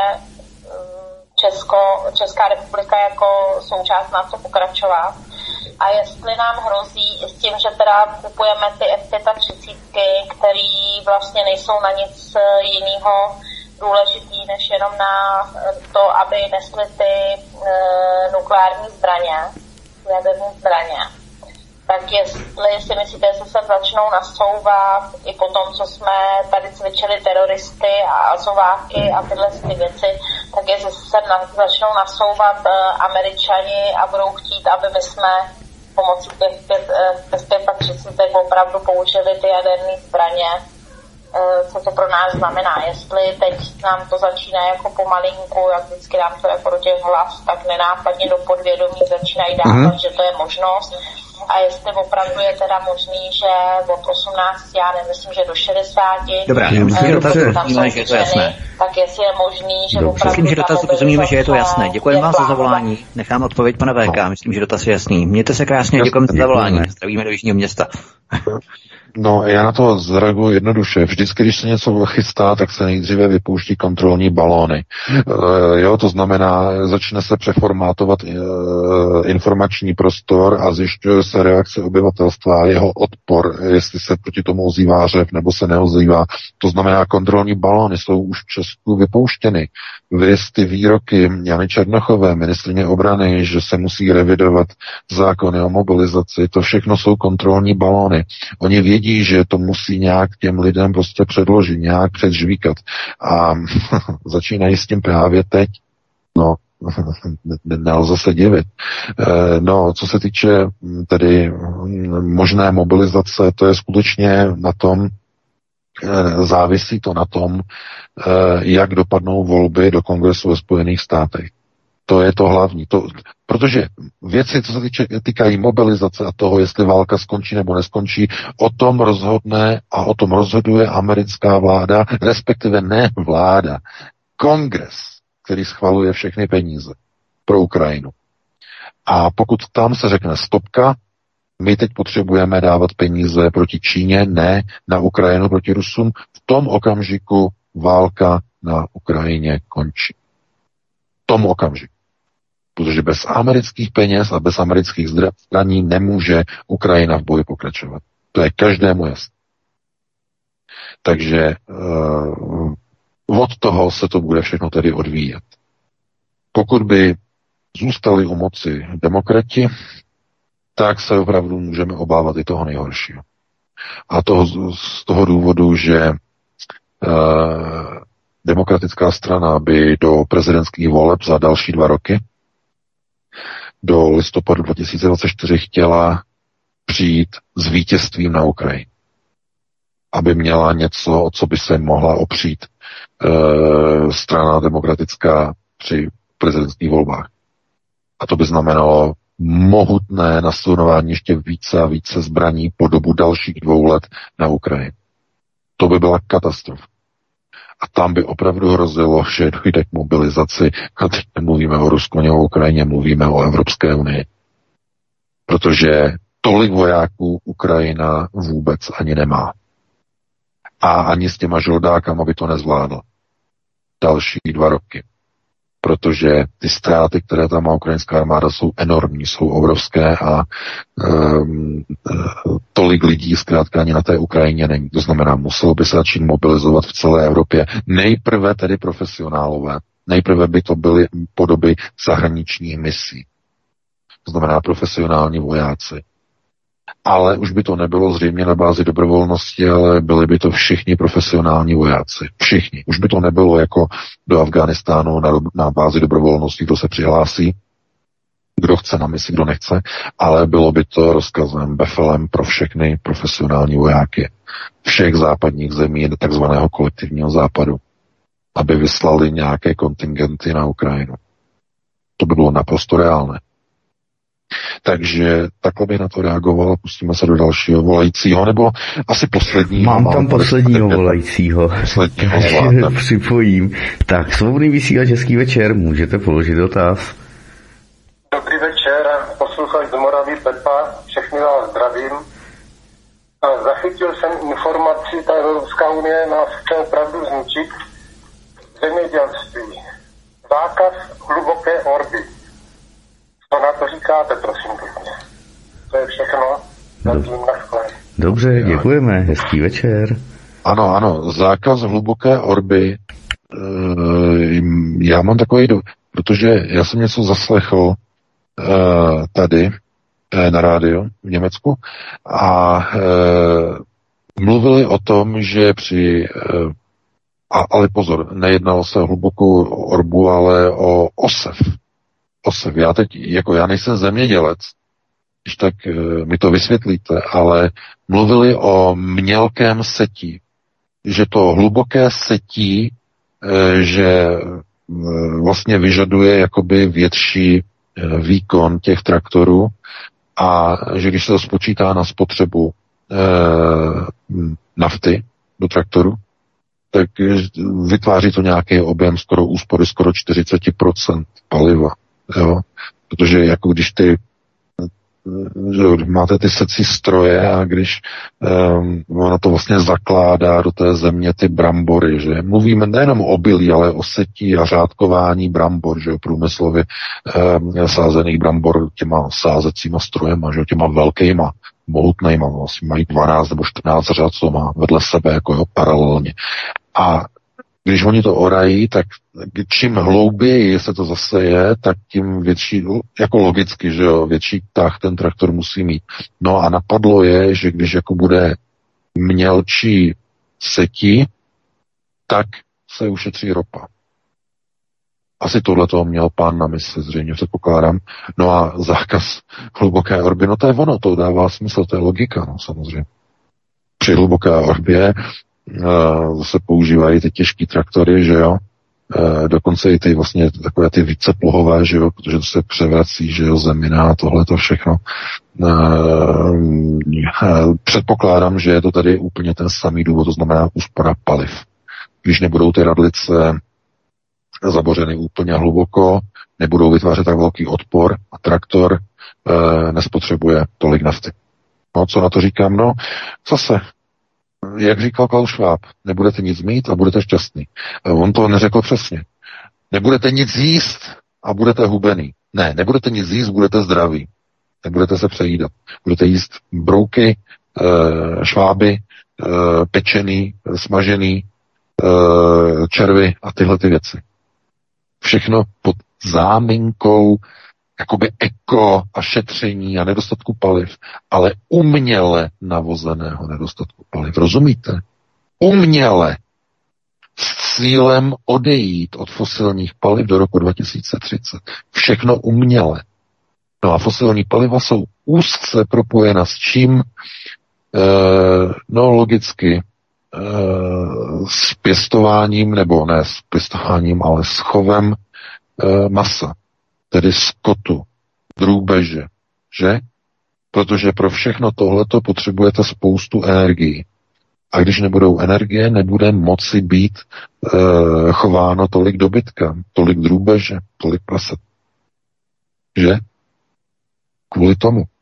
Česká republika jako součást na to pokračovat. A jestli nám hrozí s tím, že teda kupujeme ty F-35, které vlastně nejsou na nic jiného důležitý, než jenom na to, aby nesly ty nukleární zbraně, jaderné zbraně. Tak jestli si myslíte, že se začnou nasouvat i po tom, co jsme tady cvičili teroristy a azováky a tyhle ty věci, tak jestli se začnou nasouvat Američani a budou chtít, aby my jsme pomocí těch 35 opravdu použili ty jaderné zbraně, co to pro nás znamená. Jestli teď nám to začíná jako pomalinku, jak vždycky nám to jako do těch hlav, tak nenápadně do podvědomí začínají dávat, že to je možnost. A jestli opravdu je teda možný, že od 18, já nemyslím, že do 60, dobrá, tam jsou že je to jasné. Tak jestli je možný, že opravdu myslím, že dotaz rozumíme, že je to jasné. Děkujeme vám za zavolání. Nechám odpověď pana VK. Myslím, že dotaz je jasný. Mějte se krásně, děkujeme za zavolání. Zdravíme do Jižního Města. No, já na to zareaguji jednoduše. Vždycky, když se něco chystá, tak se nejdříve vypouští kontrolní balóny. Jo, to znamená, začne se přeformátovat informační prostor a zjišťuje se reakce obyvatelstva, jeho odpor, jestli se proti tomu ozývá řev nebo se neozývá. To znamená, kontrolní balóny jsou už v Česku vypouštěny. Viz ty výroky Jany Černochové, ministryně obrany, že se musí revidovat zákony o mobilizaci, to všechno jsou kontrolní balóny. Oni vědí, že to musí nějak těm lidem prostě předložit, nějak předžvíkat. A začínají s tím právě teď. No, nelze se divit. No, co se týče tedy možné mobilizace, to je skutečně na tom, závisí to na tom, jak dopadnou volby do Kongresu ve Spojených státech. To je to hlavní. Protože věci, co se týkají mobilizace a toho, jestli válka skončí nebo neskončí, o tom rozhodne a o tom rozhoduje americká vláda, respektive ne vláda, Kongres, který schvaluje všechny peníze pro Ukrajinu. A pokud tam se řekne stopka, my teď potřebujeme dávat peníze proti Číně, ne na Ukrajinu proti Rusům, v tom okamžiku válka na Ukrajině končí. V tom okamžiku. Protože bez amerických peněz a bez amerických zbraní nemůže Ukrajina v boji pokračovat. To je každému jasné. Takže od toho se to bude všechno tedy odvíjet. Pokud by zůstali u moci demokrati, tak se opravdu můžeme obávat i toho nejhoršího. A z toho důvodu, že demokratická strana by do prezidentských voleb za další 2 roky, do listopadu 2024 chtěla přijít s vítězstvím na Ukrajině. Aby měla něco, o co by se mohla opřít strana demokratická při prezidentských volbách. A to by znamenalo mohutné nasunování ještě více a více zbraní po dobu dalších 2 let na Ukrajinu. To by byla katastrofa. A tam by opravdu hrozilo, že dojde k mobilizaci. A teď nemluvíme o Rusku, o Ukrajině, mluvíme o Evropské unii. Protože Tolik vojáků Ukrajina vůbec ani nemá. A ani s těma žoldákama by to nezvládl. Další 2 roky. Protože ty ztráty, které tam má ukrajinská armáda, jsou enormní, jsou obrovské a tolik lidí zkrátka ani na té Ukrajině není. To znamená, muselo by se začít mobilizovat v celé Evropě. Nejprve tedy profesionálové. Nejprve by to byly podoby zahraničních misí. To znamená profesionální vojáci. Ale už by to nebylo zřejmě na bázi dobrovolnosti, ale byli by to všichni profesionální vojáci. Všichni. Už by to nebylo jako do Afghánistánu na bázi dobrovolnosti, kdo se přihlásí, kdo chce na misi, kdo nechce, ale bylo by to rozkazem, befelem pro všechny profesionální vojáky všech západních zemí, takzvaného kolektivního západu, aby vyslali nějaké kontingenty na Ukrajinu. To by bylo naprosto reálné. Takže takhle bych na to reagoval, pustíme se do dalšího volajícího, nebo asi posledního. Mám tam posledního volajícího. Posledního připojím. Tak, Svobodný vysílač, hezký večer, můžete položit dotaz. Dobrý večer, posluchač z Moravy Pepa, všechny vás zdravím. Zachytil jsem informaci, ta Evropská unie nás chce opravdu zničit zemědělství. Zákaz hluboké orby. Co na to říkáte, prosím pěkně? To je všechno. Zatím na škole. Dobře, děkujeme. Hezký večer. Ano, zákaz hluboké orby. Já mám takový, protože já jsem něco zaslechl tady na rádiu v Německu a mluvili o tom, že ale pozor, nejednalo se o hlubokou orbu, ale o osev. Já nejsem zemědělec, když tak mi to vysvětlíte, ale mluvili o mělkém setí, že to hluboké setí, že vlastně vyžaduje jakoby větší výkon těch traktorů a že když se to spočítá na spotřebu nafty do traktoru, tak vytváří to nějaký objem úspory skoro 40% paliva. Jo? Protože jako když máte ty secí stroje a když ono to vlastně zakládá do té země ty brambory, že mluvíme nejenom o obilí, ale o setí a řádkování brambor, že průmyslově sázených brambor těma sázecíma strojema, že těma velkýma, mohutnejma, vlastně mají 12 nebo 14 řad, co má vedle sebe jako paralelně. A když oni to orají, tak čím hlouběji se to zaseje, tak tím větší, jako logicky, že jo, větší tah ten traktor musí mít. No a napadlo je, že když jako bude mělčí setí, tak se ušetří ropa. Asi tohleto měl pán na mysli, zřejmě předpokládám. No a zákaz hluboké orby, no to je ono, to dává smysl, to je logika, no samozřejmě. Při hluboké orbě se používají ty těžké traktory, že jo, dokonce i ty vlastně takové ty víceplohové, že jo, protože to se převrací, že jo, zemina a tohle to všechno. Předpokládám, že je to tady úplně ten samý důvod, to znamená úspora paliv. Když nebudou ty radlice zabořeny úplně hluboko, nebudou vytvářet tak velký odpor a traktor nespotřebuje tolik nafty. No, co na to říkám? No, zase, jak říkal Klaus Schwab, nebudete nic mít a budete šťastný. On to neřekl přesně. Nebudete nic jíst a budete hubený. Ne, nebudete nic jíst, budete zdraví. Nebudete se přejídat. Budete jíst brouky, šváby, pečený, smažený, červy a tyhle ty věci. Všechno pod záminkou jakoby eko a šetření a nedostatku paliv, ale uměle navozeného nedostatku paliv. Rozumíte? Uměle. S cílem odejít od fosilních paliv do roku 2030. Všechno uměle. No a fosilní paliva jsou úzce propojena s čím? No logicky s pěstováním, nebo ne s pěstováním, ale s chovem masa, tedy skotu, drůbeže, že? Protože pro všechno tohleto potřebujete spoustu energií. A když nebudou energie, nebude moci být chováno tolik dobytka, tolik drůbeže, tolik prasat. Že? Kvůli tomu.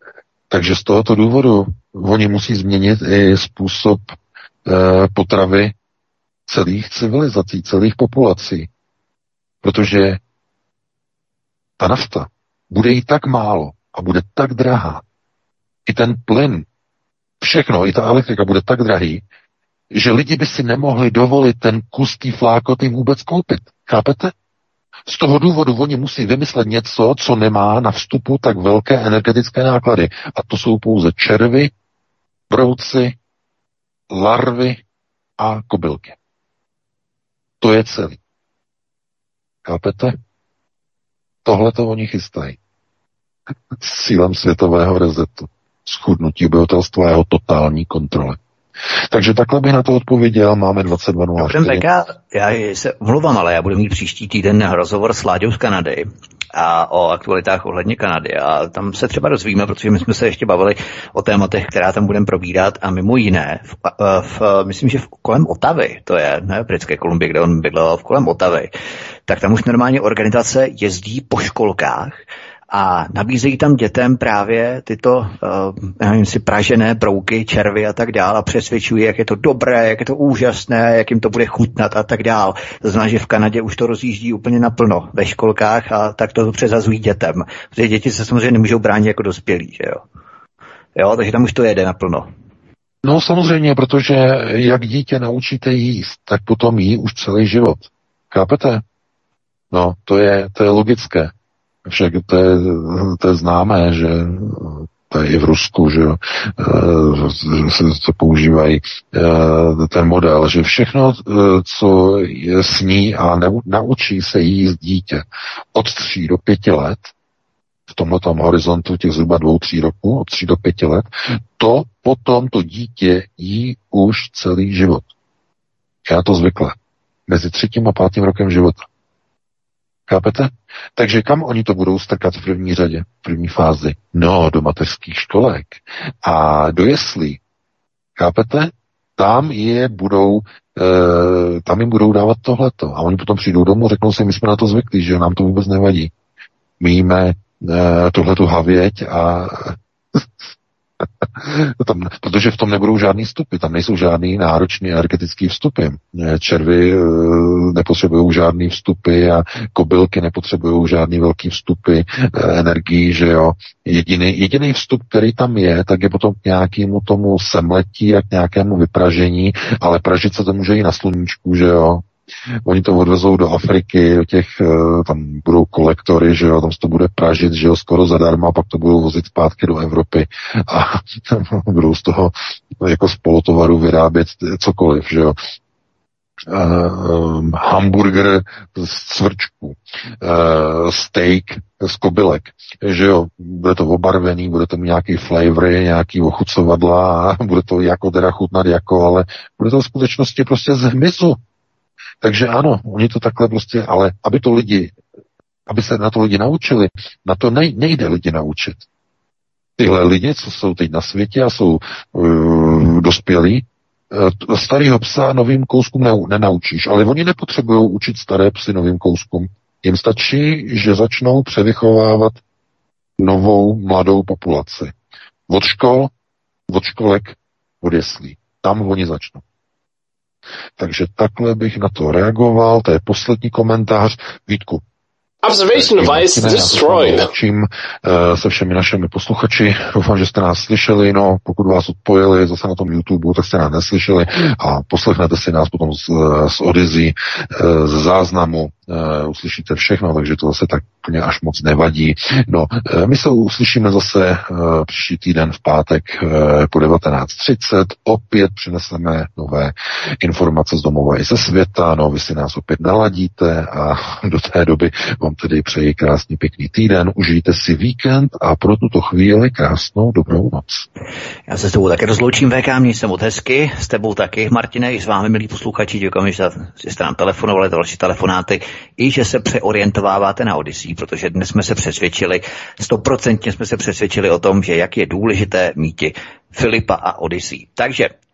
Takže z tohoto důvodu oni musí změnit i způsob potravy celých civilizací, celých populací. Protože ta nafta bude jí tak málo a bude tak drahá. I ten plyn, všechno, i ta elektrika bude tak drahý, že lidi by si nemohli dovolit ten kus té flákoty vůbec koupit. Chápete? Z toho důvodu oni musí vymyslet něco, co nemá na vstupu tak velké energetické náklady. A to jsou pouze červy, brouci, larvy a kobylky. To je celý. Chápete? Tohle to oni chystají. S cílem světového resetu. Schudnutí obyvatelstva a jeho totální kontrole. Takže takhle bych na to odpověděl, máme 22.04. Já se omlouvám, ale já budu mít příští týden rozhovor s Láďou z Kanady a o aktualitách ohledně Kanady a tam se třeba dozvíme, protože my jsme se ještě bavili o tématech, která tam budeme probírat a mimo jiné, myslím, že kolem Otavy, to je, ne v Britské Kolumbii, kde on bydlel, kolem Otavy, tak tam už normálně organizace jezdí po školkách a nabízejí tam dětem právě tyto, nevím si, pražené brouky, červy a tak dál a přesvědčují, jak je to dobré, jak je to úžasné, jak jim to bude chutnat a tak dál. To znamená, že v Kanadě už to rozjíždí úplně naplno ve školkách a tak to přezazují dětem. Protože děti se samozřejmě nemůžou bránit jako dospělí, že jo? Jo, takže tam už to jede naplno. No samozřejmě, protože jak dítě naučíte jíst, tak potom jí už celý život. Chápete? No, to je logické. Však to je známé, že to je i v Rusku, že se používají ten model, že všechno, co sní a naučí se jíst dítě od 3 do 5 let, v tomhletom horizontu těch zhruba 2-3 roků, od 3 do 5 let, to potom to dítě jí už celý život. Já to zvykle. Mezi 3. a 5. rokem života. Chápete? Takže kam oni to budou strkat v první řadě, v první fázi? No, do mateřských školek a do jeslí. Chápete? Tam jim budou dávat tohleto. A oni potom přijdou domů, řeknou si, my jsme na to zvyklí, že nám to vůbec nevadí. My jíme tohletu havěť a protože v tom nebudou žádný vstupy, tam nejsou žádný náročný energetický vstupy. Červy nepotřebují žádný vstupy a kobylky nepotřebují žádný velký vstupy energií, že jo. Jediný vstup, který tam je, tak je potom k nějakému tomu semletí a k nějakému vypražení, ale pražit se to může i na sluníčku, že jo. Oni to odvezou do Afriky, tam budou kolektory, že jo, tam se to bude pražit, že jo, skoro zadarmo a pak to budou vozit zpátky do Evropy a budou z toho jako z polotovaru vyrábět cokoliv, že jo. Hamburger z cvrčku, steak z kobylek, že jo, bude to obarvený, bude to mít nějaký flavory, nějaký ochucovadla a bude to jako teda chutnat jako, ale bude to v skutečnosti prostě z hmyzu. Takže ano, oni to takhle prostě, ale aby se na to lidi naučili, na to nejde lidi naučit. Tyhle lidi, co jsou teď na světě a jsou dospělí, starýho psa novým kouskům nenaučíš, ale oni nepotřebují učit staré psy novým kouskům. Jim stačí, že začnou převychovávat novou mladou populaci. Od škol, od školek, od jeslí. Tam oni začnou. Takže takhle bych na to reagoval. To je poslední komentář. Vítku. Observation device destroyed. Se všemi našimi posluchači. Doufám, že jste nás slyšeli. No, pokud vás odpojili zase na tom YouTube, tak jste nás neslyšeli a poslechnete si nás potom z Odyssey, z záznamu. Uslyšíte všechno, takže to zase tak úplně až moc nevadí. No, my se uslyšíme zase příští týden v pátek po 19:30. Opět přineseme nové informace z domova i ze světa. No, vy si nás opět naladíte a do té doby vám tedy přeji krásný pěkný týden. Užijte si víkend a pro tuto chvíli krásnou dobrou noc. Já se s tebou také rozloučím, VK, měj se moc hezky, s tebou taky, Martine, i s vámi, milí posluchači, děkujeme, že jste nám telefonovali, další telefonáty, i že se přeorientováváte na Odyssey, protože dnes jsme se přesvědčili, 100% jsme se přesvědčili o tom, že jak je důležité míti Filipa a Odyssey. Takže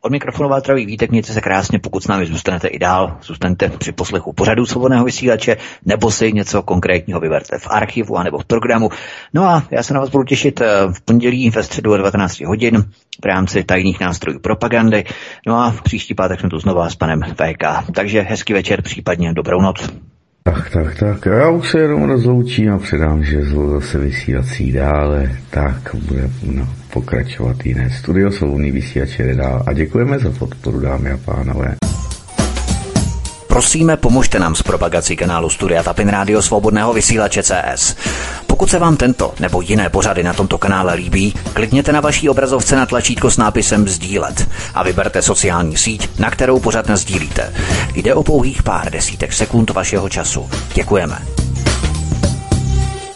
Od mikrofonu vás zdraví Vítek, mějte se krásně, pokud s námi zůstanete i dál, zůstaňte při poslechu pořadu Svobodného vysílače, nebo si něco konkrétního vyberte v archivu anebo v programu. No a já se na vás budu těšit v pondělí ve středu o 19 hodin v rámci tajných nástrojů propagandy. No a příští pátek jsme tu znova s panem VK. Takže hezký večer, případně dobrou noc. Tak. Já už se jenom rozloučím a předám, že zvu zase vysílací dále. Tak bude pokračovat jiné studio Svobodný vysílač jede dál. A děkujeme za podporu, dámy a pánové. Prosíme, pomožte nám s propagací kanálu Studia Tapin Rádio Svobodného vysílače CS. Pokud se vám tento nebo jiné pořady na tomto kanále líbí, klikněte na vaší obrazovce na tlačítko s nápisem sdílet a vyberte sociální síť, na kterou pořad nasdílíte. Jde o pouhých pár desítek sekund vašeho času. Děkujeme.